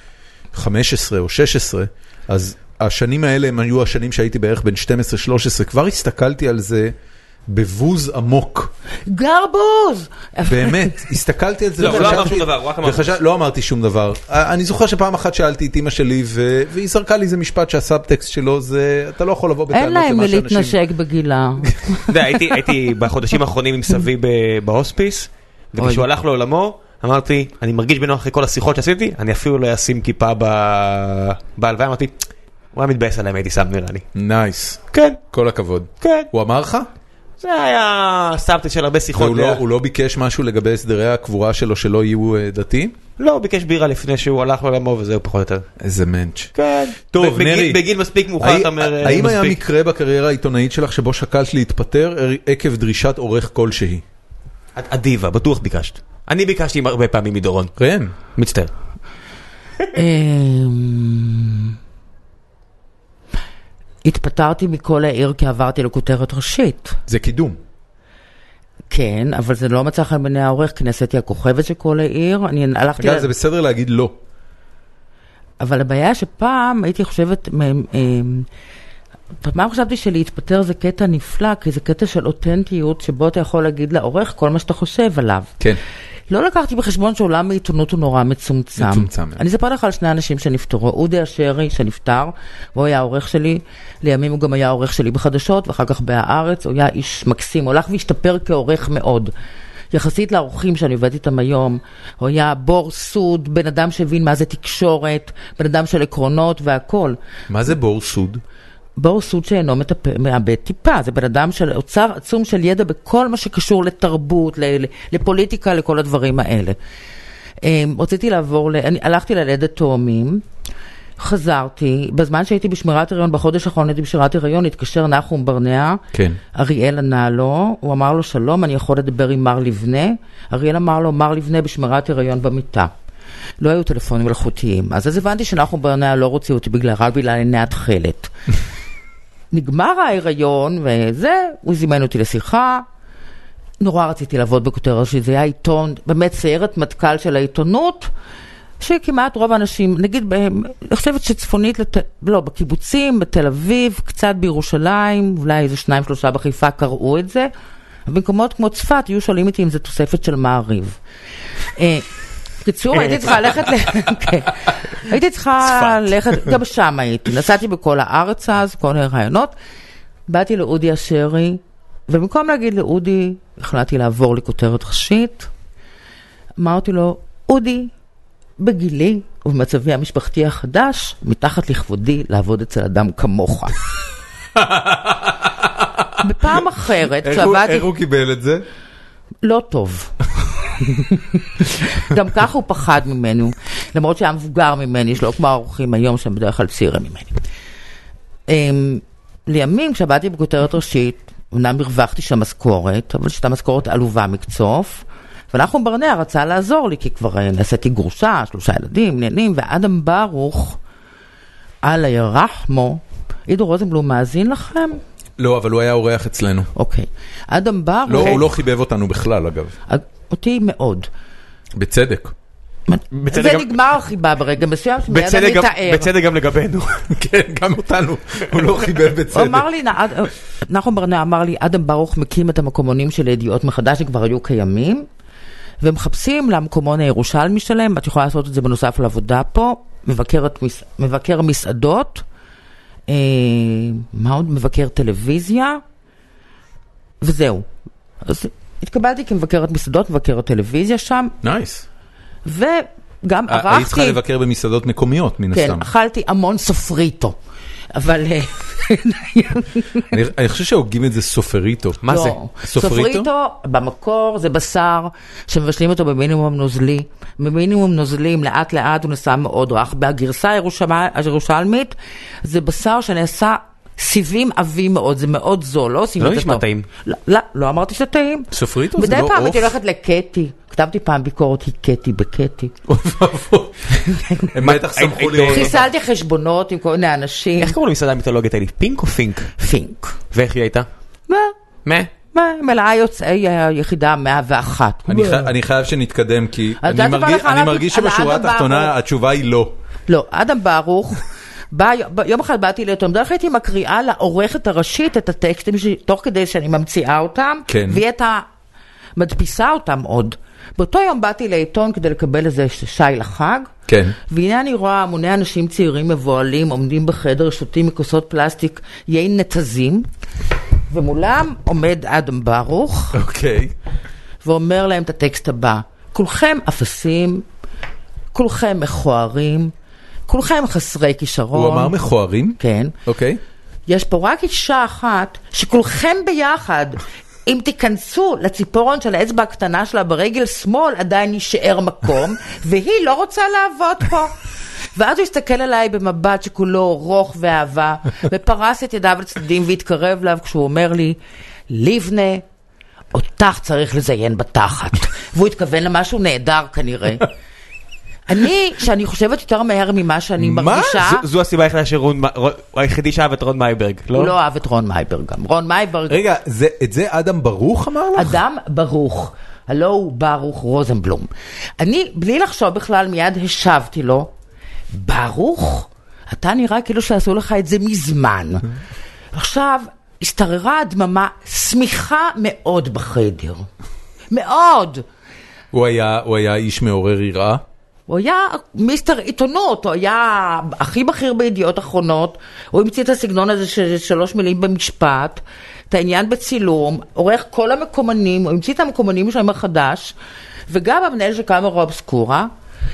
15 או 16, אז השנים האלה הם היו השנים שהייתי בערך בין 12-13, כבר הסתכלתי על זה בבוז עמוק. גרבוז! באמת, הסתכלתי על זה. לא, לא אמר שום דבר, רק אמר. לא אמרתי שום דבר. אני זוכר שפעם אחת שאלתי את אמא שלי, והיא זרקה לי איזה משפט שהסאבטקסט שלו זה, אתה לא יכול לבוא בטענות למה שאנשים... אין להם להתנשק בגילה. הייתי בחודשים האחרונים עם סבי בהוספיס, וכשהוא הלך לעולמו, אמרתי, אני מרגיש בנוח אחרי כל השיחות שעשיתי, אני אפילו לא אשים כיפה בהלוויה, אמרתי, הוא היה מתבאס עליהם, הייתי שם נראה לי. נייס. כן. כל הכבוד. כן. הוא אמר לך? זה היה סבתא של הרבה שיחות. הוא לא ביקש משהו לגבי סדרי הקבורה שלו שלא יהיו דתיים? לא, הוא ביקש בירה לפני שהוא הלך לעולמו וזהו פחות או יותר. איזה מנץ'. כן. טוב, נרי. בגיל מספיק מאוחר אתה אומר... האם היה מקרה בקריירה העיתונאית שלך שבו שקלת להתפטר עקב דרישת עורך כלשהי? אדיבה, בטוח ביקשת. אני ביקשתי הרבה פעמים מדורון. ראם. מצטער. התפטרתי מכל העיר כי עברתי לכותרת ראשית. זה קידום. כן, אבל זה לא מצא חן בעיני העורך, כנסת היא הכוכבת של כל העיר. אני הלכתי... אגב, זה בסדר להגיד לא. אבל הבעיה שפעם הייתי חושבת... פעם חשבתי שלהתפטר זה קטע נפלא, כי זה קטע של אותנטיות, שבו אתה יכול להגיד לעורך כל מה שאתה חושב עליו. כן. לא לקחתי בחשבון שעולם העיתונות הוא נורא מצומצם. אני אספר לך על 2 אנשים שנפטרו. אודי אשרי שנפטר, והוא היה העורך שלי, לימים הוא גם היה העורך שלי בחדשות, ואחר כך בהארץ, הוא היה איש מקסים, הוא הולך והשתפר כעורך מאוד. יחסית לעורכים שאני עובדת איתם היום, הוא היה בור סוד, בן אדם שהבין מה זה תקשורת, בן אדם של עקרונות והכל. מה זה בור סוד? בור סוד שאינו מאבד טיפה, זה בן אדם של אוצר עצום של ידע בכל מה שקשור לתרבות, לפוליטיקה, לכל הדברים האלה. רציתי לעבור, הלכתי ללדת תאומים, חזרתי, בזמן שהייתי בשמירת הריון, בחודש האחרון הייתי בשמירת הריון, התקשר נחום ברנע, כן. אריאל ענה לו, הוא אמר לו שלום, אני יכול לדבר עם מר לבנה, אריאל אמר לו, מר לבנה בשמירת הריון במיטה. לא היו טלפונים מלאכותיים. אז הבנתי שאנחנו ברנע לא רוצים אותי רק בגלל עיני התחלת. נגמר ההיריון, וזה, הוא זימן אותי לשיחה. נורא רציתי לעבוד בכותרת שזה היה עיתון, באמת סיירת מטכ"ל של העיתונות, שכמעט רוב האנשים, נגיד, אני חושבת שצפונית, לא, בקיבוצים, בתל אביב, קצת בירושלים, אולי איזה 2-3 בחיפה קראו את זה, במקומות כמו צפת, יהיו שואלים איתי אם זה תוספת של מעריב. קיצור, הייתי צריכה ללכת, הייתי צריכה ללכת, גם שם הייתי, נסעתי בכל הארץ אז, כל הרעיונות, באתי לאודי אשרי, ובמקום להגיד לאודי, החלטתי לעבור לכותרת ראשית, אמרתי לו, אודי, בגילי ובמצבי המשפחתי החדש, מתחת לכבודי לעבוד אצל אדם כמוך. בפעם אחרת, איך הוא קיבל את זה? לא טוב. גם ככה הוא פחד ממנו, למרות שהיה מבוגר ממני, יש לו כמו האורחים היום שהם בדרך כלל צעירים ממני. לימים, כשעבדתי בכותרת ראשית, אמנם הרווחתי שם משכורת, אבל שהייתה משכורת עלובה מקצוף, ואנחנו ברנע רצה לעזור לי, כי כבר נעשיתי גרושה, 3 ילדים, עניינים, ואדם ברוך, אללה ירחמו, עידו רוזנבלום מאזין לכם? לא, אבל הוא היה אורח אצלנו. אוקיי. אדם ברוך... לא, הוא לא חיבב אותנו בכלל, אגב. אותי מאוד. בצדק. זה נגמר חיבה ברגע מסוים, שמיד אני אתאר. בצדק גם לגבינו. כן, גם אותנו. הוא לא חיבב בצדק. הוא אמר לי, נחום ברנע אמר לי, אדם ברוך מקים את המקומונים של ידיעות מחדש שכבר היו קיימים, ומחפשים למקומון הירושלמי שלהם, את יכולה לעשות את זה בנוסף לעבודה פה, מבקר מסעדות, מה עוד? מבקר טלוויזיה, וזהו. אז התקבלתי כמבקרת מסעדות, מבקרת טלוויזיה שם. נייס. וגם ערכתי... היית צריכה לבקר במסעדות מקומיות, מן הסתם. כן, אכלתי המון סופריטו. אבל... אני חושב שהוגים את זה סופריטו. מה זה? סופריטו במקור זה בשר שמבשלים אותו במינימום נוזלי. במינימום נוזלים לאט לאט הוא נעשה מאוד רך. בגרסה הירושלמית זה בשר שנעשה סיבים עבים מאוד, זה מאוד זול, לא עושים את זה טוב. לא נשמע טעים. לא אמרתי שזה טעים. סופריטו זה לא מדי אוף. פעם הייתי הולכת לקטי. כתבתי פעם ביקורת, היא קטי בקטי. הם בטח שמחו לראות. חיסלתי חשבונות עם כל מיני אנשים. איך קראו למסעדה המיתולוגית האלה? פינק או פינק? פינק. ואיך היא הייתה? מלאה יוצאי היחידה 101. אני חייב שנתקדם, כי אני מרגיש שבשורה התחתונה התשובה היא לא. לא, אדם ברוך, יום אחד באתי לעיתון, דרך הייתי מקריאה לעורכת הראשית את הטקסטים, תוך כדי שאני ממציאה אותם, והיא הייתה מדפיסה אותם עוד. באותו יום באתי לעיתון כדי לקבל איזה שי לחג, והנה אני רואה המוני אנשים צעירים מבועלים, עומדים בחדר, שותים מכוסות פלסטיק, יין נתזים, ומולם עומד אדם ברוך, ואומר להם את הטקסט הבא, כולכם אפסים, כולכם מכוערים, כולכם חסרי כישרון. הוא אמר מכוערים? כן. אוקיי. יש פה רק אישה אחת, שכולכם ביחד, אם תיכנסו לציפורון של האצבע הקטנה שלה ברגל שמאל, עדיין יישאר מקום, והיא לא רוצה לעבוד פה. ואז הוא הסתכל עליי במבט שכולו רוח ואהבה, ופרס את ידיו לצדדים והתקרב אליו כשהוא אומר לי, ליבנה, אותך צריך לזיין בתחת. והוא התכוון למשהו נהדר כנראה. שאני חושבת יותר מהר ממה שאני מרגישה. מה? זו הסיבה היחידי שאהב את רון מייברג, לא? הוא לא אהב את רון מייברג גם. רון מייברג... רגע, את זה אדם ברוך אמר לך? אדם ברוך. הלא הוא ברוך רוזנבלום. אני, בלי לחשוב בכלל, מיד השבתי לו, ברוך, אתה נראה כאילו שעשו לך את זה מזמן. עכשיו, הסתררה הדממה, סמיכה מאוד בחדר. מאוד. הוא היה איש מעורר יראה? הוא היה מיסטר עיתונות, הוא היה הכי בכיר בידיעות אחרונות, הוא המציא את הסגנון הזה של 3 מילים במשפט, את העניין בצילום, עורך כל המקומנים, הוא המציא את המקומנים שלהם מחדש, וגם המנהל של קאמרה אובסקורה,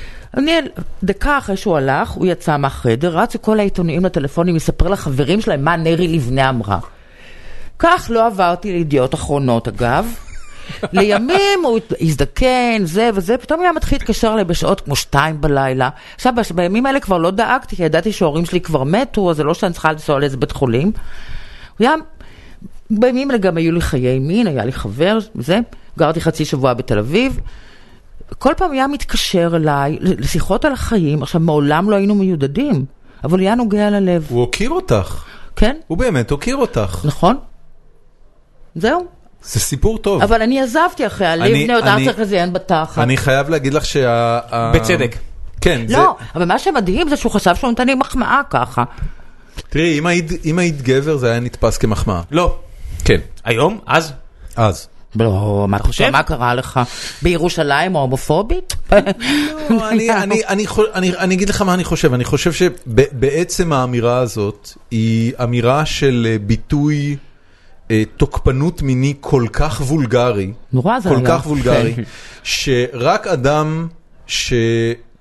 דקה אחרי שהוא הלך, הוא יצא מהחדר, רצו כל העיתונאים לטלפונים, יספר לחברים שלהם מה נרי לבנה אמרה. כך לא עברתי לידיעות אחרונות אגב, לימים הוא הזדקן, זה וזה, פתאום היה מתחיל להתקשר אליי בשעות כמו 2 בלילה. עכשיו, בימים האלה כבר לא דאגתי, כי ידעתי שההורים שלי כבר מתו, אז זה לא שאני צריכה לנסוע לאיזה בית חולים. בימים האלה גם היו לי חיי מין, היה לי חבר, וזה, גרתי חצי שבוע בתל אביב. כל פעם היה מתקשר אליי לשיחות על החיים, עכשיו מעולם לא היינו מיודדים, אבל היה נוגע ללב. הוא הוקיר אותך. כן. הוא באמת הוקיר אותך. נכון. זהו. זה סיפור טוב. אבל אני עזבתי אחרי הליבנה, עוד צריך לזיין בתחת. אני חייב להגיד לך בצדק. כן. לא, אבל מה שמדהים זה שהוא חשב שהוא נתן לי מחמאה ככה. תראי, אם היית גבר זה היה נתפס כמחמאה. לא. כן. היום? אז? לא, מה קרה לך? בירושלים הומופובית? לא, אני אגיד לך מה אני חושב. אני חושב שבעצם האמירה הזאת היא אמירה של ביטוי תוקפנות מיני כל כך וולגרי, נורא זה כל היה. כך וולגרי, שרק אדם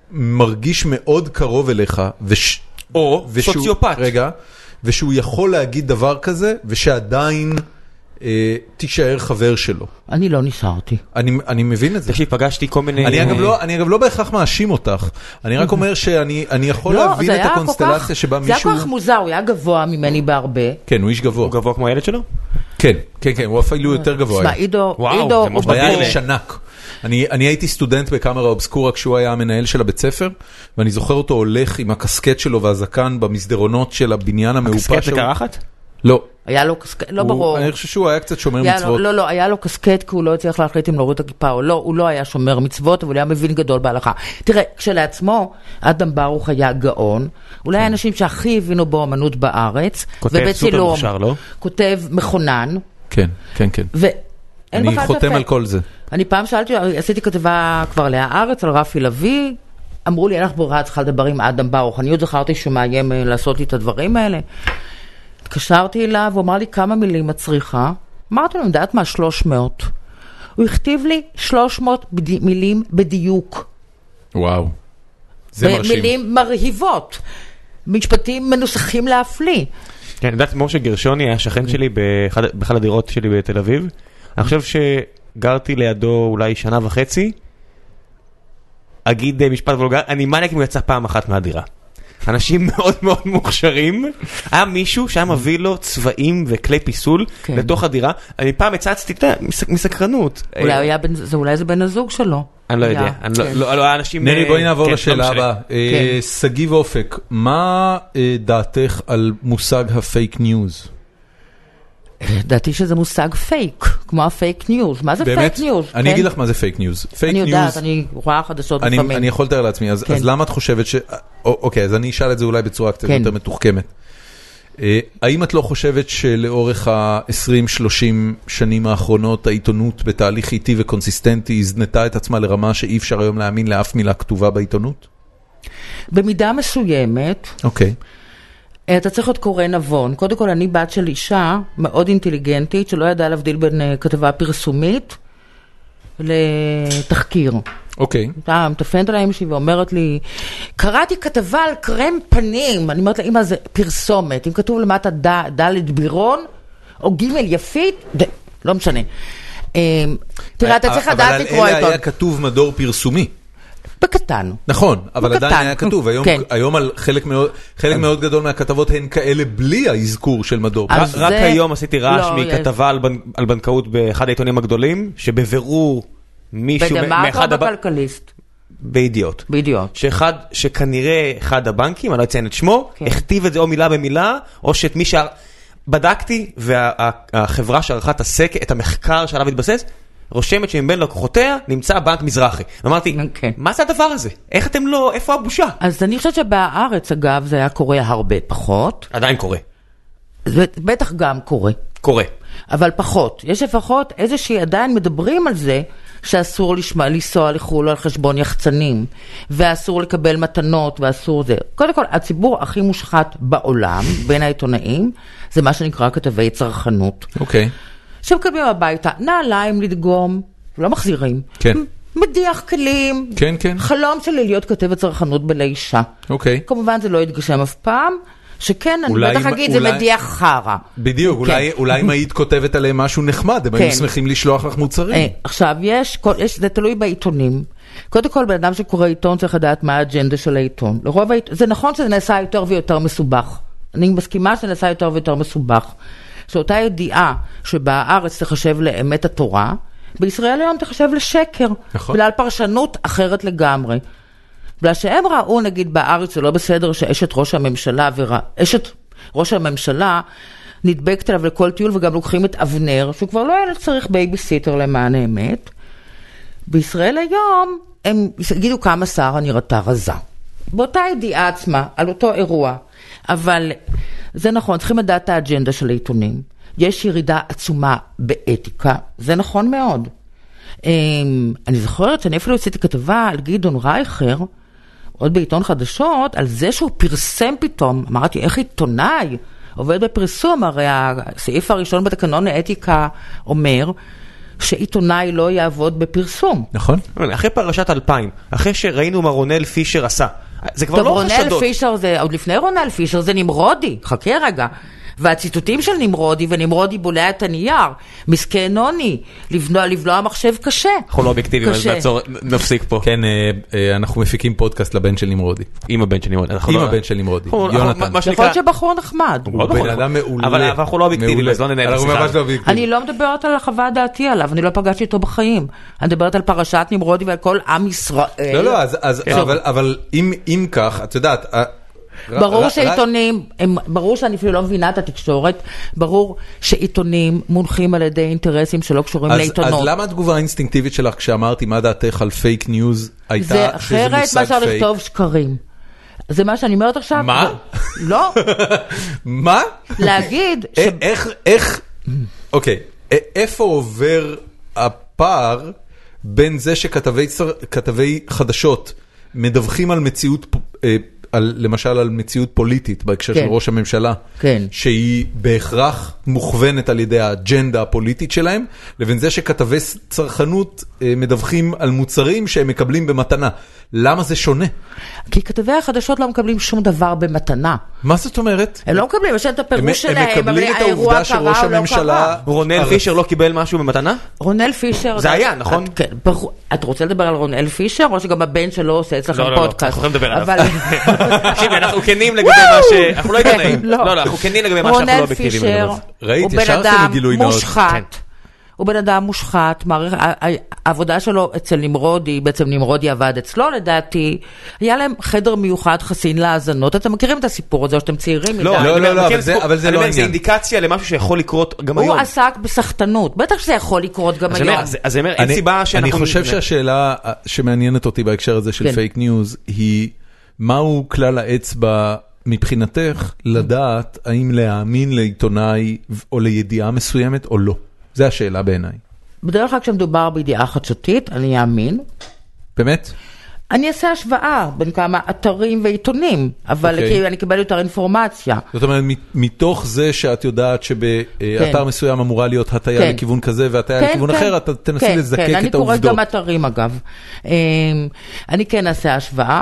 מרגיש מאוד קרוב אליך, או סוציופט. רגע, ושהוא יכול להגיד דבר כזה, ושעדיין תישאר חבר שלו. אני לא נשארתי. אני מבין את זה. תקשיב, פגשתי כל מיני... אני אגב לא בהכרח מאשים אותך. אני רק אומר שאני יכול להבין את הקונסטלציה שבה מישהו... זה היה כל כך מוזר, הוא היה גבוה ממני בהרבה. כן, הוא איש גבוה. הוא גבוה כמו הילד שלו? כן, הוא אפילו יותר גבוה. שמע, עידו, הוא היה איש ענק. אני הייתי סטודנט בקאמרה אובסקורה כשהוא היה המנהל של הבית ספר, ואני זוכר אותו הולך עם הקסקט שלו והזקן במסדרונות של הבניין המאופש. הקסקט זה קרחת? לא. היה לו קסקט, לא ברור. אני חושב שהוא היה קצת שומר מצוות. לא, היה לו קסקט כי הוא לא הצליח להחליט אם להוריד את הכיפה או לא, הוא לא היה שומר מצוות, אבל הוא היה מבין גדול בהלכה. תראה, כשלעצמו, אדם ברוך היה גאון, אולי האנשים שהכי הבינו באמנות בארץ, כותב סופר מוכשר, לא? כותב מכונן. כן. אני חותם על כל זה. אני פעם שאלתי, עשיתי כתבה כבר להארץ על רפי לוי, אמרו לי, אנחנו ברירה צריכה לדבר עם אדם ברוך, אני עוד זכרתי שהוא מאיים לעשות לי את הדברים האלה. התקשרתי אליו, הוא אמר לי כמה מילים את צריכה, אמרתי לו, אני יודעת מה, 300. הוא הכתיב לי 300 מילים בדיוק. וואו, זה מרשים. מילים מרהיבות, משפטים מנוסחים להפליא. כן, יודעת, משה גרשוני היה שכן שלי באחד הדירות שלי בתל אביב, אני חושב שגרתי לידו אולי שנה וחצי, אגיד משפט וולגר, אני מניאק אם הוא יצא פעם אחת מהדירה. אנשים מאוד מאוד מוכשרים. היה מישהו שהיה מביא לו צבעים וכלי פיסול לתוך הדירה. אני פעם הצצתי מסקרנות. אולי זה בן הזוג שלו. אני לא יודע. נרי, בואי נעבור לשאלה הבאה. סגיב אופק, מה דעתך על מושג הפייק ניוז? דעתי שזה מושג פייק, כמו הפייק ניוז. מה זה פייק ניוז? אני אגיד לך מה זה פייק ניוז. אני יודעת, אני רואה חדשות לפעמים. אני יכול לתאר לעצמי, אז למה את חושבת ש... אוקיי, אז אני אשאל את זה אולי בצורה קצת יותר מתוחכמת. האם את לא חושבת שלאורך ה-20-30 שנים האחרונות העיתונות בתהליך איטי וקונסיסטנטי הזנתה את עצמה לרמה שאי אפשר היום להאמין לאף מילה כתובה בעיתונות? במידה מסוימת. אוקיי. אתה צריך להיות קורא נבון. קודם כל, אני בת של אישה מאוד אינטליגנטית, שלא ידעה להבדיל בין כתבה פרסומית לתחקיר. אוקיי. אתה מטפנת עליי שלי ואומרת לי, קראתי כתבה על קרם פנים. אני אומרת לה, אמא, זה פרסומת. אם כתוב למטה ד' בירון, או ג' יפית, לא משנה. תראה, אתה צריך לדעת לקרוא אבל איתו. אלה היה כתוב מדור פרסומי. בקטן. נכון, אבל עדיין היה כתוב. היום על חלק מאוד גדול מהכתבות הן כאלה בלי האזכור של מדור. רק היום עשיתי רעש מכתבה על בנקאות באחד העיתונים הגדולים, שבבירור מישהו... בדמאק או בכלכליסט? בידיעות. בידיעות. שכנראה אחד הבנקים, אני לא אציין את שמו, הכתיב את זה או מילה במילה, או שאת מי בדקתי, והחברה שערכה את המחקר שעליו התבסס, רושמת שמבין לקוחותיה נמצא בנק מזרחי. אמרתי, מה זה הדבר הזה? איך אתם לא, איפה הבושה? אז אני חושבת שבארץ, אגב, זה היה קורה הרבה פחות. עדיין קורה. בטח גם קורה. קורה. אבל פחות. יש לפחות איזושהי עדיין מדברים על זה, שאסור לנסוע לחול על חשבון יחצנים, ואסור לקבל מתנות, ואסור זה. קודם כל, הציבור הכי מושחת בעולם, בין העיתונאים, זה מה שנקרא כתבי צרכנות. אוקיי. שמקדמים הביתה, נעליים לדגום, לא מחזירים. כן. מדיח כלים. כן, כן. חלום שלי להיות כתבת צרכנות בלישה. אוקיי. כמובן זה לא יתגשם אף פעם, שכן, אני בטח אגיד, זה מדיח חרה. בדיוק, אולי אם היית כותבת עליהם משהו נחמד, הם היו שמחים לשלוח לך מוצרים. עכשיו, זה תלוי בעיתונים. קודם כל, בן אדם שקורא עיתון צריך לדעת מה האג'נדה של העיתון. זה נכון שזה נעשה יותר ויותר מסובך. אני מסכימה שזה נעשה יותר ויותר מסובך. שאותה ידיעה שבארץ תחשב לאמת התורה, בישראל היום תחשב לשקר. נכון. בגלל פרשנות אחרת לגמרי. בגלל שהם ראו, נגיד, בארץ זה לא בסדר שאשת ראש הממשלה נדבקת עליו לכל טיול, וגם לוקחים את אבנר, שהוא כבר לא היה צריך בייביסיטר למען האמת. בישראל היום הם יגידו כמה שרה נראתה רזה. באותה ידיעה עצמה, על אותו אירוע. אבל זה נכון, צריכים לדעת האג'נדה של העיתונים. יש ירידה עצומה באתיקה, זה נכון מאוד. אני זוכרת שאני אפילו עשיתי כתבה על גדעון רייכר, עוד בעיתון חדשות, על זה שהוא פרסם פתאום, אמרתי, איך עיתונאי עובד בפרסום? הרי הסעיף הראשון בתקנון האתיקה אומר, שעיתונאי לא יעבוד בפרסום. נכון. אחרי פרשת 2000, אחרי שראינו מה רונל פישר עשה, זה כבר לא חשדות. רונל פישר זה, עוד לפני רונל פישר זה נמרודי, חכה רגע. והציטוטים של נמרודי, ונמרודי בולע את הנייר, מסכן נוני, לבלוע מחשב קשה. אנחנו לא אובייקטיביים, אז נפסיק פה. כן, אנחנו מפיקים פודקאסט לבן של נמרודי. עם הבן של נמרודי. עם הבן של נמרודי, יונתן. יכול להיות שבחור נחמד. הוא בן אדם מעולה. אבל אנחנו לא אובייקטיביים, אז לא ננהל את השיחה. אני לא מדברת על החווה דעתי עליו, אני לא פגשתי אותו בחיים. אני מדברת על פרשת נמרודי ועל כל עם ישראל. לא, אבל אם כך, את יודעת, ברור שעיתונים, ברור שאני אפילו לא מבינה את התקשורת, ברור שעיתונים מונחים על ידי אינטרסים שלא קשורים לעיתונות. אז למה התגובה האינסטינקטיבית שלך כשאמרתי מה דעתך על פייק ניוז הייתה שזה מושג פייק? זה אחרת מאשר לכתוב שקרים. זה מה שאני אומרת עכשיו. מה? לא. מה? להגיד איך, אוקיי, איפה עובר הפער בין זה שכתבי חדשות מדווחים על מציאות למשל על מציאות פוליטית בהקשר של ראש הממשלה, שהיא בהכרח מוכוונת על ידי האג'נדה הפוליטית שלהם, לבין זה שכתבי צרכנות מדווחים על מוצרים שהם מקבלים במתנה. למה זה שונה? כי כתבי החדשות לא מקבלים שום דבר במתנה. מה זאת אומרת? הם לא מקבלים, יש את הפירוש שלהם, הם מקבלים את העובדה שראש הממשלה... רונל פישר לא קיבל משהו במתנה? רונל פישר... זה היה, נכון? את רוצה לדבר על רונל פישר, או שגם הבן שלו עושה אצלכם פודקאסט? אנחנו יכולים לדבר עליו. תקשיבי, אנחנו כנים לגבי מה ש... אנחנו לא עיתונאים. לא, אנחנו כנים לגבי מה שאנחנו לא אובייקטיביים. ראית, ישר עשינו גילוי נאות. הוא בן אדם מושחת, העבודה שלו אצל נמרודי, בעצם נמרודי עבד אצלו לדעתי, היה להם חדר מיוחד חסין להאזנות, אתם מכירים את הסיפור הזה, או שאתם צעירים? לא, אבל זה לא העניין. זה אינדיקציה למשהו שיכול לקרות גם היום. הוא עסק בסחטנות, בטח שזה יכול לקרות גם היום. אז זה אומר, אין סיבה שאנחנו... אני חושב שהשאלה שמעניינת אותי בהקשר הזה של פייק ניוז, היא מהו כלל האצבע מבחינתך לדעת האם להאמין לעיתונאי או לידיעה מסוימת או לא? זה השאלה בעיניי. בדרך כלל כשמדובר בידיעה חדשותית, אני אאמין. באמת? אני אעשה השוואה בין כמה אתרים ועיתונים, אבל אני אקבל יותר אינפורמציה. זאת אומרת, מתוך זה שאת יודעת שבאתר מסוים אמורה להיות הטיה לכיוון כזה והטיה לכיוון אחר, אתה תנסי לזקק את העובדות. אני קוראת גם אתרים אגב. אני כן אעשה השוואה.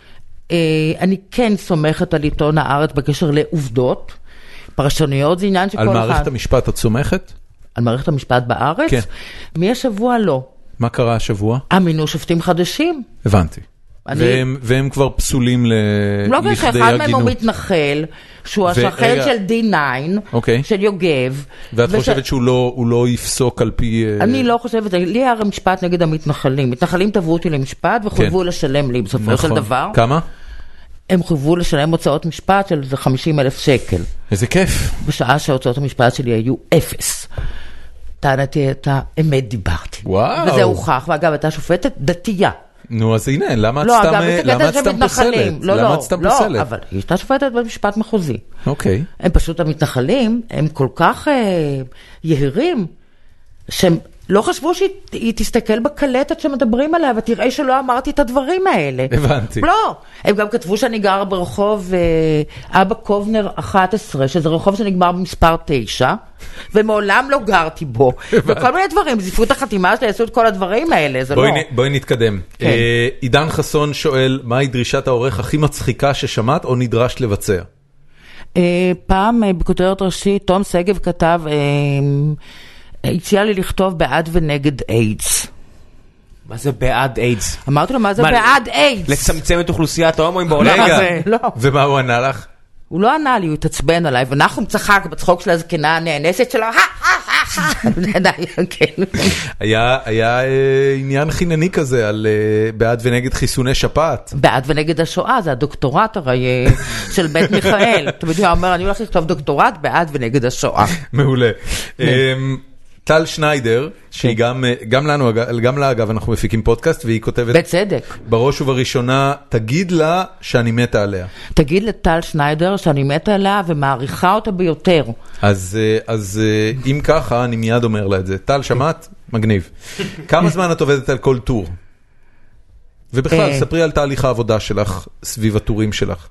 אני כן סומכת על עיתון הארץ בקשר לעובדות. פרשנויות זה עניין שכל אחד... על מערכת המשפט את סומכת? על מערכת המשפט בארץ? כן. מהשבוע לא. מה קרה השבוע? מינו שופטים חדשים. הבנתי. והם כבר פסולים לכדי הגינות. לא כשאחד מהם הוא מתנחל, שהוא השכן של D9, של יוגב. ואת חושבת שהוא לא יפסוק על פי... אני לא חושבת, לי היה משפט נגד המתנחלים. מתנחלים תבעו אותי למשפט וחויבו לשלם לי בסופו של דבר. כמה? הם חויבו לשלם הוצאות משפט של 50,000 שקל. איזה כיף. בשעה שהוצאות המשפט שלי היו 0. טענתי את האמת דיברתי. וואו. וזה הוכח, ואגב, הייתה שופטת דתייה. נו, אז הנה, למה את סתם פוסלת? למה את סתם פוסלת? לא, אבל היא הייתה שופטת במשפט מחוזי. אוקיי. הם פשוט המתנחלים, הם כל כך יהירים, שהם לא חשבו שהיא תסתכל בקלטת שמדברים עליה, ותראה שלא אמרתי את הדברים האלה. הבנתי. לא, הם גם כתבו שאני גר ברחוב אבא קובנר 11, שזה רחוב שנגמר במספר 9, ומעולם לא גרתי בו. וכל מיני דברים, זיפו את החתימה שלי, עשו את כל הדברים האלה, זה לא. בואי נתקדם. עידן חסון שואל, מהי דרישת העורך הכי מצחיקה ששמעת או נדרש לבצע? פעם בכותרת ראשית, תום סגב כתב... הציע לי לכתוב בעד ונגד איידס. מה זה בעד איידס? אמרתי לו, מה זה בעד איידס? לצמצם את אוכלוסיית ההומואים בעולם הזה? לא. ומה הוא ענה לך? הוא לא ענה לי, הוא התעצבן עליי, ואנחנו צחק בצחוק של הזקנה הנאנסת שלו, היה עניין חינני כזה על בעד ונגד חיסוני שפעת. בעד ונגד השואה, זה הדוקטורט הרי של בית מיכאל. אתה יודע, הוא אומר, אני הולך לכתוב דוקטורט בעד ונגד השואה. מעולה. טל שניידר, שהיא גם לנו, גם לה אגב אנחנו מפיקים פודקאסט, והיא כותבת... בצדק. בראש ובראשונה, תגיד לה שאני מתה עליה. תגיד לטל שניידר שאני מתה עליה ומעריכה אותה ביותר. אז אם ככה, אני מיד אומר לה את זה. טל, שמעת? מגניב. כמה זמן את עובדת על כל טור? ובכלל, ספרי על תהליך העבודה שלך, סביב הטורים שלך.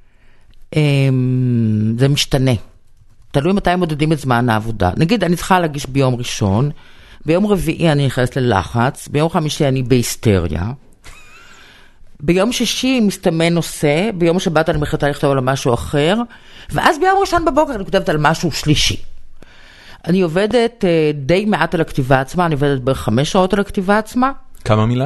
זה משתנה. תלוי מתי מודדים את זמן העבודה. נגיד, אני צריכה להגיש ביום ראשון, ביום רביעי אני נכנס ללחץ, ביום חמישי אני בהיסטריה, ביום שישי מסתמן נושא, ביום שבת אני מחליטה לכתוב על משהו אחר, ואז ביום ראשון בבוקר אני כותבת על משהו שלישי. אני עובדת די מעט על הכתיבה עצמה, אני עובדת בערך 5 שעות על הכתיבה עצמה. כמה מילה?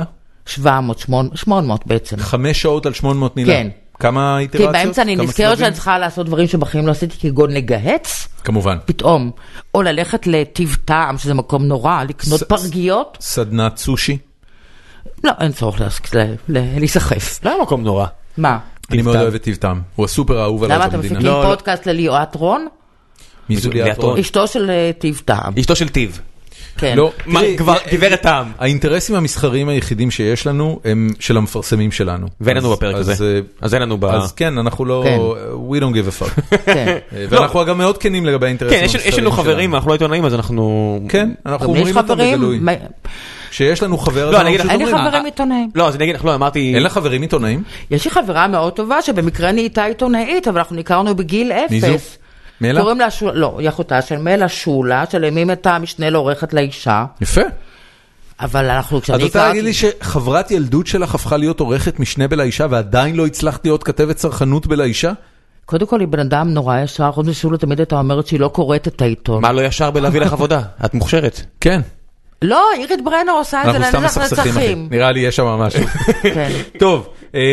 800 בעצם. 5 שעות על 800 מילה? כן. כמה איטרציות? כי באמצע אני נזכרת שאני צריכה לעשות דברים שבחיים לא עשיתי, כגון לגהץ. כמובן. פתאום. או ללכת לטיב טעם, שזה מקום נורא, לקנות פרגיות. סדנת סושי? לא, אין צורך להיסחף. לא מקום נורא. מה? אני מאוד אוהב את טיב טעם. הוא הסופר האהוב עליי במדינה. למה אתם מפיקים פודקאסט לליאת רון? מי זו ליאת רון? אשתו של טיב טעם. אשתו של טיב. כן. לא, גברת טעם. האינטרסים המסחריים היחידים שיש לנו הם של המפרסמים שלנו. ואין לנו בפרק הזה. אז אין לנו אז כן, אנחנו לא, we don't give a fuck. כן. ואנחנו אגב מאוד כנים לגבי האינטרסים המסחריים שלנו. כן, יש לנו חברים, אנחנו לא עיתונאים, אז אנחנו... כן, אנחנו אומרים אותם בגלוי. שיש לנו חבר... לא, אני אגיד לך, אין לי חברים עיתונאים. לא, אז אני אגיד לך, לא, אמרתי... אין לך חברים עיתונאים? יש לי חברה מאוד טובה שבמקרה נהייתה עיתונאית, אבל אנחנו ניכרנו בגיל 0. מי זו? מלה? קוראים לה שולה, לא, היא אחותה של מלה שולה, שלימים הייתה משנה לעורכת לאישה. יפה. אבל אנחנו, כשאני אז אתה להגיד לי שחברת ילדות שלך הפכה להיות עורכת משנה בלאישה, ועדיין לא הצלחת להיות כתבת צרכנות בלאישה? קודם כל, היא בן אדם נורא ישר, חוץ משולה תמיד הייתה אומרת שהיא לא קוראת את העיתון. מה לא ישר בלהביא לך עבודה? את מוכשרת. כן. לא, אירית ברנר עושה את זה לנצח נצחים. נראה לי יש שם משהו. טוב,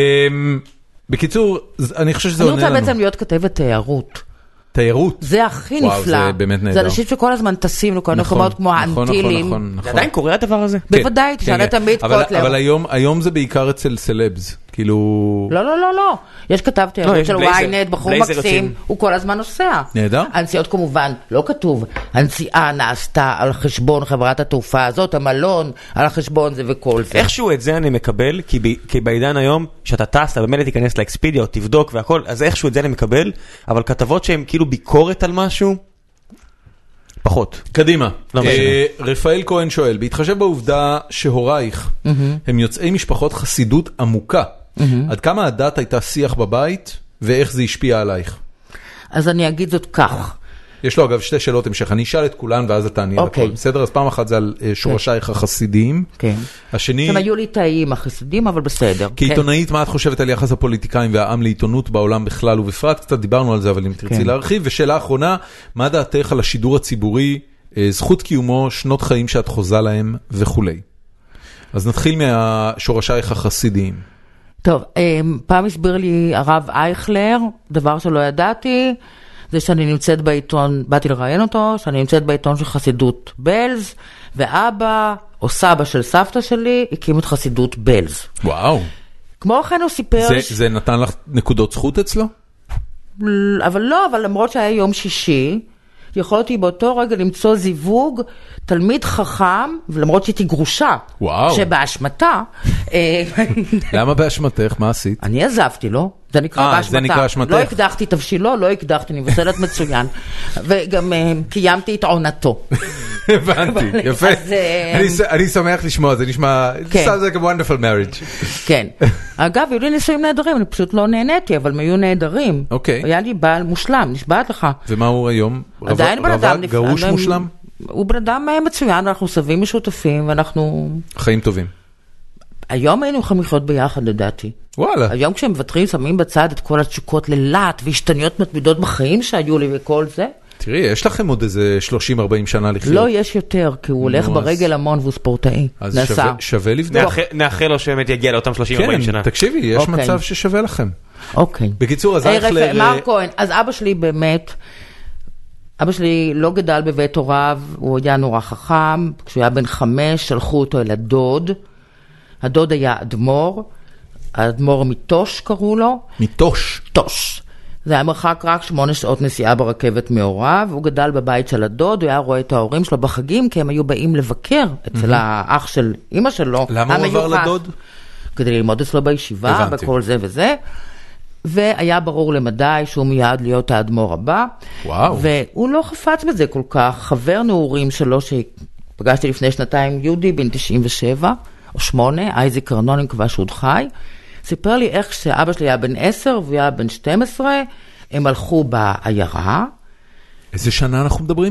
בקיצור, אני חושב שזה עונה לנו. אני רוצה בעצם להיות כתבת תיירות. תיירות. זה הכי נפלא. וואו, זה באמת נהדר. זה אנשים שכל הזמן טסים לכל מקומות כמו האנטילים. זה עדיין קורה הדבר הזה? בוודאי, תשאל את עמית קוטלר. אבל היום זה בעיקר אצל סלבס. כאילו... לא. יש כתב תיירות של ynet, בחור מקסים, הוא כל הזמן נוסע. נהדר. הנסיעות כמובן, לא כתוב, הנסיעה נעשתה על חשבון חברת התעופה הזאת, המלון, על החשבון זה וכל זה. איכשהו את זה אני מקבל, כי בעידן היום, שאתה טס, אתה באמת תיכנס לאקספידיה או תבדוק והכל, אז איכשהו את זה אני מקבל, אבל כתבות שהן כאילו ביקורת על משהו, פחות. קדימה. רפאל כהן שואל, בהתחשב בעובדה שהורייך הם יוצאי משפחות חסידות עמוקה, עד כמה הדת הייתה שיח בבית, ואיך זה השפיע עלייך? אז אני אגיד זאת כך. יש לו אגב 2 שאלות המשך, אני אשאל את כולן ואז אתה תעני לכל. בסדר? אז פעם אחת זה על שורשייך החסידיים. כן. השני... הם היו לי תאים החסידים, אבל בסדר. כעיתונאית, מה את חושבת על יחס הפוליטיקאים והעם לעיתונות בעולם בכלל ובפרט? קצת דיברנו על זה, אבל אם תרצי להרחיב. ושאלה אחרונה, מה דעתך על השידור הציבורי, זכות קיומו, שנות חיים שאת חוזה להם וכו'. אז נתחיל מהשורשייך החסידיים. טוב, פעם הסביר לי הרב אייכלר, דבר שלא ידעתי, זה שאני נמצאת בעיתון, באתי לראיין אותו, שאני נמצאת בעיתון של חסידות בלז, ואבא או סבא של סבתא שלי הקים את חסידות בלז. וואו. כמו כן הוא סיפר... זה נתן לך נקודות זכות אצלו? אבל לא, אבל למרות שהיה יום שישי, יכולתי באותו רגע למצוא זיווג תלמיד חכם, ולמרות שהייתי גרושה, שבאשמתה... למה באשמתך? מה עשית? אני עזבתי, לא? זה נקרא באשמתה. לא הקדחתי תבשילו, לא הקדחתי, אני מבשלת מצוין. וגם קיימתי את עונתו. הבנתי, יפה. אני שמח לשמוע, זה נשמע... It sounds like a wonderful marriage. כן. אגב, היו לי נישואים נהדרים, אני פשוט לא נהניתי, אבל הם היו נהדרים. אוקיי. היה לי בעל מושלם, נשבעת לך. ומה הוא היום? עדיין בן אדם... גרוש מושלם? הוא בן אדם מצוין, אנחנו סבים משותפים, ואנחנו... חיים טובים. היום היינו יכולים לחיות ביחד, לדעתי. וואלה. היום כשהם מבטרים, שמים בצד את כל התשוקות ללט, והשתניות מתמידות בחיים שהיו לי וכל זה. תראי, יש לכם עוד איזה 30-40 שנה לחיות. לא, יש יותר, כי הוא הולך ברגל המון והוא ספורטאי. אז שווה לבדוק. נאחל לו שבאמת יגיע לאותם 30-40 שנה. כן, תקשיבי, יש מצב ששווה לכם. אוקיי. בקיצור, אז אייכלר... מר כהן, אז אבא שלי באמת... אבא שלי לא גדל בבית הוריו, הוא היה נורא חכם, כשהוא היה בן 5, שלחו אותו אל הדוד, הדוד היה אדמו"ר, האדמו"ר מתוש קראו לו. מתוש? תוש. זה היה מרחק רק 8 שעות נסיעה ברכבת מהוריו, הוא גדל בבית של הדוד, הוא היה רואה את ההורים שלו בחגים, כי הם היו באים לבקר אצל האח של אמא שלו. למה הוא עבר לדוד? כדי ללמוד אצלו בישיבה, בכל זה וזה. והיה ברור למדי שהוא מיד להיות האדמו"ר הבא. וואו. והוא לא חפץ בזה כל כך. חבר נעורים שלו שפגשתי לפני 2 יהודי בן 97 או 8, אייזיק קרנון, אני מקווה שהוא חי, סיפר לי איך שאבא שלי היה בן 10 והוא היה בן 12, הם הלכו בעיירה. איזה שנה אנחנו מדברים?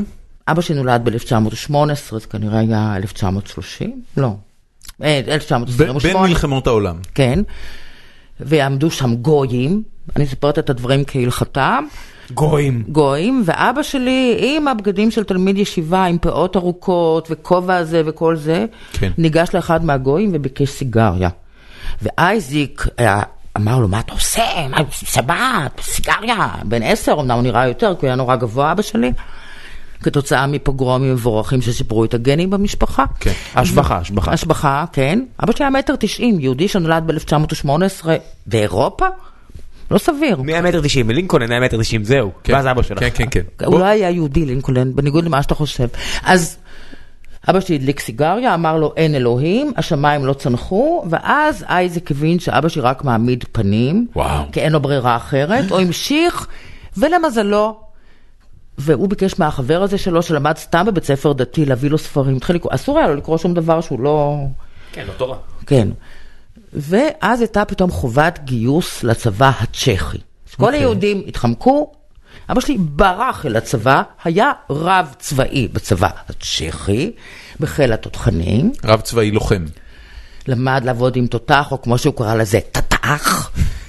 אבא שלי נולד ב-1918, זה כנראה היה 1930, לא, 1928. בין מלחמות העולם. כן, ועמדו שם גויים, אני ספרת את הדברים כהלכתם. גויים, ואבא שלי עם הבגדים של תלמיד ישיבה, עם פאות ארוכות וכובע הזה וכל זה, כן. ניגש לאחד מהגויים וביקש סיגריה. ואייזיק אמר לו, מה אתה עושה? שבת, סיגריה. בן 10, אמנם הוא נראה יותר, כי הוא היה נורא גבוה אבא שלי, כתוצאה מפוגרומים מבורכים שסיפרו את הגנים במשפחה. כן, השבחה, כן. אבא שלי היה 1.90 מטר, יהודי שנולד ב-1918 באירופה, לא סביר. 100 מטר 90, לינקולן 100 מטר 90, זהו. ואז אבא שלך. כן. הוא לא היה יהודי לינקולן, בניגוד למה שאתה חושב. אז אבא שלי הדליק סיגריה, אמר לו אין אלוהים, השמיים לא צנחו, ואז אייזק הבין שאבא שלי רק מעמיד פנים, כי אין לו ברירה אחרת, או המשיך, ולמזלו, והוא ביקש מהחבר הזה שלו, שלמד סתם בבית ספר דתי, להביא לו ספרים, אסור היה לו לקרוא שום דבר שהוא לא... כן, לא תורה. כן. ואז הייתה פתאום חובת גיוס לצבא הצ'כי. כל היהודים התחמקו, אבא שלי ברח אל הצבא, היה רב צבאי בצבא הצ'כי, בחיל התותחנים. רב צבאי לוחם. למד לעבוד עם תותח, או כמו שהוא קרא לזה, תתח.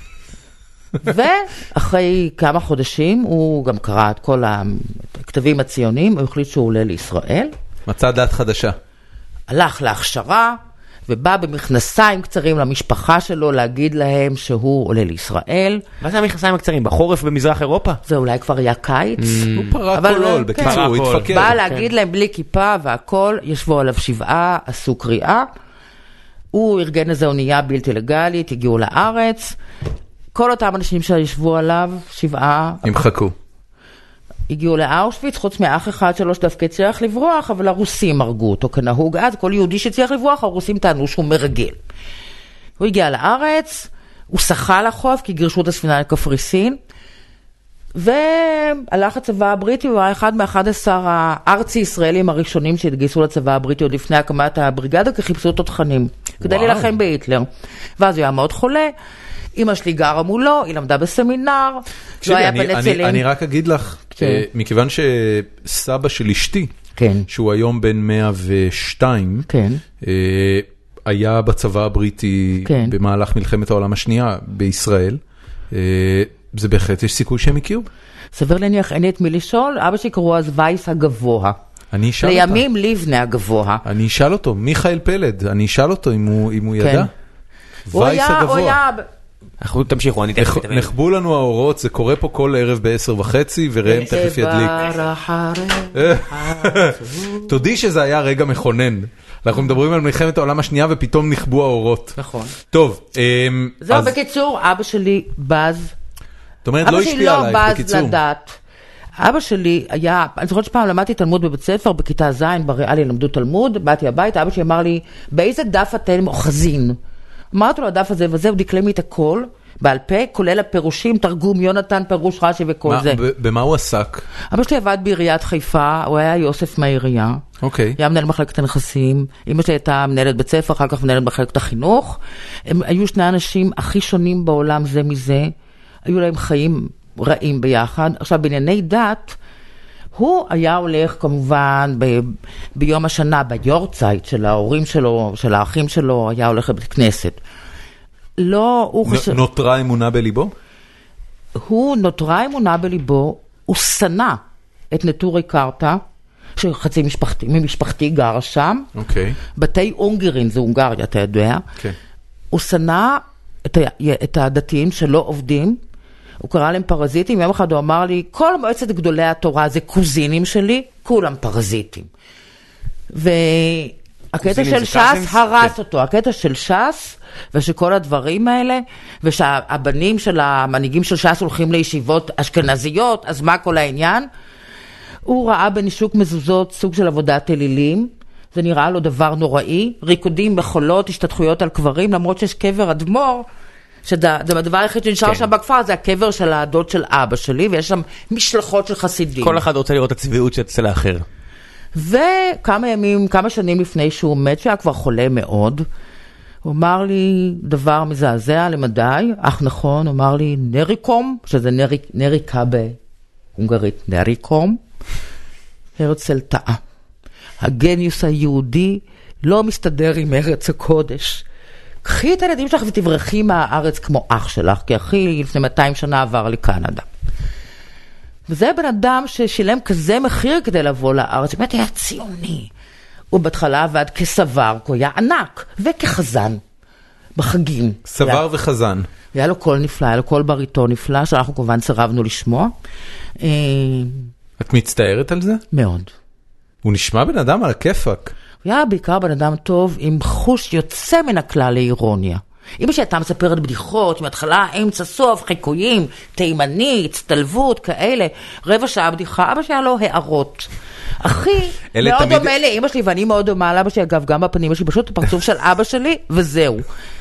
ואחרי כמה חודשים, הוא גם קרא את כל הכתבים הציונים, הוא החליט שהוא עולה לישראל. מצא דת חדשה. הלך להכשרה, ובא במכנסיים קצרים למשפחה שלו להגיד להם שהוא עולה לישראל. מה זה המכנסיים הקצרים? בחורף במזרח אירופה? זה אולי כבר היה קיץ. הוא פרק קולול, בקיצור, הוא התפקר. בא להגיד להם בלי כיפה והכל, ישבו עליו 7, עשו קריאה. הוא ארגן איזו אונייה בלתי לגלית, הגיעו לארץ. כל אותם אנשים שישבו עליו, 7... ימחקו. הגיעו לאושוויץ, חוץ מאח אחד שלו שדווקא הצליח לברוח, אבל הרוסים הרגו אותו כנהוג. אז כל יהודי שצליח לברוח, הרוסים טענו שהוא מרגל. הוא הגיע לארץ, הוא שחה לחוף, כי גירשו את הספינה לקפריסין, והלך לצבא הבריטי, הוא היה אחד מ-11 הארצי ישראלים הראשונים שהתגייסו לצבא הבריטי עוד לפני הקמת הבריגדה, כי חיפשו תותחנים, כדי להילחם בהיטלר. ואז הוא היה מאוד חולה, אמא שלי גרה מולו, היא למדה בסמינר, לא היה פניצילין. אני רק אגיד לך, מכיוון שסבא של אשתי, שהוא היום בן 102, היה בצבא הבריטי במהלך מלחמת העולם השנייה בישראל, זה בהחלט, יש סיכוי שהם הכירו? סביר להניח, אין לי את מי לשאול, אבא שלי קראו אז וייס הגבוה. לימים ליבנה הגבוה. אני אשאל אותו, מיכאל פלד, אני אשאל אותו אם הוא ידע. וייס הגבוה. אנחנו תמשיכו, אני תכף מתאמן. נחבו לנו האורות, זה קורה פה כל ערב ב10:30, וראם תכף ידליק. תודי שזה היה רגע מכונן. אנחנו מדברים על מלחמת העולם השנייה, ופתאום נחבו האורות. נכון. טוב. זהו, בקיצור, אבא שלי בז. זאת אומרת, לא השפיע עלייך, בקיצור. אבא שלי לא בז לדת. אבא שלי היה, אני זוכרת שפעם למדתי תלמוד בבית ספר, בכיתה ז' בריאלי למדו תלמוד, באתי הביתה, אבא שלי אמר לי, באיזה דף אתם אוחזין? אמרתי לו, הדף הזה וזה, הוא דקלם לי את הכל, בעל פה, כולל הפירושים, תרגום, יונתן, פירוש רש"י וכל זה. במה הוא עסק? אבא שלי עבד בעיריית חיפה, הוא היה יוסף מהעירייה. אוקיי. היה מנהל מחלקת הנכסים, אמא שלי הייתה מנהלת בית ספר, אחר כך מנהלת מחלקת החינוך. הם היו שני האנשים הכי שונים בעולם זה מזה, היו להם חיים רעים ביחד. עכשיו, בענייני דת, הוא היה הולך כמובן ביום השנה, ביורצייט של ההורים שלו, של האחים שלו, היה הולך לבית כנסת. לא, הוא חושב... נותרה אמונה בליבו? הוא נותרה אמונה בליבו, הוא שנא את נטורי קרתא, שחצי ממשפחתי גרה שם. אוקיי. בתי אונגרין, זה הונגריה, אתה יודע. כן. הוא שנא את הדתיים שלא עובדים, הוא קרא להם פרזיטים, יום אחד הוא אמר לי, כל מועצת גדולי התורה זה קוזינים שלי, כולם פרזיטים. והקטע של ש"ס הרס אותו, הקטע של ש"ס, ושכל הדברים האלה, ושהבנים של המנהיגים של ש"ס הולכים לישיבות אשכנזיות, אז מה כל העניין? הוא ראה בנישוק מזוזות סוג של עבודת אלילים, זה נראה לו דבר נוראי, ריקודים בחולות, השתתחויות על קברים, למרות שיש קבר אדמו"ר, שהדבר היחיד שנשאר שם בכפר זה הקבר של הדוד של אבא שלי, ויש שם משלחות של חסידים. כל אחד רוצה לראות את הצביעות אצל האחר. וכמה שנים לפני שהוא מת, שהיה כבר חולה מאוד, הוא אמר לי דבר מזעזע למדי, אך נכון, הוא אמר לי נריקום, שזה נריקה בהונגרית, נריקום, הרצל טעה. הגניוס היהודי לא מסתדר עם ארץ הקודש. קחי את הילדים שלך ותברחי מהארץ כמו אח שלך, כי אחי לפני 200 שנה עבר לקנדה. וזה בן אדם ששילם כזה מחיר כדי לבוא לארץ, באמת היה ציוני. הוא בהתחלה עבד כסבר, הוא היה ענק, וכחזן, בחגים. סבר וחזן. היה לו קול נפלא, היה לו קול בריטון נפלא, שאנחנו כמובן סירבנו לשמוע. את מצטערת על זה? מאוד. הוא נשמע בן אדם על הכיפק. הוא היה בעיקר בן אדם טוב, עם חוש יוצא מן הכלל לאירוניה. אמא שהייתה מספרת בדיחות, מהתחלה, אמצע סוף, חיקויים, תימני, הצטלבות, כאלה. רבע שעה בדיחה, אבא שהיה לו הערות. אחי, מאוד דומה לאמא שלי, ואני מאוד דומה לאבא שלי, אגב, גם בפנים שלי, פשוט הפרצוף של אבא שלי, וזהו.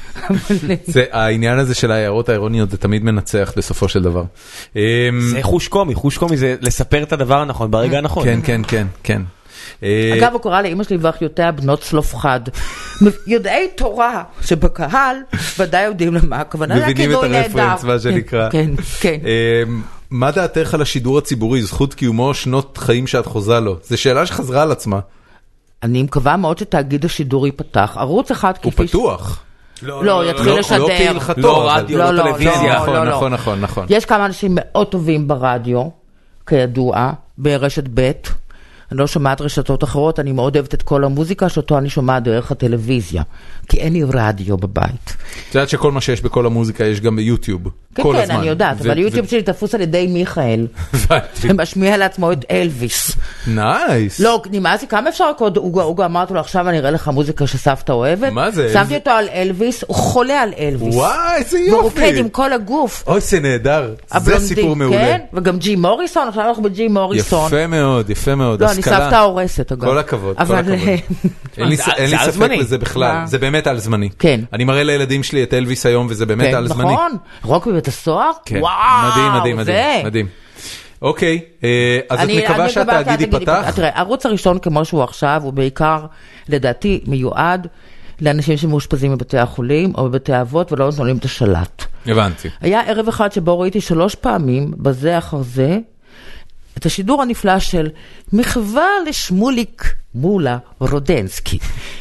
העניין הזה של ההערות האירוניות, זה תמיד מנצח בסופו של דבר. זה חוש קומי, חוש קומי זה לספר את הדבר הנכון, ברגע הנכון. כן, כן, כן, כן. אגב, הוא קורא לאמא שלי ואחיותיה בנות צלופחד. יודעי תורה שבקהל ודאי יודעים למה הכוונה. מבינים את הרפרנס, מה שנקרא. כן, כן. מה דעתך על השידור הציבורי, זכות קיומו, שנות חיים שאת חוזה לו? זו שאלה שחזרה על עצמה. אני מקווה מאוד שתאגיד השידור ייפתח. ערוץ אחד כפי... הוא פתוח. לא, יתחיל לשדר. לא כהלכתו. לא רדיו, לא טלוויזיה. נכון. יש כמה אנשים מאוד טובים ברדיו, כידוע, ברשת ב'. אני לא שומעת רשתות אחרות, אני מאוד אוהבת את כל המוזיקה, שאותו אני שומעת דרך הטלוויזיה, כי אין לי רדיו בבית. את יודעת שכל מה שיש בכל המוזיקה יש גם ביוטיוב, כן, כל כן, הזמן. אני יודעת, אבל יוטיוב שלי תפוס על ידי מיכאל, ומשמיע לעצמו את אלוויס. נייס. לא, נמאס לי, כמה אפשר לקוד, הוא אמרתי לו, עכשיו אני אראה לך מוזיקה שסבתא אוהבת. מה זה? שמתי אותו על אלוויס, הוא חולה על אלוויס. וואי, איזה יופי. ורוקד עם כל הגוף. אוי, זה נהדר. זה סיפור מעולה. כן, וגם ג'י מוריסון, עכשיו אנחנו בג'י מוריסון. יפה מאוד, יפה מאוד. לא, אני סבתא הורסת, אגב. כל הכבוד, כל הכבוד. אין לי ספק בזה בכלל, זה באמת על זמני. כן. אני מראה לילדים שלי את אלוויס היום, וזה באמת על זמני. נכון, רוק בבית הסוהר? כן, וואו, מדהים. אוקיי, אז את מקווה שהתאגיד ייפתח? תראה, הערוץ הראשון כמו שהוא עכשיו, הוא בעיקר, לדעתי, מיועד לאנשים שמאושפזים בבתי החולים, או בבתי האבות, ולא נותנים את השלט. הבנתי. היה ערב אחד שבו ראיתי 3 פעמים, בזה אחר זה, את השידור הנפלא של מחווה לשמוליק מולה רודנסקי.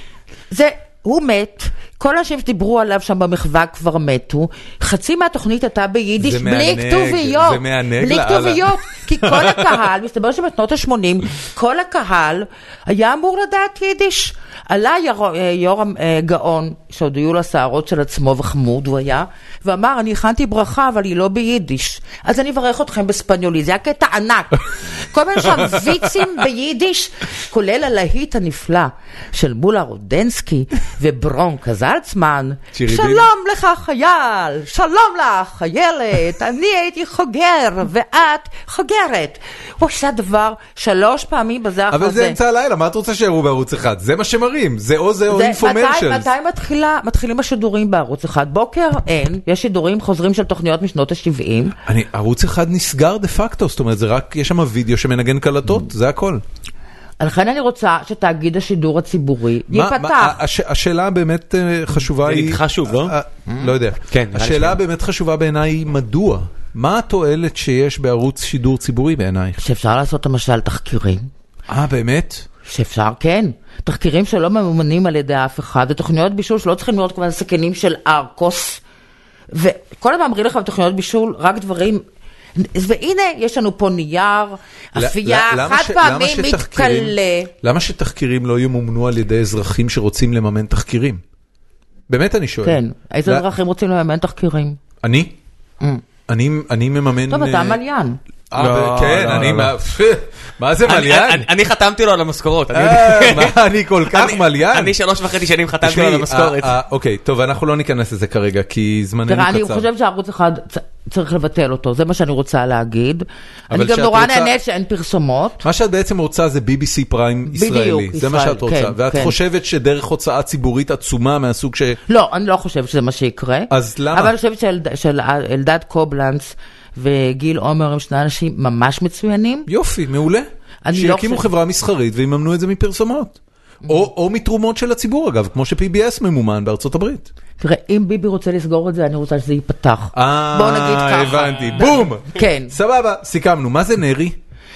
הוא מת, כל האנשים שדיברו עליו שם במחווה כבר מתו, חצי מהתוכנית הייתה ביידיש, בלי כתוביות. זה מהנג בלי כתוביות, כי כל הקהל, מסתבר שבשנות ה-80, כל הקהל היה אמור לדעת יידיש. עלה יורם גאון, שעוד היו לו שערות של עצמו וחמוד הוא היה, ואמר, אני הכנתי ברכה, אבל היא לא ביידיש. אז אני אברך אתכם בספניולי, זה היה קטע ענק. כל מיני שם ויצים ביידיש, כולל הלהיט הנפלא של מולה רודנסקי וברונקה זלצמן. שלום לך חייל, שלום לך חיילת, אני הייתי חוגר ואת חוגרת. הוא עושה דבר 3 פעמים בזה אחר זה. אבל זה אמצע הלילה, מה את רוצה שיראו בערוץ אחד? זה מה שמראים, זה או אינפורמנשלס. מתי מתחילים השידורים בערוץ אחד? בוקר אין, יש שידורים חוזרים של תוכניות משנות ה-70. ערוץ אחד נסגר דה פקטו, זאת אומרת, זה רק, יש שם וידאו שמנגן קלטות, זה הכל. לכן אני רוצה שתאגיד השידור הציבורי ייפתח. השאלה באמת חשובה היא... זה נדחה שוב, לא? לא יודע. השאלה באמת חשובה בעיניי היא מדוע? מה התועלת שיש בערוץ שידור ציבורי בעינייך? שאפשר לעשות למשל תחקירים. באמת? שאפשר, כן. תחקירים שלא ממומנים על ידי אף אחד, ותוכניות בישול שלא צריכים לראות כבר סכינים של ארקוס. וכל הזמן אומרים לך בתוכניות בישול רק דברים... והנה, יש לנו פה נייר, אפייה, חד פעמים מתקלה. למה שתחקירים לא ימומנו על ידי אזרחים שרוצים לממן תחקירים? באמת אני שואל. כן, איזה אזרחים רוצים לממן תחקירים? אני? אני מממן... טוב, אתה מליין. כן, אני... מה זה מליין? אני חתמתי לו על המשכורות. מה, אני כל כך מליין? אני 3.5 שנים חתמתי לו על המשכורת. אוקיי, טוב, אנחנו לא ניכנס לזה כרגע, כי זמננו קצר. תראה, אני חושבת שערוץ אחד צריך לבטל אותו, זה מה שאני רוצה להגיד. אני גם נורא נהנית שאין פרסומות. מה שאת בעצם רוצה זה BBC פריים ישראלי, זה מה שאת רוצה. ואת חושבת שדרך הוצאה ציבורית עצומה מהסוג ש... לא, אני לא חושבת שזה מה שיקרה. אז למה? אבל אני חושבת שאלדד קובלנץ וגיל עומר הם 2 אנשים ממש מצוינים. יופי, מעולה. שיקימו חברה מסחרית ויממנו את זה מפרסומות. או מתרומות של הציבור אגב, כמו ש-PBS ממומן בארצות הברית. תראה, אם ביבי רוצה לסגור את זה, אני רוצה שזה ייפתח. בואו נגיד ככה. הבנתי, בום! כן. סבבה, סיכמנו. מה זה נרי?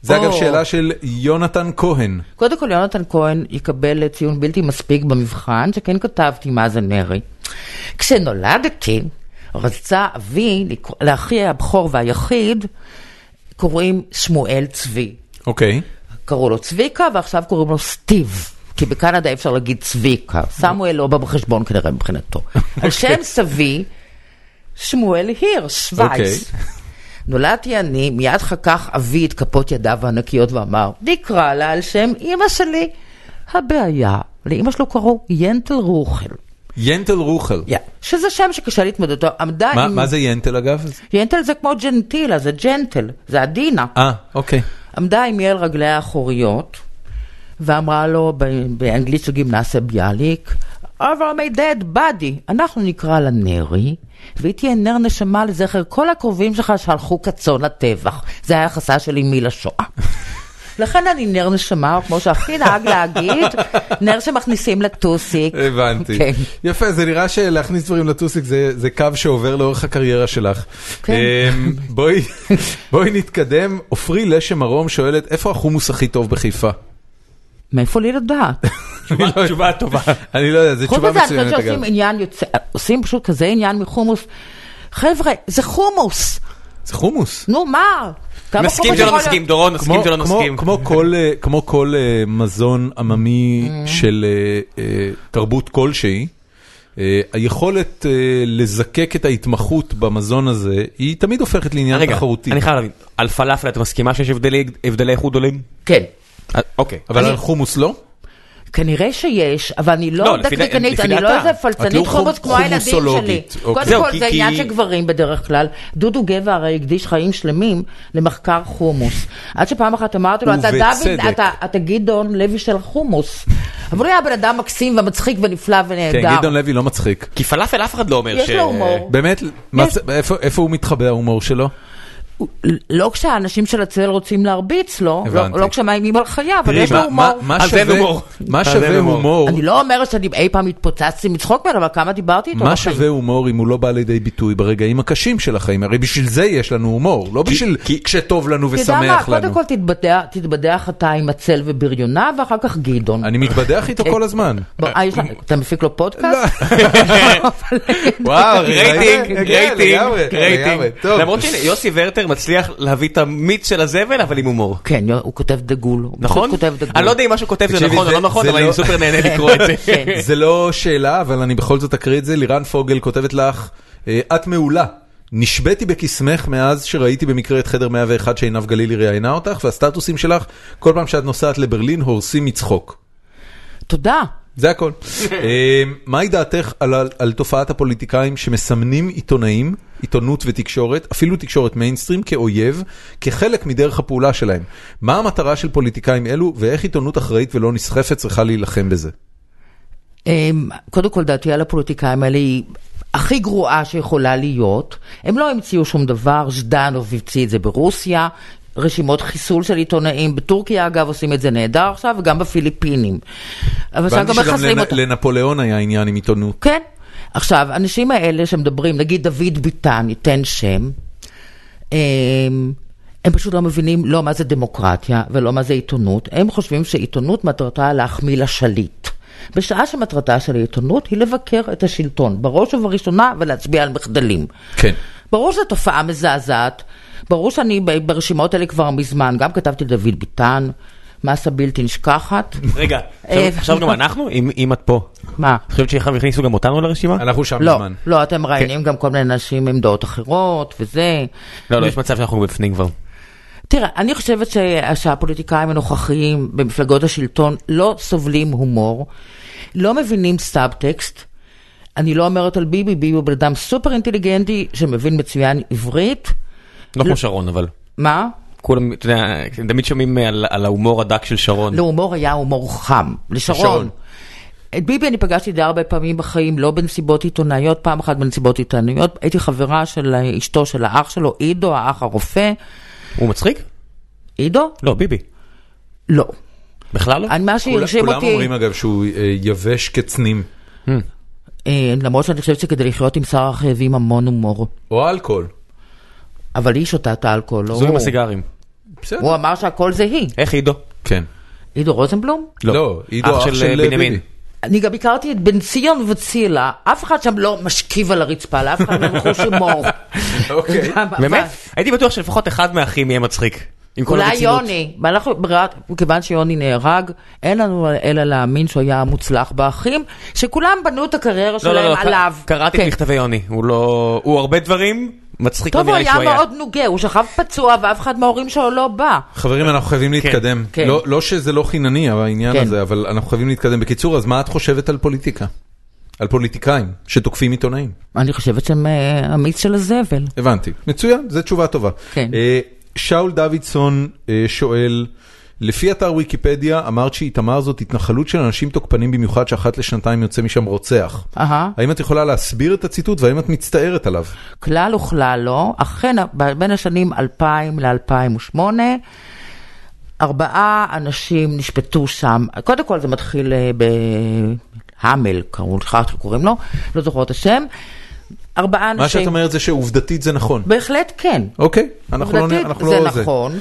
זה אגב שאלה של יונתן כהן. קודם כל, יונתן כהן יקבל ציון בלתי מספיק במבחן, שכן כתבתי מה זה נרי. כשנולדתי, רצה אבי, לאחי הבכור והיחיד, קוראים שמואל צבי. אוקיי. קראו לו צביקה, ועכשיו קוראים לו סטיב. כי בקנדה אפשר להגיד צביקה. סמואל לא בא בחשבון כנראה מבחינתו. על שם סבי, שמואל הירש, שווייץ. נולדתי אני, מיד אחר כך אבי את כפות ידיו הענקיות ואמר, נקרא לה על שם אמא שלי. הבעיה, לאמא שלו קראו ינטל רוחל. ינטל רוחל. שזה שם שקשה להתמודד אותו. מה זה ינטל אגב? ינטל זה כמו ג'נטילה, זה ג'נטל, זה עדינה. אוקיי. עמדה עם יעל רגליה האחוריות, ואמרה לו באנגלית של גימנסיה ביאליק, over my dead body, אנחנו נקרא לה נרי, והיא תהיה נר נשמה לזכר כל הקרובים שלך שהלכו כצאן לטבח. זה היה יחסה של אמי לשואה. לכן אני נר נשמה, או כמו שהכי נהג להגיד, נר שמכניסים לטוסיק. הבנתי. יפה, זה נראה שלהכניס דברים לטוסיק זה קו שעובר לאורך הקריירה שלך. בואי נתקדם. עופרי לשם מרום שואלת, איפה החומוס הכי טוב בחיפה? מאיפה לי לדעת? תשובה טובה. אני לא יודע, זו תשובה מצוינת אגב. עושים פשוט כזה עניין מחומוס. חבר'ה, זה חומוס. זה חומוס? נו, מה? נסכים שלא נסכים, דורון, נסכים שלא נסכים. כמו כל מזון עממי של תרבות כלשהי, היכולת לזקק את ההתמחות במזון הזה, היא תמיד הופכת לעניין תחרותי. אני חייב להבין, על פלאפל אתה מסכימה שיש הבדלי איכות גדולים? כן. אוקיי. אבל על חומוס לא? כנראה שיש, אבל אני לא דקדקנית, אני לא איזה פלצנית חומוס כמו הילדים שלי. קודם כל זה עניין של גברים בדרך כלל. דודו גבע הרי הקדיש חיים שלמים למחקר חומוס. עד שפעם אחת אמרתי לו, אתה דוד, אתה גדעון לוי של חומוס. אבל הוא היה בן אדם מקסים ומצחיק ונפלא ונהדר. כן, גדעון לוי לא מצחיק. כי פלאפל אף אחד לא אומר ש... יש לו הומור. באמת? איפה הוא מתחבא ההומור שלו? לא כשהאנשים של הצל רוצים להרביץ לו, לא כשמאיימים על חיה, אבל יש לו הומור. מה שווה הומור? אני לא אומרת שאני אי פעם התפוצצתי מצחוק מן, אבל כמה דיברתי איתו. מה שווה הומור אם הוא לא בא לידי ביטוי ברגעים הקשים של החיים? הרי בשביל זה יש לנו הומור, לא בשביל כשטוב לנו ושמח לנו. קודם כל תתבדח אתה עם הצל ובריונה, ואחר כך גדעון. אני מתבדח איתו כל הזמן. אתה מפיק לו פודקאסט? וואו, רייטינג. למרות שהנה, יוסי ורטר מצליח להביא את המיץ של הזבל, אבל עם הומור. כן, הוא כותב דגול. נכון? אני לא יודע אם מה שהוא כותב זה נכון או לא נכון, אבל אני סופר נהנה לקרוא את זה. זה לא שאלה, אבל אני בכל זאת אקריא את זה. לירן פוגל כותבת לך, את מעולה. נשבתי בקסמך מאז שראיתי במקרה את חדר 101 שעינב גלילי ראיינה אותך, והסטטוסים שלך, כל פעם שאת נוסעת לברלין, הורסים מצחוק. תודה. זה הכל. מהי דעתך על תופעת הפוליטיקאים שמסמנים עיתונאים, עיתונות ותקשורת, אפילו תקשורת מיינסטרים כאויב, כחלק מדרך הפעולה שלהם? מה המטרה של פוליטיקאים אלו, ואיך עיתונות אחראית ולא נסחפת צריכה להילחם בזה? קודם כל דעתי על הפוליטיקאים האלה היא הכי גרועה שיכולה להיות. הם לא המציאו שום דבר, ז'דנוב המציא את זה ברוסיה, רשימות חיסול של עיתונאים, בטורקיה אגב עושים את זה נהדר עכשיו, וגם בפיליפינים. ואני שגם לנפוליאון היה עניין עם עיתונות. כן. עכשיו, אנשים האלה שמדברים, נגיד דוד ביטן, ייתן שם, הם פשוט לא מבינים לא מה זה דמוקרטיה ולא מה זה עיתונות. הם חושבים שעיתונות מטרתה להחמיא לשליט. בשעה שמטרתה של העיתונות היא לבקר את השלטון, בראש ובראשונה, ולהצביע על מחדלים. כן. ברור שזו תופעה מזעזעת, ברור שאני ברשימות האלה כבר מזמן, גם כתבתי לדוד ביטן, מסה בלתי נשכחת. רגע, עכשיו גם אנחנו, אם את פה. מה? את חושבת שאחר הכניסו גם אותנו לרשימה? אנחנו שם מזמן. לא, אתם ראיינים גם כל מיני נשים עם דעות אחרות וזה. לא, יש מצב שאנחנו בפנים כבר. תראה, אני חושבת שהפוליטיקאים הנוכחיים במפלגות השלטון לא סובלים הומור, לא מבינים סאבטקסט. אני לא אומרת על ביבי, ביבי הוא בן אדם סופר אינטליגנטי שמבין מצוין עברית. לא כמו שרון, אבל. מה? כולם, אתה יודע, תמיד שומעים על ההומור הדק של שרון. להומור היה הומור חם, לשרון. את ביבי אני פגשתי די הרבה פעמים בחיים, לא בנסיבות עיתונאיות, פעם אחת בנסיבות עיתונאיות. הייתי חברה של אשתו של האח שלו, עידו, האח הרופא. הוא מצחיק? עידו? לא, ביבי. לא. בכלל לא? מה שהרשים אותי... כולם אומרים אגב שהוא יבש כצנים. למרות שאני חושבת שכדי לחיות עם שר חייבים המון הומור. או אלכוהול. אבל היא שותה את האלכוהול, לא... זו עם הסיגרים. הוא אמר שהכל זה היא. איך עידו? כן. עידו רוזנבלום? לא, עידו אח של בנימין. אני גם הכרתי את בן ציון וצילה, אף אחד שם לא משכיב על הרצפה, לאף אחד לא מחוש הומור. אוקיי. באמת? הייתי בטוח שלפחות אחד מהאחים יהיה מצחיק. אולי יוני, כיוון שיוני נהרג, אין לנו אלא להאמין שהוא היה מוצלח באחים, שכולם בנו את הקריירה שלהם עליו. קראתי את מכתבי יוני, הוא הרבה דברים, מצחיק לא נראה שהוא היה. טוב, הוא היה מאוד נוגע, הוא שכב פצוע ואף אחד מההורים שלו לא בא. חברים, אנחנו חייבים להתקדם. לא שזה לא חינני, העניין הזה, אבל אנחנו חייבים להתקדם. בקיצור, אז מה את חושבת על פוליטיקה? על פוליטיקאים שתוקפים עיתונאים? אני חושבת שהם המיץ של הזבל. הבנתי, מצוין, זו תשובה טובה. כן. שאול דוידסון שואל, לפי אתר ויקיפדיה אמרת שאיתמר זאת התנחלות של אנשים תוקפנים במיוחד שאחת לשנתיים יוצא משם רוצח. האם את יכולה להסביר את הציטוט והאם את מצטערת עליו? כלל וכלל לא. אכן בין השנים 2000 ל-2008 4 אנשים נשפטו שם. קודם כל זה מתחיל בהמל, קוראים לו, לא זוכר את השם. 4 אנשים. מה שאת אומרת זה שעובדתית זה נכון. בהחלט כן. אוקיי. עובדתית זה נכון.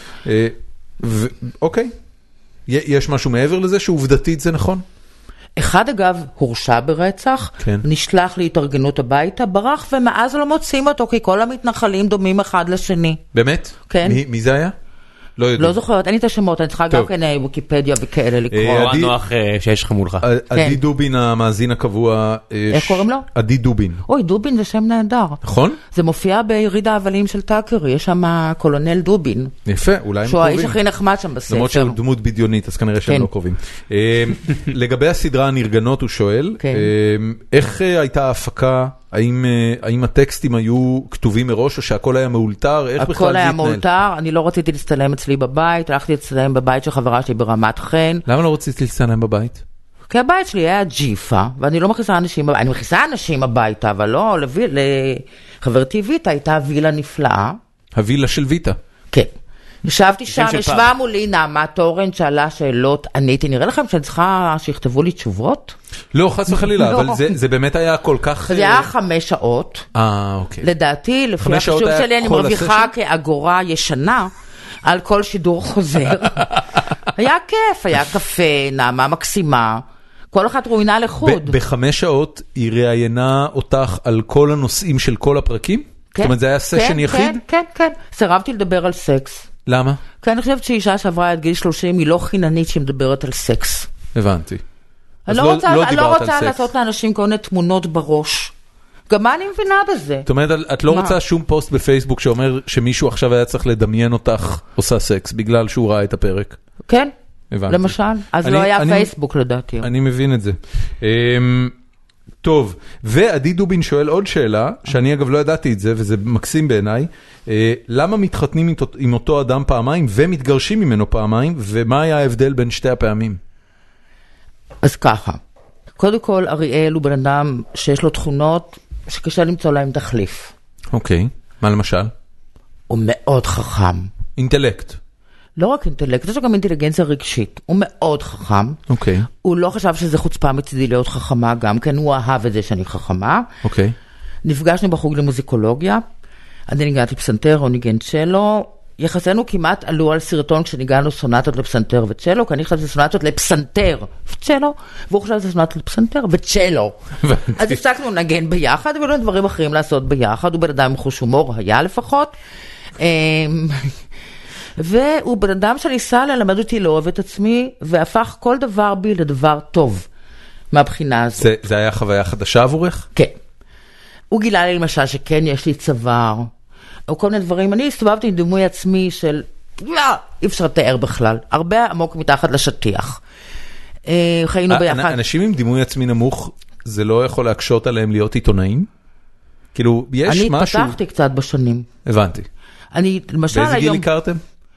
אוקיי. יש משהו מעבר לזה שעובדתית זה נכון? אחד אגב הורשע ברצח, נשלח להתארגנות הביתה, ברח ומאז לא מוצאים אותו כי כל המתנחלים דומים אחד לשני. באמת? כן. מי זה היה? לא זוכרת, אין לי את השמות, אני צריכה גם כן ויקיפדיה וכאלה לקרוא. נורא נוח שיש לך מולך. עדי דובין המאזין הקבוע. איך קוראים לו? עדי דובין. אוי, דובין זה שם נהדר. נכון? זה מופיע ביריד האבלים של טאקר, יש שם קולונל דובין. יפה, אולי הם קרובים. שהוא האיש הכי נחמד שם בספר. למרות שהוא דמות בדיונית, אז כנראה שהם לא קרובים. לגבי הסדרה הנרגנות הוא שואל, איך הייתה ההפקה? האם הטקסטים היו כתובים מראש או שהכל היה מאולתר? איך בכלל זה התנהל? הכל היה מאולתר, אני לא רציתי להצטלם אצלי בבית, הלכתי להצטלם בבית של חברה שלי ברמת חן. למה לא רציתי להצטלם בבית? כי הבית שלי היה ג'יפה, ואני לא מכניסה אנשים בבית, אני מכניסה אנשים הביתה, אבל לא, לחברתי ויטה הייתה וילה נפלאה. הווילה של ויטה? כן. ישבתי שם, ישבה מולי נעמה תורן, שאלה שאלות, עניתי, נראה לכם שאני צריכה שיכתבו לי תשובות? לא, חס וחלילה, אבל זה באמת היה כל כך... זה היה 5 שעות. אוקיי. לדעתי, לפי החישוב שלי, אני מרוויחה כאגורה ישנה, על כל שידור חוזר. היה כיף, היה קפה, נעמה מקסימה, כל אחת רואינה לחוד. ב5 שעות היא ראיינה אותך על כל הנושאים של כל הפרקים? זאת אומרת, זה היה סשן יחיד? כן, כן. סירבתי לדבר על סקס. למה? כי אני חושבת שאישה שעברה עד גיל 30 היא לא חיננית שהיא מדברת על סקס. הבנתי. אני לא רוצה לעשות לאנשים כל מיני תמונות בראש. גם מה אני מבינה בזה? זאת אומרת, את לא רוצה שום פוסט בפייסבוק שאומר שמישהו עכשיו היה צריך לדמיין אותך עושה סקס בגלל שהוא ראה את הפרק? כן, הבנתי. למשל. אז לא היה פייסבוק לדעתי. אני מבין את זה. טוב, ועדי דובין שואל עוד שאלה, שאני אגב לא ידעתי את זה, וזה מקסים בעיניי, למה מתחתנים עם אותו אדם פעמיים ומתגרשים ממנו פעמיים, ומה היה ההבדל בין שתי הפעמים? אז ככה, קודם כל אריאל הוא בן אדם שיש לו תכונות שקשה למצוא להם תחליף. אוקיי, מה למשל? הוא מאוד חכם. אינטלקט. לא רק אינטלקט, יש לו גם אינטליגנציה רגשית. הוא מאוד חכם. אוקיי. הוא לא חשב שזה חוצפה מצידי להיות חכמה גם, כן הוא אהב את זה שאני חכמה. אוקיי. נפגשנו בחוג למוזיקולוגיה. אני ניגנתי פסנתר, הוא ניגן צ'לו. יחסינו כמעט עלו על סרטון כשניגענו סונטות לפסנתר וצ'לו, כי אני חשבתי סונטות לפסנתר וצ'לו, והוא חשב שזה סונטות לפסנתר וצ'לו. אז הפסקנו לנגן ביחד, ולא דברים אחרים לעשות ביחד. הוא בן אדם עם חוש הומור, היה לפחות. והוא בן אדם שניסה ללמד אותי לאהוב את עצמי, והפך כל דבר בי לדבר טוב, מהבחינה הזאת. זה היה חוויה חדשה עבורך? כן. הוא גילה לי למשל שכן יש לי צוואר, או כל מיני דברים. אני הסתובבתי עם דימוי עצמי של, אי אפשר לתאר בכלל, הרבה עמוק מתחת לשטיח. חיינו ביחד. אנשים עם דימוי עצמי נמוך, זה לא יכול להקשות עליהם להיות עיתונאים? כאילו, יש משהו... אני התפתחתי קצת בשנים. הבנתי. אני, למשל, באיזה גיל הכרתם?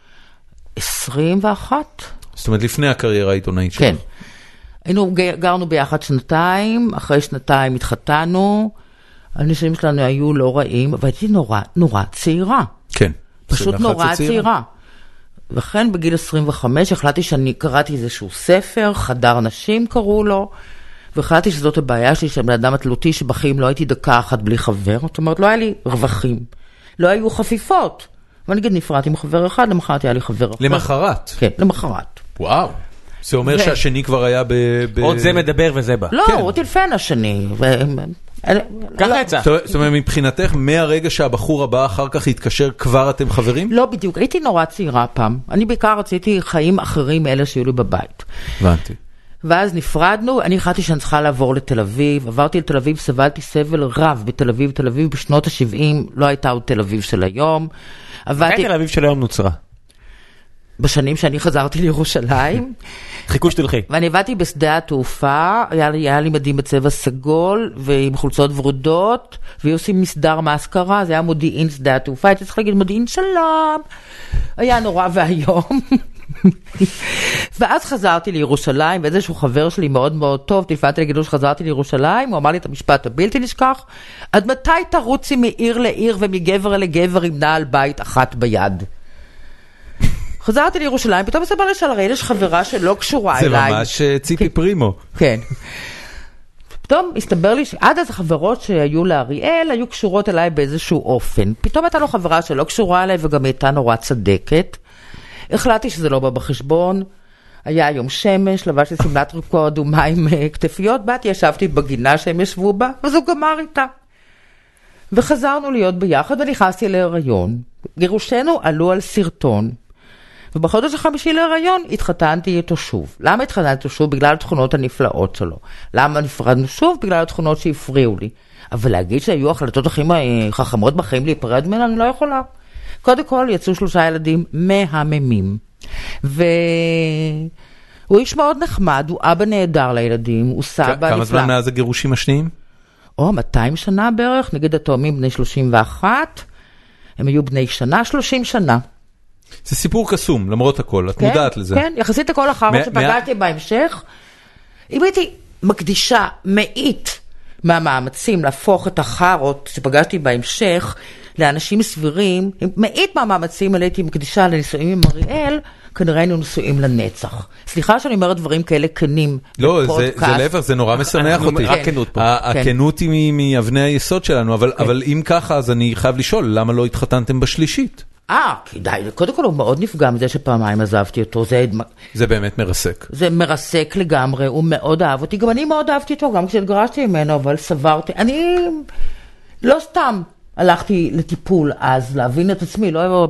21. זאת אומרת, לפני הקריירה העיתונאית שלך. כן. גרנו ביחד 2, אחרי 2 התחתנו, הנישואים שלנו היו לא רעים, אבל הייתי נורא צעירה. כן. פשוט נורא צעירה. וכן בגיל 25 החלטתי שאני קראתי איזשהו ספר, חדר נשים קראו לו, והחלטתי שזאת הבעיה שלי, שבן אדם התלותי שבחיים לא הייתי דקה אחת בלי חבר, זאת אומרת, לא היה לי רווחים. לא היו חפיפות. ואני אגיד, נפרדתי עם חבר אחד, למחרת היה לי חבר אחר. למחרת? כן, למחרת. וואו. זה אומר שהשני כבר היה עוד זה מדבר וזה בא. לא, הוא טלפן השני. ככה יצא. זאת אומרת, מבחינתך, מהרגע שהבחור הבא אחר כך יתקשר, כבר אתם חברים? לא בדיוק, הייתי נורא צעירה פעם. אני בעיקר רציתי חיים אחרים מאלה שהיו לי בבית. הבנתי. ואז נפרדנו, אני החלטתי שאני צריכה לעבור לתל אביב, עברתי לתל אביב, סבלתי סבל רב בתל אביב, תל אביב בשנות ה-70, לא הייתה עוד תל אביב של היום. מתי תל אביב של היום נוצרה? בשנים שאני חזרתי לירושלים. חיכו שתלכי. ואני עבדתי בשדה התעופה, היה לי מדים בצבע סגול, ועם חולצות ורודות, והיו עושים מסדר מאסקרה, זה היה מודיעין שדה התעופה, הייתי צריך להגיד מודיעין שלום. היה נורא והיום. ואז חזרתי לירושלים, ואיזשהו חבר שלי מאוד מאוד טוב, תלפנתי לגדול שחזרתי לירושלים, הוא אמר לי את המשפט הבלתי נשכח, עד מתי תרוצי מעיר לעיר ומגבר לגבר עם נעל בית אחת ביד? חזרתי לירושלים, פתאום מסתבר לי שהרי יש חברה שלא קשורה אליי. זה ממש ציפי פרימו. כן. פתאום הסתבר לי שעד אז החברות שהיו לאריאל היו קשורות אליי באיזשהו אופן. פתאום הייתה לו חברה שלא קשורה אליי וגם הייתה נורא צדקת. החלטתי שזה לא בא בחשבון. היה יום שמש, לבשתי שמלת טריקו אדומה עם כתפיות, באתי, ישבתי בגינה שהם ישבו בה, ואז הוא גמר איתה. וחזרנו להיות ביחד ונכנסתי להיריון. גירושנו עלו על סרטון. ובחודש החמישי להיריון התחתנתי איתו שוב. למה התחתנתי איתו שוב? בגלל התכונות הנפלאות שלו. למה נפרדנו שוב? בגלל התכונות שהפריעו לי. אבל להגיד שהיו החלטות הכי חכמות בחיים להיפרד ממנו, אני לא יכולה. קודם כל יצאו 3 ילדים מהממים. והוא איש מאוד נחמד, הוא אבא נהדר לילדים, הוא סבא נפלא. כמה זמן מאז הגירושים השניים? 200 שנה בערך, נגיד התאומים בני 31, הם היו בני שנה, 30 שנה. זה סיפור קסום, למרות הכל, את מודעת לזה. כן, יחסית הכל אחר שפגעתי בהמשך. אם הייתי מקדישה מאית מהמאמצים להפוך את החרות שפגשתי בהמשך לאנשים סבירים, מאית מהמאמצים האלה הייתי מקדישה לנישואים עם אריאל, כנראה היינו נישואים לנצח. סליחה שאני אומרת דברים כאלה כנים. לא, זה להפך, זה נורא משמח אותי. הכנות היא מאבני היסוד שלנו, אבל אם ככה, אז אני חייב לשאול, למה לא התחתנתם בשלישית? כדאי, קודם כל הוא מאוד נפגע מזה שפעמיים עזבתי אותו, זה באמת מרסק. זה מרסק לגמרי, הוא מאוד אהב אותי, גם אני מאוד אהבתי אותו, גם כשהתגרשתי ממנו, אבל סברתי, אני לא סתם הלכתי לטיפול אז, להבין את עצמי, לא,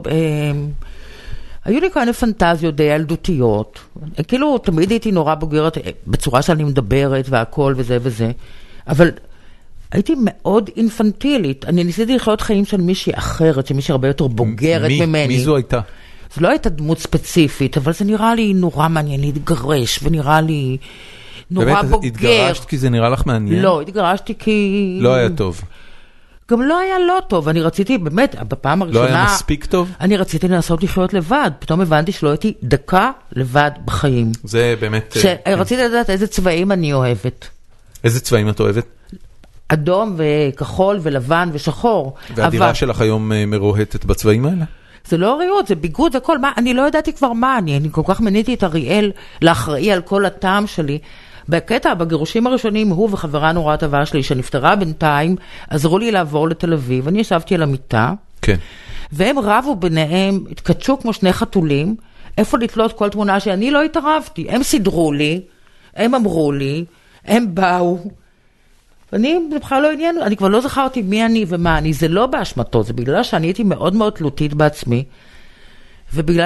היו לי כאלה פנטזיות די ילדותיות, כאילו תמיד הייתי נורא בוגרת, בצורה שאני מדברת והכל וזה וזה, אבל הייתי מאוד אינפנטילית. אני ניסיתי לחיות חיים של מישהי אחרת, של מישהי הרבה יותר בוגרת ממני. מי זו הייתה? זו לא הייתה דמות ספציפית, אבל זה נראה לי נורא מעניין להתגרש, ונראה לי נורא בוגר. באמת, התגרשת כי זה נראה לך מעניין? לא, התגרשתי כי לא היה טוב. גם לא היה לא טוב, אני רציתי, באמת, בפעם הראשונה... לא היה מספיק טוב? אני רציתי לנסות לחיות לבד, פתאום הבנתי שלא הייתי דקה לבד בחיים. זה באמת... רציתי לדעת איזה צבעים אני אוהבת. איזה צבעים את אוהבת? אדום וכחול ולבן ושחור. והדירה שלך היום מרוהטת בצבעים האלה? זה לא ריהוט, זה ביגוד וכל מה, אני לא ידעתי כבר מה, אני כל כך מניתי את אריאל לאחראי על כל הטעם שלי. בקטע, בגירושים הראשונים, הוא וחברה נורא טובה שלי, שנפטרה בינתיים, עזרו לי לעבור לתל אביב, אני ישבתי על המיטה, כן. והם רבו ביניהם, התקדשו כמו 2 חתולים, איפה לתלות כל תמונה שאני לא התערבתי. הם סידרו לי, הם אמרו לי, הם באו, אני בכלל לא עניין, אני כבר לא זכרתי מי אני ומה אני, זה לא באשמתו, זה בגלל שאני הייתי מאוד מאוד תלותית בעצמי, ובגלל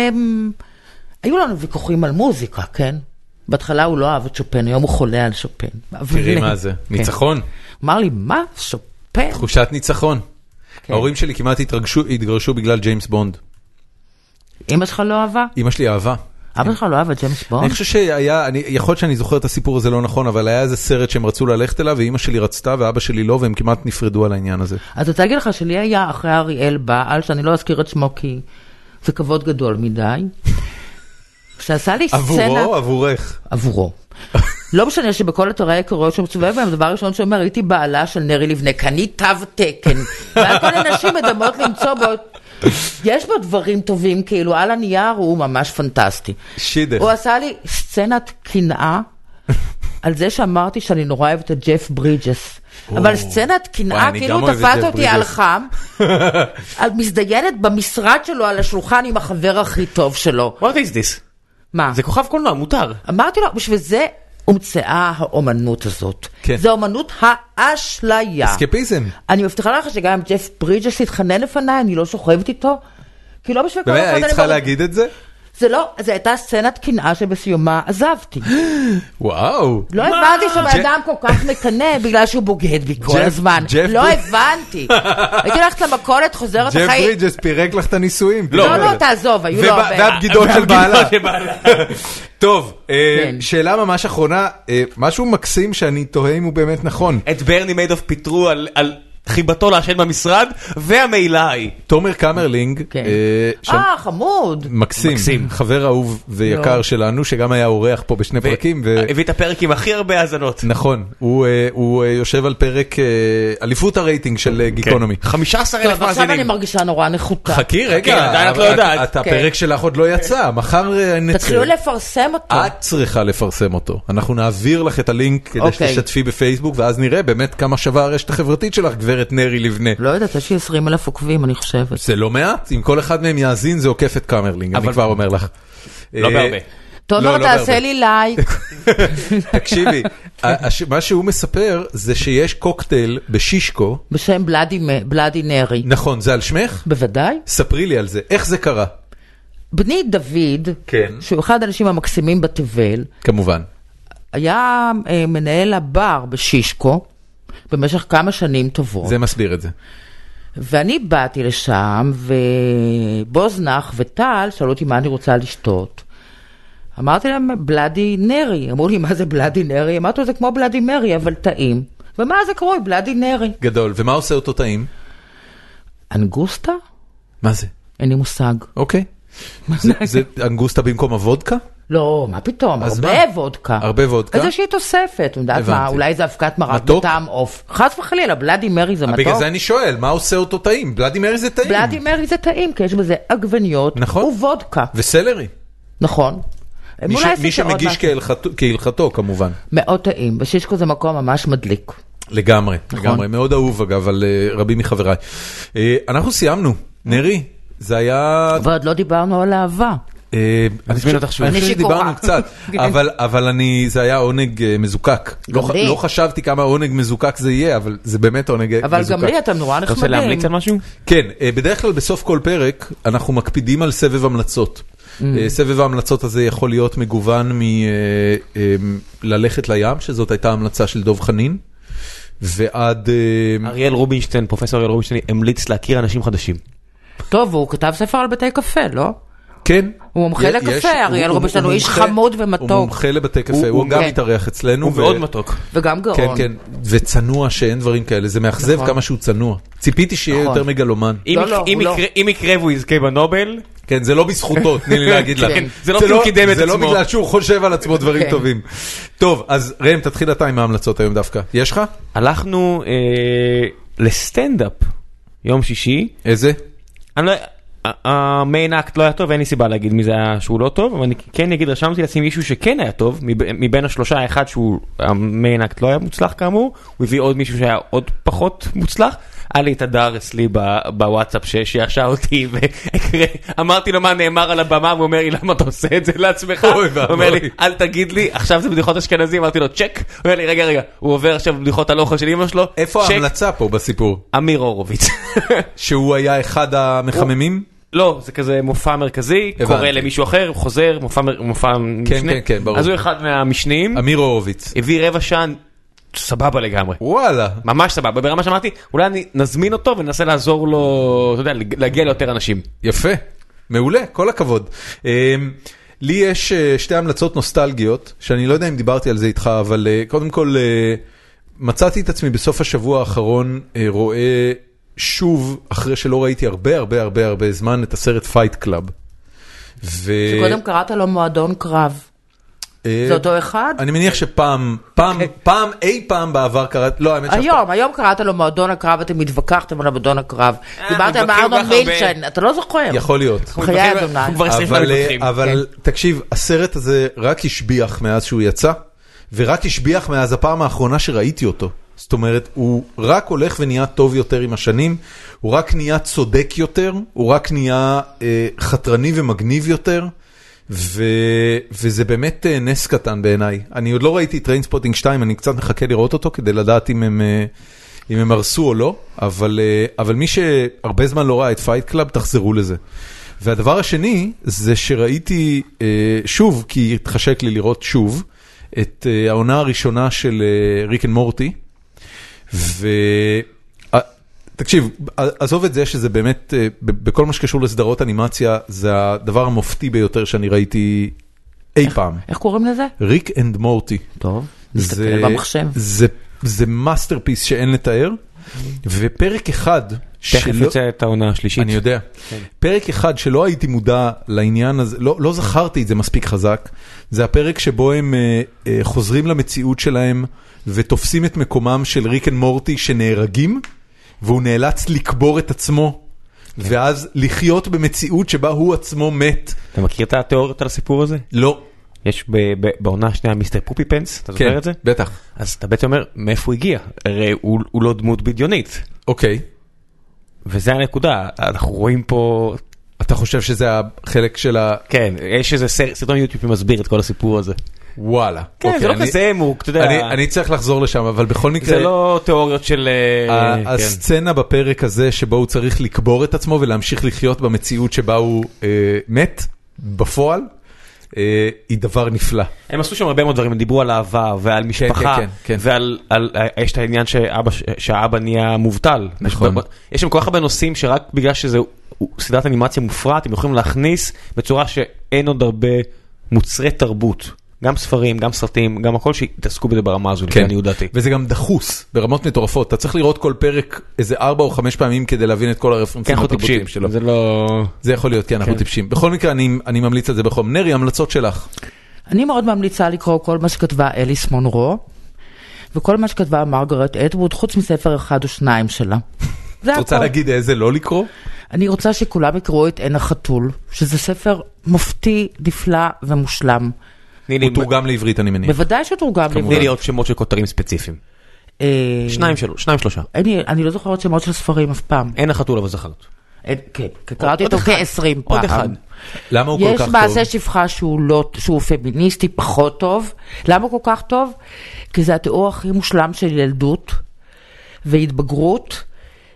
שהיו לנו ויכוחים על מוזיקה, כן? בהתחלה הוא לא אהב את שופן, היום הוא חולה על שופן. תראי מה זה, ניצחון. אמר לי, מה? שופן? תחושת ניצחון. ההורים שלי כמעט התגרשו בגלל ג'יימס בונד. אמא שלך לא אהבה? אמא שלי אהבה. אבא שלך לא אהב את ג'יימס בונד? אני חושב שהיה, יכול להיות שאני זוכר את הסיפור הזה לא נכון, אבל היה איזה סרט שהם רצו ללכת אליו, ואמא שלי רצתה ואבא שלי לא, והם כמעט נפרדו על העניין הזה. אז רוצה להגיד לך שלי היה אחרי אריאל בעל, שאני לא אזכיר את שמו כי זה כבוד גדול מדי. שעשה לי סצנה... עבורו, עבורך. עבורו. לא משנה שבכל אתרי ההיכרויות שמצובב בהם, דבר ראשון שאומר, הייתי בעלה של נרי לבנה, קני תו תקן. ואז כל הנשים מדמות למצוא בו... יש בו דברים טובים, כאילו על הנייר הוא ממש פנטסטי. שידך. הוא עשה לי סצנת קנאה, על זה שאמרתי שאני נורא אוהבת את ג'ף ברידג'ס. אבל סצנת קנאה, כאילו תפס אותי על חם, על מזדיינת במשרד שלו, על השולחן עם החבר הכי טוב שלו. What is this? מה? זה כוכב קולנוע, מותר. אמרתי לו, בשביל זה הומצאה האומנות הזאת. כן. זה אומנות האשליה. אסקפיזם. אני מבטיחה לך שגם ג'ף ברידג'ס התחנן לפניי, אני לא שוכבת איתו, כי לא בשביל כל באמת, היית צריכה להגיד את זה? זה לא, זה הייתה סצנת קנאה שבסיומה עזבתי. וואו. לא הבנתי שבאדם כל כך מקנא בגלל שהוא בוגד בי כל הזמן. לא הבנתי. הייתי הולכת למכולת, חוזרת ג'ף החיים. ברידג'ס פירק לך את הנישואים. לא, תעזוב, היו לו הרבה. והבגידות של בעלה. טוב, שאלה ממש אחרונה, משהו מקסים שאני תוהה אם הוא באמת נכון. את ברני מיידוף פיטרו על חיבתו לעשן במשרד, והמעילה היא. תומר קמרלינג, חמוד. מקסים, חבר אהוב ויקר שלנו, שגם היה אורח פה בשני פרקים. הביא את הפרק עם הכי הרבה האזנות. נכון, הוא יושב על פרק אליפות הרייטינג של גיקונומי. 15,000 מאזינים. עכשיו אני מרגישה נורא נחותה. חכי רגע, עדיין את לא יודעת. הפרק שלך עוד לא יצא, מחר נצא. תתחילו לפרסם אותו. את צריכה לפרסם אותו. אנחנו נעביר לך את הלינק כדי שתשתפי בפייסבוק, ואז נראה באמת כמה שווה הרשת החברתית שלך, גברת נרי לבנה. לא יודעת, יש לי 20,000 עוקבים, אני חושבת. זה לא מעט, אם כל אחד מהם יאזין, זה עוקף את קמרלינג, אני כבר אומר לך. לא בהרבה. תומר, תעשה לי לייק. תקשיבי, מה שהוא מספר זה שיש קוקטייל בשישקו. בשם בלאדי נרי. נכון, זה על שמך? בוודאי. ספרי לי על זה, איך זה קרה? בני דוד, שהוא אחד האנשים המקסימים בתבל, כמובן. היה מנהל הבר בשישקו, במשך כמה שנים טובות. זה מסביר את זה. ואני באתי לשם, ובוזנח וטל שאלו אותי מה אני רוצה לשתות. אמרתי להם, בלאדי נרי. אמרו לי, מה זה בלאדי נרי? אמרתי לו, זה כמו בלאדי מרי, אבל טעים. ומה זה קרוי? בלאדי נרי. גדול. ומה עושה אותו טעים? אנגוסטה? מה זה? אין לי מושג. אוקיי. זה אנגוסטה במקום הוודקה? לא, מה פתאום? הרבה וודקה. הרבה וודקה? איזושהי תוספת. אולי זה אבקת מרק בטעם עוף. חס וחלילה, בלאדי מרי זה מתוק. בגלל זה אני שואל, מה עושה אותו טעים? בלאדי מרי זה טעים. בלאדי מרי זה טעים, כי יש בזה עגבניות וודקה. וסלרי. נכון. מי שמגיש כהלכתו כמובן. מאוד טעים. בשישקו זה מקום ממש מדליק. לגמרי, לגמרי. מאוד אהוב אגב על רבים מחבריי. אנחנו סיימנו. נרי, זה היה... ועוד לא דיברנו על אהבה. אני חושב שדיברנו קצת, אבל זה היה עונג מזוקק. לא חשבתי כמה עונג מזוקק זה יהיה, אבל זה באמת עונג מזוקק. אבל גם לי אתם נורא נחמדים. אתה רוצה להמליץ על משהו? כן, בדרך כלל בסוף כל פרק אנחנו מקפידים על סבב המלצות. סבב ההמלצות הזה יכול להיות מגוון מללכת לים, שזאת הייתה המלצה של דוב חנין, ועד... אריאל רובינשטיין, פרופסור אריאל רובינשטיין, המליץ להכיר אנשים חדשים. טוב, הוא כתב ספר על בתי קפה, לא? כן. הוא מומחה לקפה, אריאל רובינשטיין, הוא איש חמוד ומתוק. הוא מומחה לבתי קפה, הוא גם מתארח אצלנו. הוא מאוד מתוק. וגם גאון. כן, כן, וצנוע שאין דברים כאלה, זה מאכזב כמה שהוא צנוע. ציפיתי שיהיה יותר מגלומן. אם יקרה והוא יזכה בנובל... כן, זה לא בזכותו, תני לי להגיד לך. זה לא כי הוא קידם את עצמו. זה לא בגלל שהוא חושב על עצמו דברים טובים. טוב, אז ראם, תתחיל אתה עם ההמלצות היום דווקא. יש לך? הלכנו לסטנדאפ יום שישי. איזה? המיין אקט לא היה טוב, אין לי סיבה להגיד מי זה היה שהוא לא טוב, אבל אני כן אגיד, רשמתי לעצמי מישהו שכן היה טוב, מבין השלושה האחד שהוא, המיין אקט לא היה מוצלח כאמור, הוא הביא עוד מישהו שהיה עוד פחות מוצלח, היה לי את הדר אצלי בוואטסאפ שישע אותי, ואמרתי לו מה נאמר על הבמה, והוא אומר לי, למה אתה עושה את זה לעצמך? הוא אומר לי, אל תגיד לי, עכשיו זה בדיחות אשכנזים, אמרתי לו, צ'ק, הוא אומר לי, רגע, הוא עובר עכשיו בדיחות הלוכל של אמא שלו, איפה ההמלצה פה בסיפור? אמיר הורוביץ. שהוא היה אחד המחממים? לא, זה כזה מופע מרכזי, קורא למישהו אחר, חוזר, מופע משנה. כן, כן, ברור. אז הוא אחד מהמשנים. אמיר הורוביץ. הביא רבע שעה, סבבה לגמרי. וואלה. ממש סבבה. ברמה שאמרתי, אולי נזמין אותו וננסה לעזור לו, אתה יודע, להגיע ליותר אנשים. יפה. מעולה, כל הכבוד. לי יש שתי המלצות נוסטלגיות, שאני לא יודע אם דיברתי על זה איתך, אבל קודם כל, מצאתי את עצמי בסוף השבוע האחרון, רואה שוב, אחרי שלא ראיתי הרבה זמן, את הסרט פייט קלאב. שקודם קראת לו מועדון קרב. זה אותו אחד? אני מניח שפעם, אי פעם בעבר קראת, לא, האמת היום קראת לו מועדון הקרב, אתם התווכחתם על מועדון הקרב. דיברת על ארנון מילצ'ן, אתה לא זוכר. יכול להיות. חיי אדוני. אבל תקשיב, הסרט הזה רק השביח מאז שהוא יצא. ורק השביח מאז הפעם האחרונה שראיתי אותו. זאת אומרת, הוא רק הולך ונהיה טוב יותר עם השנים, הוא רק נהיה צודק יותר, הוא רק נהיה חתרני ומגניב יותר, וזה באמת נס קטן בעיניי. אני עוד לא ראיתי טריינספוטינג 2, אני קצת מחכה לראות אותו כדי לדעת אם הם הרסו או לא, אבל מי שהרבה זמן לא ראה את פייט קלאב, תחזרו לזה. והדבר השני זה שראיתי שוב, כי התחשק לי לראות שוב, את העונה הראשונה של ריק אנד מורטי, תקשיב, עזוב את זה שזה באמת, בכל מה שקשור לסדרות אנימציה, זה הדבר המופתי ביותר שאני ראיתי אי פעם. איך קוראים לזה? ריק אנד מורטי. טוב, נסתכל במחשב. זה מאסטרפיס שאין לתאר, ופרק אחד, תכף יוצא את העונה השלישית. אני יודע. פרק אחד שלא הייתי מודע לעניין הזה, לא זכרתי את זה מספיק חזק, זה הפרק שבו הם חוזרים למציאות שלהם, ותופסים את מקומם של ריק אנד מורטי שנהרגים, והוא נאלץ לקבור את עצמו, ואז לחיות במציאות שבה הוא עצמו מת. אתה מכיר את התיאוריות על הסיפור הזה? לא. יש בעונה השנייה מיסטר פופי פנס, אתה זוכר את זה? כן, בטח. אז אתה בעצם אומר, מאיפה הוא הגיע? הרי הוא לא דמות בדיונית. אוקיי. וזה הנקודה, אנחנו רואים פה... אתה חושב שזה החלק של ה... כן, יש איזה סרטון יוטיוב שמסביר את כל הסיפור הזה. וואלה. כן, זה לא כזה עמוק, אתה יודע. אני צריך לחזור לשם, אבל בכל מקרה... זה לא תיאוריות של... הסצנה בפרק הזה שבו הוא צריך לקבור את עצמו ולהמשיך לחיות במציאות שבה הוא מת, בפועל, היא דבר נפלא. הם עשו שם הרבה מאוד דברים, הם דיברו על אהבה ועל משפחה, ועל... יש את העניין שהאבא נהיה מובטל. נכון. יש שם כל כך הרבה נושאים שרק בגלל שזה סדרת אנימציה מופרעת, הם יכולים להכניס בצורה שאין עוד הרבה מוצרי תרבות. גם ספרים, גם סרטים, גם הכל שהתעסקו בזה ברמה הזו, לפי אני יודעתי. וזה גם דחוס, ברמות מטורפות. אתה צריך לראות כל פרק איזה 4 או 5 פעמים כדי להבין את כל הרפרנסים התרבותיים שלו. זה לא... זה יכול להיות, כן, אנחנו טיפשים. בכל מקרה, אני ממליץ על זה בחום. נרי, המלצות שלך. אני מאוד ממליצה לקרוא כל מה שכתבה אליס מונרו, וכל מה שכתבה מרגרט אטווד, חוץ מספר 1 או 2 שלה. את רוצה להגיד איזה לא לקרוא? אני רוצה שכולם יקראו את עין החתול, שזה ספר מופתי, נפלא ומושלם. הוא תורגם לעברית, אני מניח. בוודאי שהוא תורגם לעברית. תני לי עוד שמות של כותרים ספציפיים. 2-3. אני לא זוכרת שמות של ספרים אף פעם. אין החתול אבל זכרת. כן, קראתי אותו כ-20 פעם. עוד אחד. למה הוא כל כך טוב? יש מעשה שפחה שהוא פמיניסטי פחות טוב. למה הוא כל כך טוב? כי זה התיאור הכי מושלם של ילדות והתבגרות,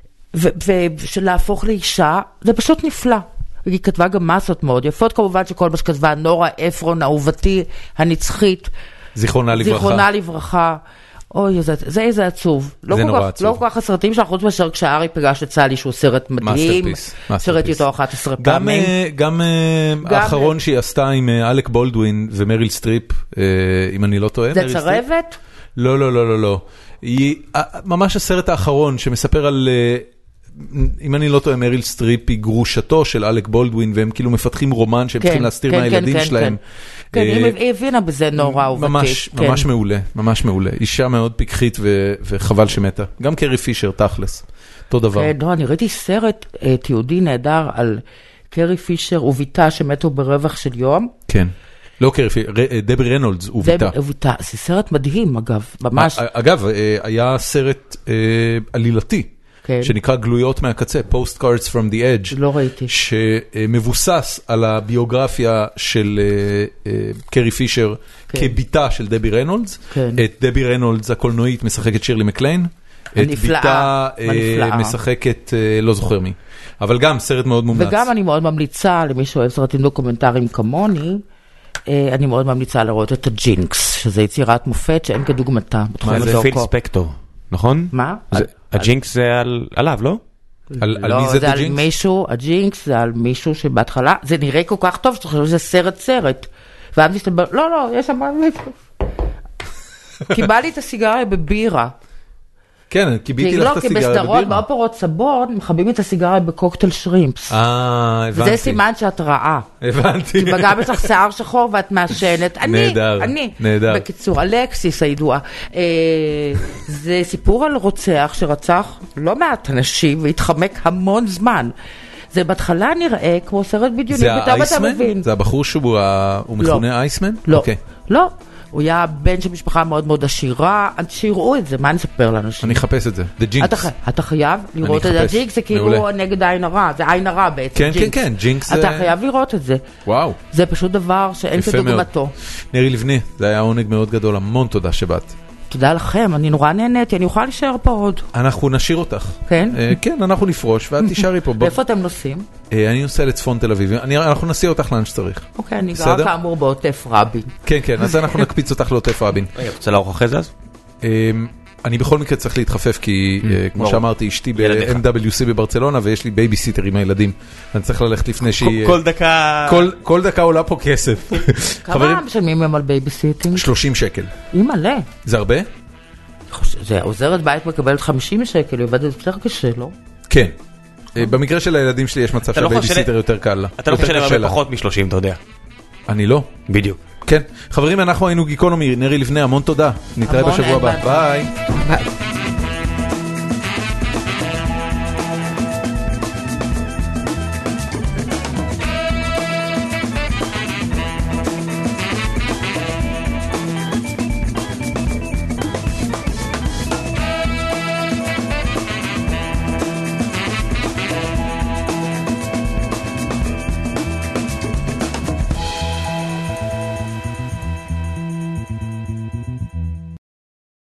ושלהפוך לאישה, זה פשוט נפלא. היא כתבה גם מסות מאוד יפות, כמובן שכל מה שכתבה נורה אפרון, אהובתי, הנצחית. זיכרונה לברכה. זיכרונה לברכה. אוי, זה איזה עצוב. זה נורא עצוב. לא כל כך הסרטים שלך, חוץ מאשר כשארי פגש את סלי, שהוא סרט מדהים. סרט איתו 11 פעמים. גם האחרון שהיא עשתה עם אלק בולדווין ומריל סטריפ, אם אני לא טועה. זה צרבת? לא, לא, לא, לא, לא. היא ממש הסרט האחרון שמספר על... אם אני לא טועה, מריל סטריפ היא גרושתו של אלק בולדווין, והם כאילו מפתחים רומן שהם צריכים להסתיר מהילדים שלהם. כן, היא הבינה בזה נורא אהובתי. ממש מעולה, ממש מעולה. אישה מאוד פיקחית וחבל שמתה. גם קרי פישר, תכלס. אותו דבר. לא, אני ראיתי סרט תיעודי נהדר על קרי פישר וביתה שמתו ברווח של יום. כן. לא קרי פישר, דבי רנולדס וביתה. זה סרט מדהים, אגב, ממש. אגב, היה סרט עלילתי. שנקרא גלויות מהקצה, Postcards from the Edge. לא ראיתי. שמבוסס על הביוגרפיה של קרי פישר כביתה של דבי רנולדס. את דבי רנולדס הקולנועית משחקת שירלי מקליין. את ביתה משחקת לא זוכר מי. אבל גם סרט מאוד מומלץ. וגם אני מאוד ממליצה, למי שאוהב סרטים דוקומנטריים כמוני, אני מאוד ממליצה לראות את הג'ינקס, שזה יצירת מופת שאין כדוגמתה. מה זה? פיל ספקטור, נכון? מה? הג'ינקס זה עליו, לא? על מי זה הג'ינקס? מישהו, הג'ינקס זה על מישהו שבהתחלה, זה נראה כל כך טוב, שאתה חושב שזה סרט. ואז מסתבר, לא, יש שם מישהו. קיבלתי את הסיגריה בבירה. כן, קיביתי לך את הסיגריה בבירה. כי בסדרות, באופרות סבון, מחבים את הסיגריה בקוקטייל שרימפס. הבנתי. וזה סימן שאת רעה. הבנתי. כי גם יש לך שיער שחור ואת מעשנת. אני. נהדר. בקיצור, אלקסיס הידועה. זה סיפור על רוצח שרצח לא מעט אנשים והתחמק המון זמן. זה בהתחלה נראה כמו סרט בדיוני. זה האייסמן? זה הבחור שהוא מכונה אייסמן? לא. לא. הוא היה בן של משפחה מאוד מאוד עשירה, שיראו את זה, מה נספר לאנשים? אני אחפש את זה, The Jinx. אתה חייב לראות את זה, ג'ינקס זה כאילו נגד העין הרע, זה עין הרע בעצם, כן, כן, כן, ג'ינקס זה... אתה חייב לראות את זה. וואו. זה פשוט דבר שאין כדוגמתו. נרי לבני, זה היה עונג מאוד גדול, המון תודה שבאת. תודה לכם, אני נורא נהניתי, אני אוכל להישאר פה עוד. אנחנו נשאיר אותך. כן? כן, אנחנו נפרוש, ואת תישארי פה. ואיפה אתם נוסעים? אני נוסע לצפון תל אביב, אנחנו נסיע אותך לאן שצריך. אוקיי, אני גר כאמור בעוטף רבין. כן, כן, אז אנחנו נקפיץ אותך לעוטף רבין. רוצה לערוך אחרי זה אז? אני בכל מקרה צריך להתחפף, כי כמו שאמרתי, אשתי ב-MWC בברצלונה, ויש לי בייביסיטר עם הילדים. אני צריך ללכת לפני שהיא... כל דקה עולה פה כסף. כמה משלמים הם על בייביסיטינג? 30 שקל. היא מלא. זה הרבה? זה עוזרת בית מקבלת 50 שקל, היא עובדת יותר קשה, לא? כן. במקרה של הילדים שלי יש מצב שהבייביסיטר יותר קל לה. אתה לא חושב הרבה פחות מ-30, אתה יודע. אני לא. בדיוק. כן. חברים, אנחנו היינו גיקונומי, נרי לבני, המון תודה. נתראה בשבוע הבא. ביי.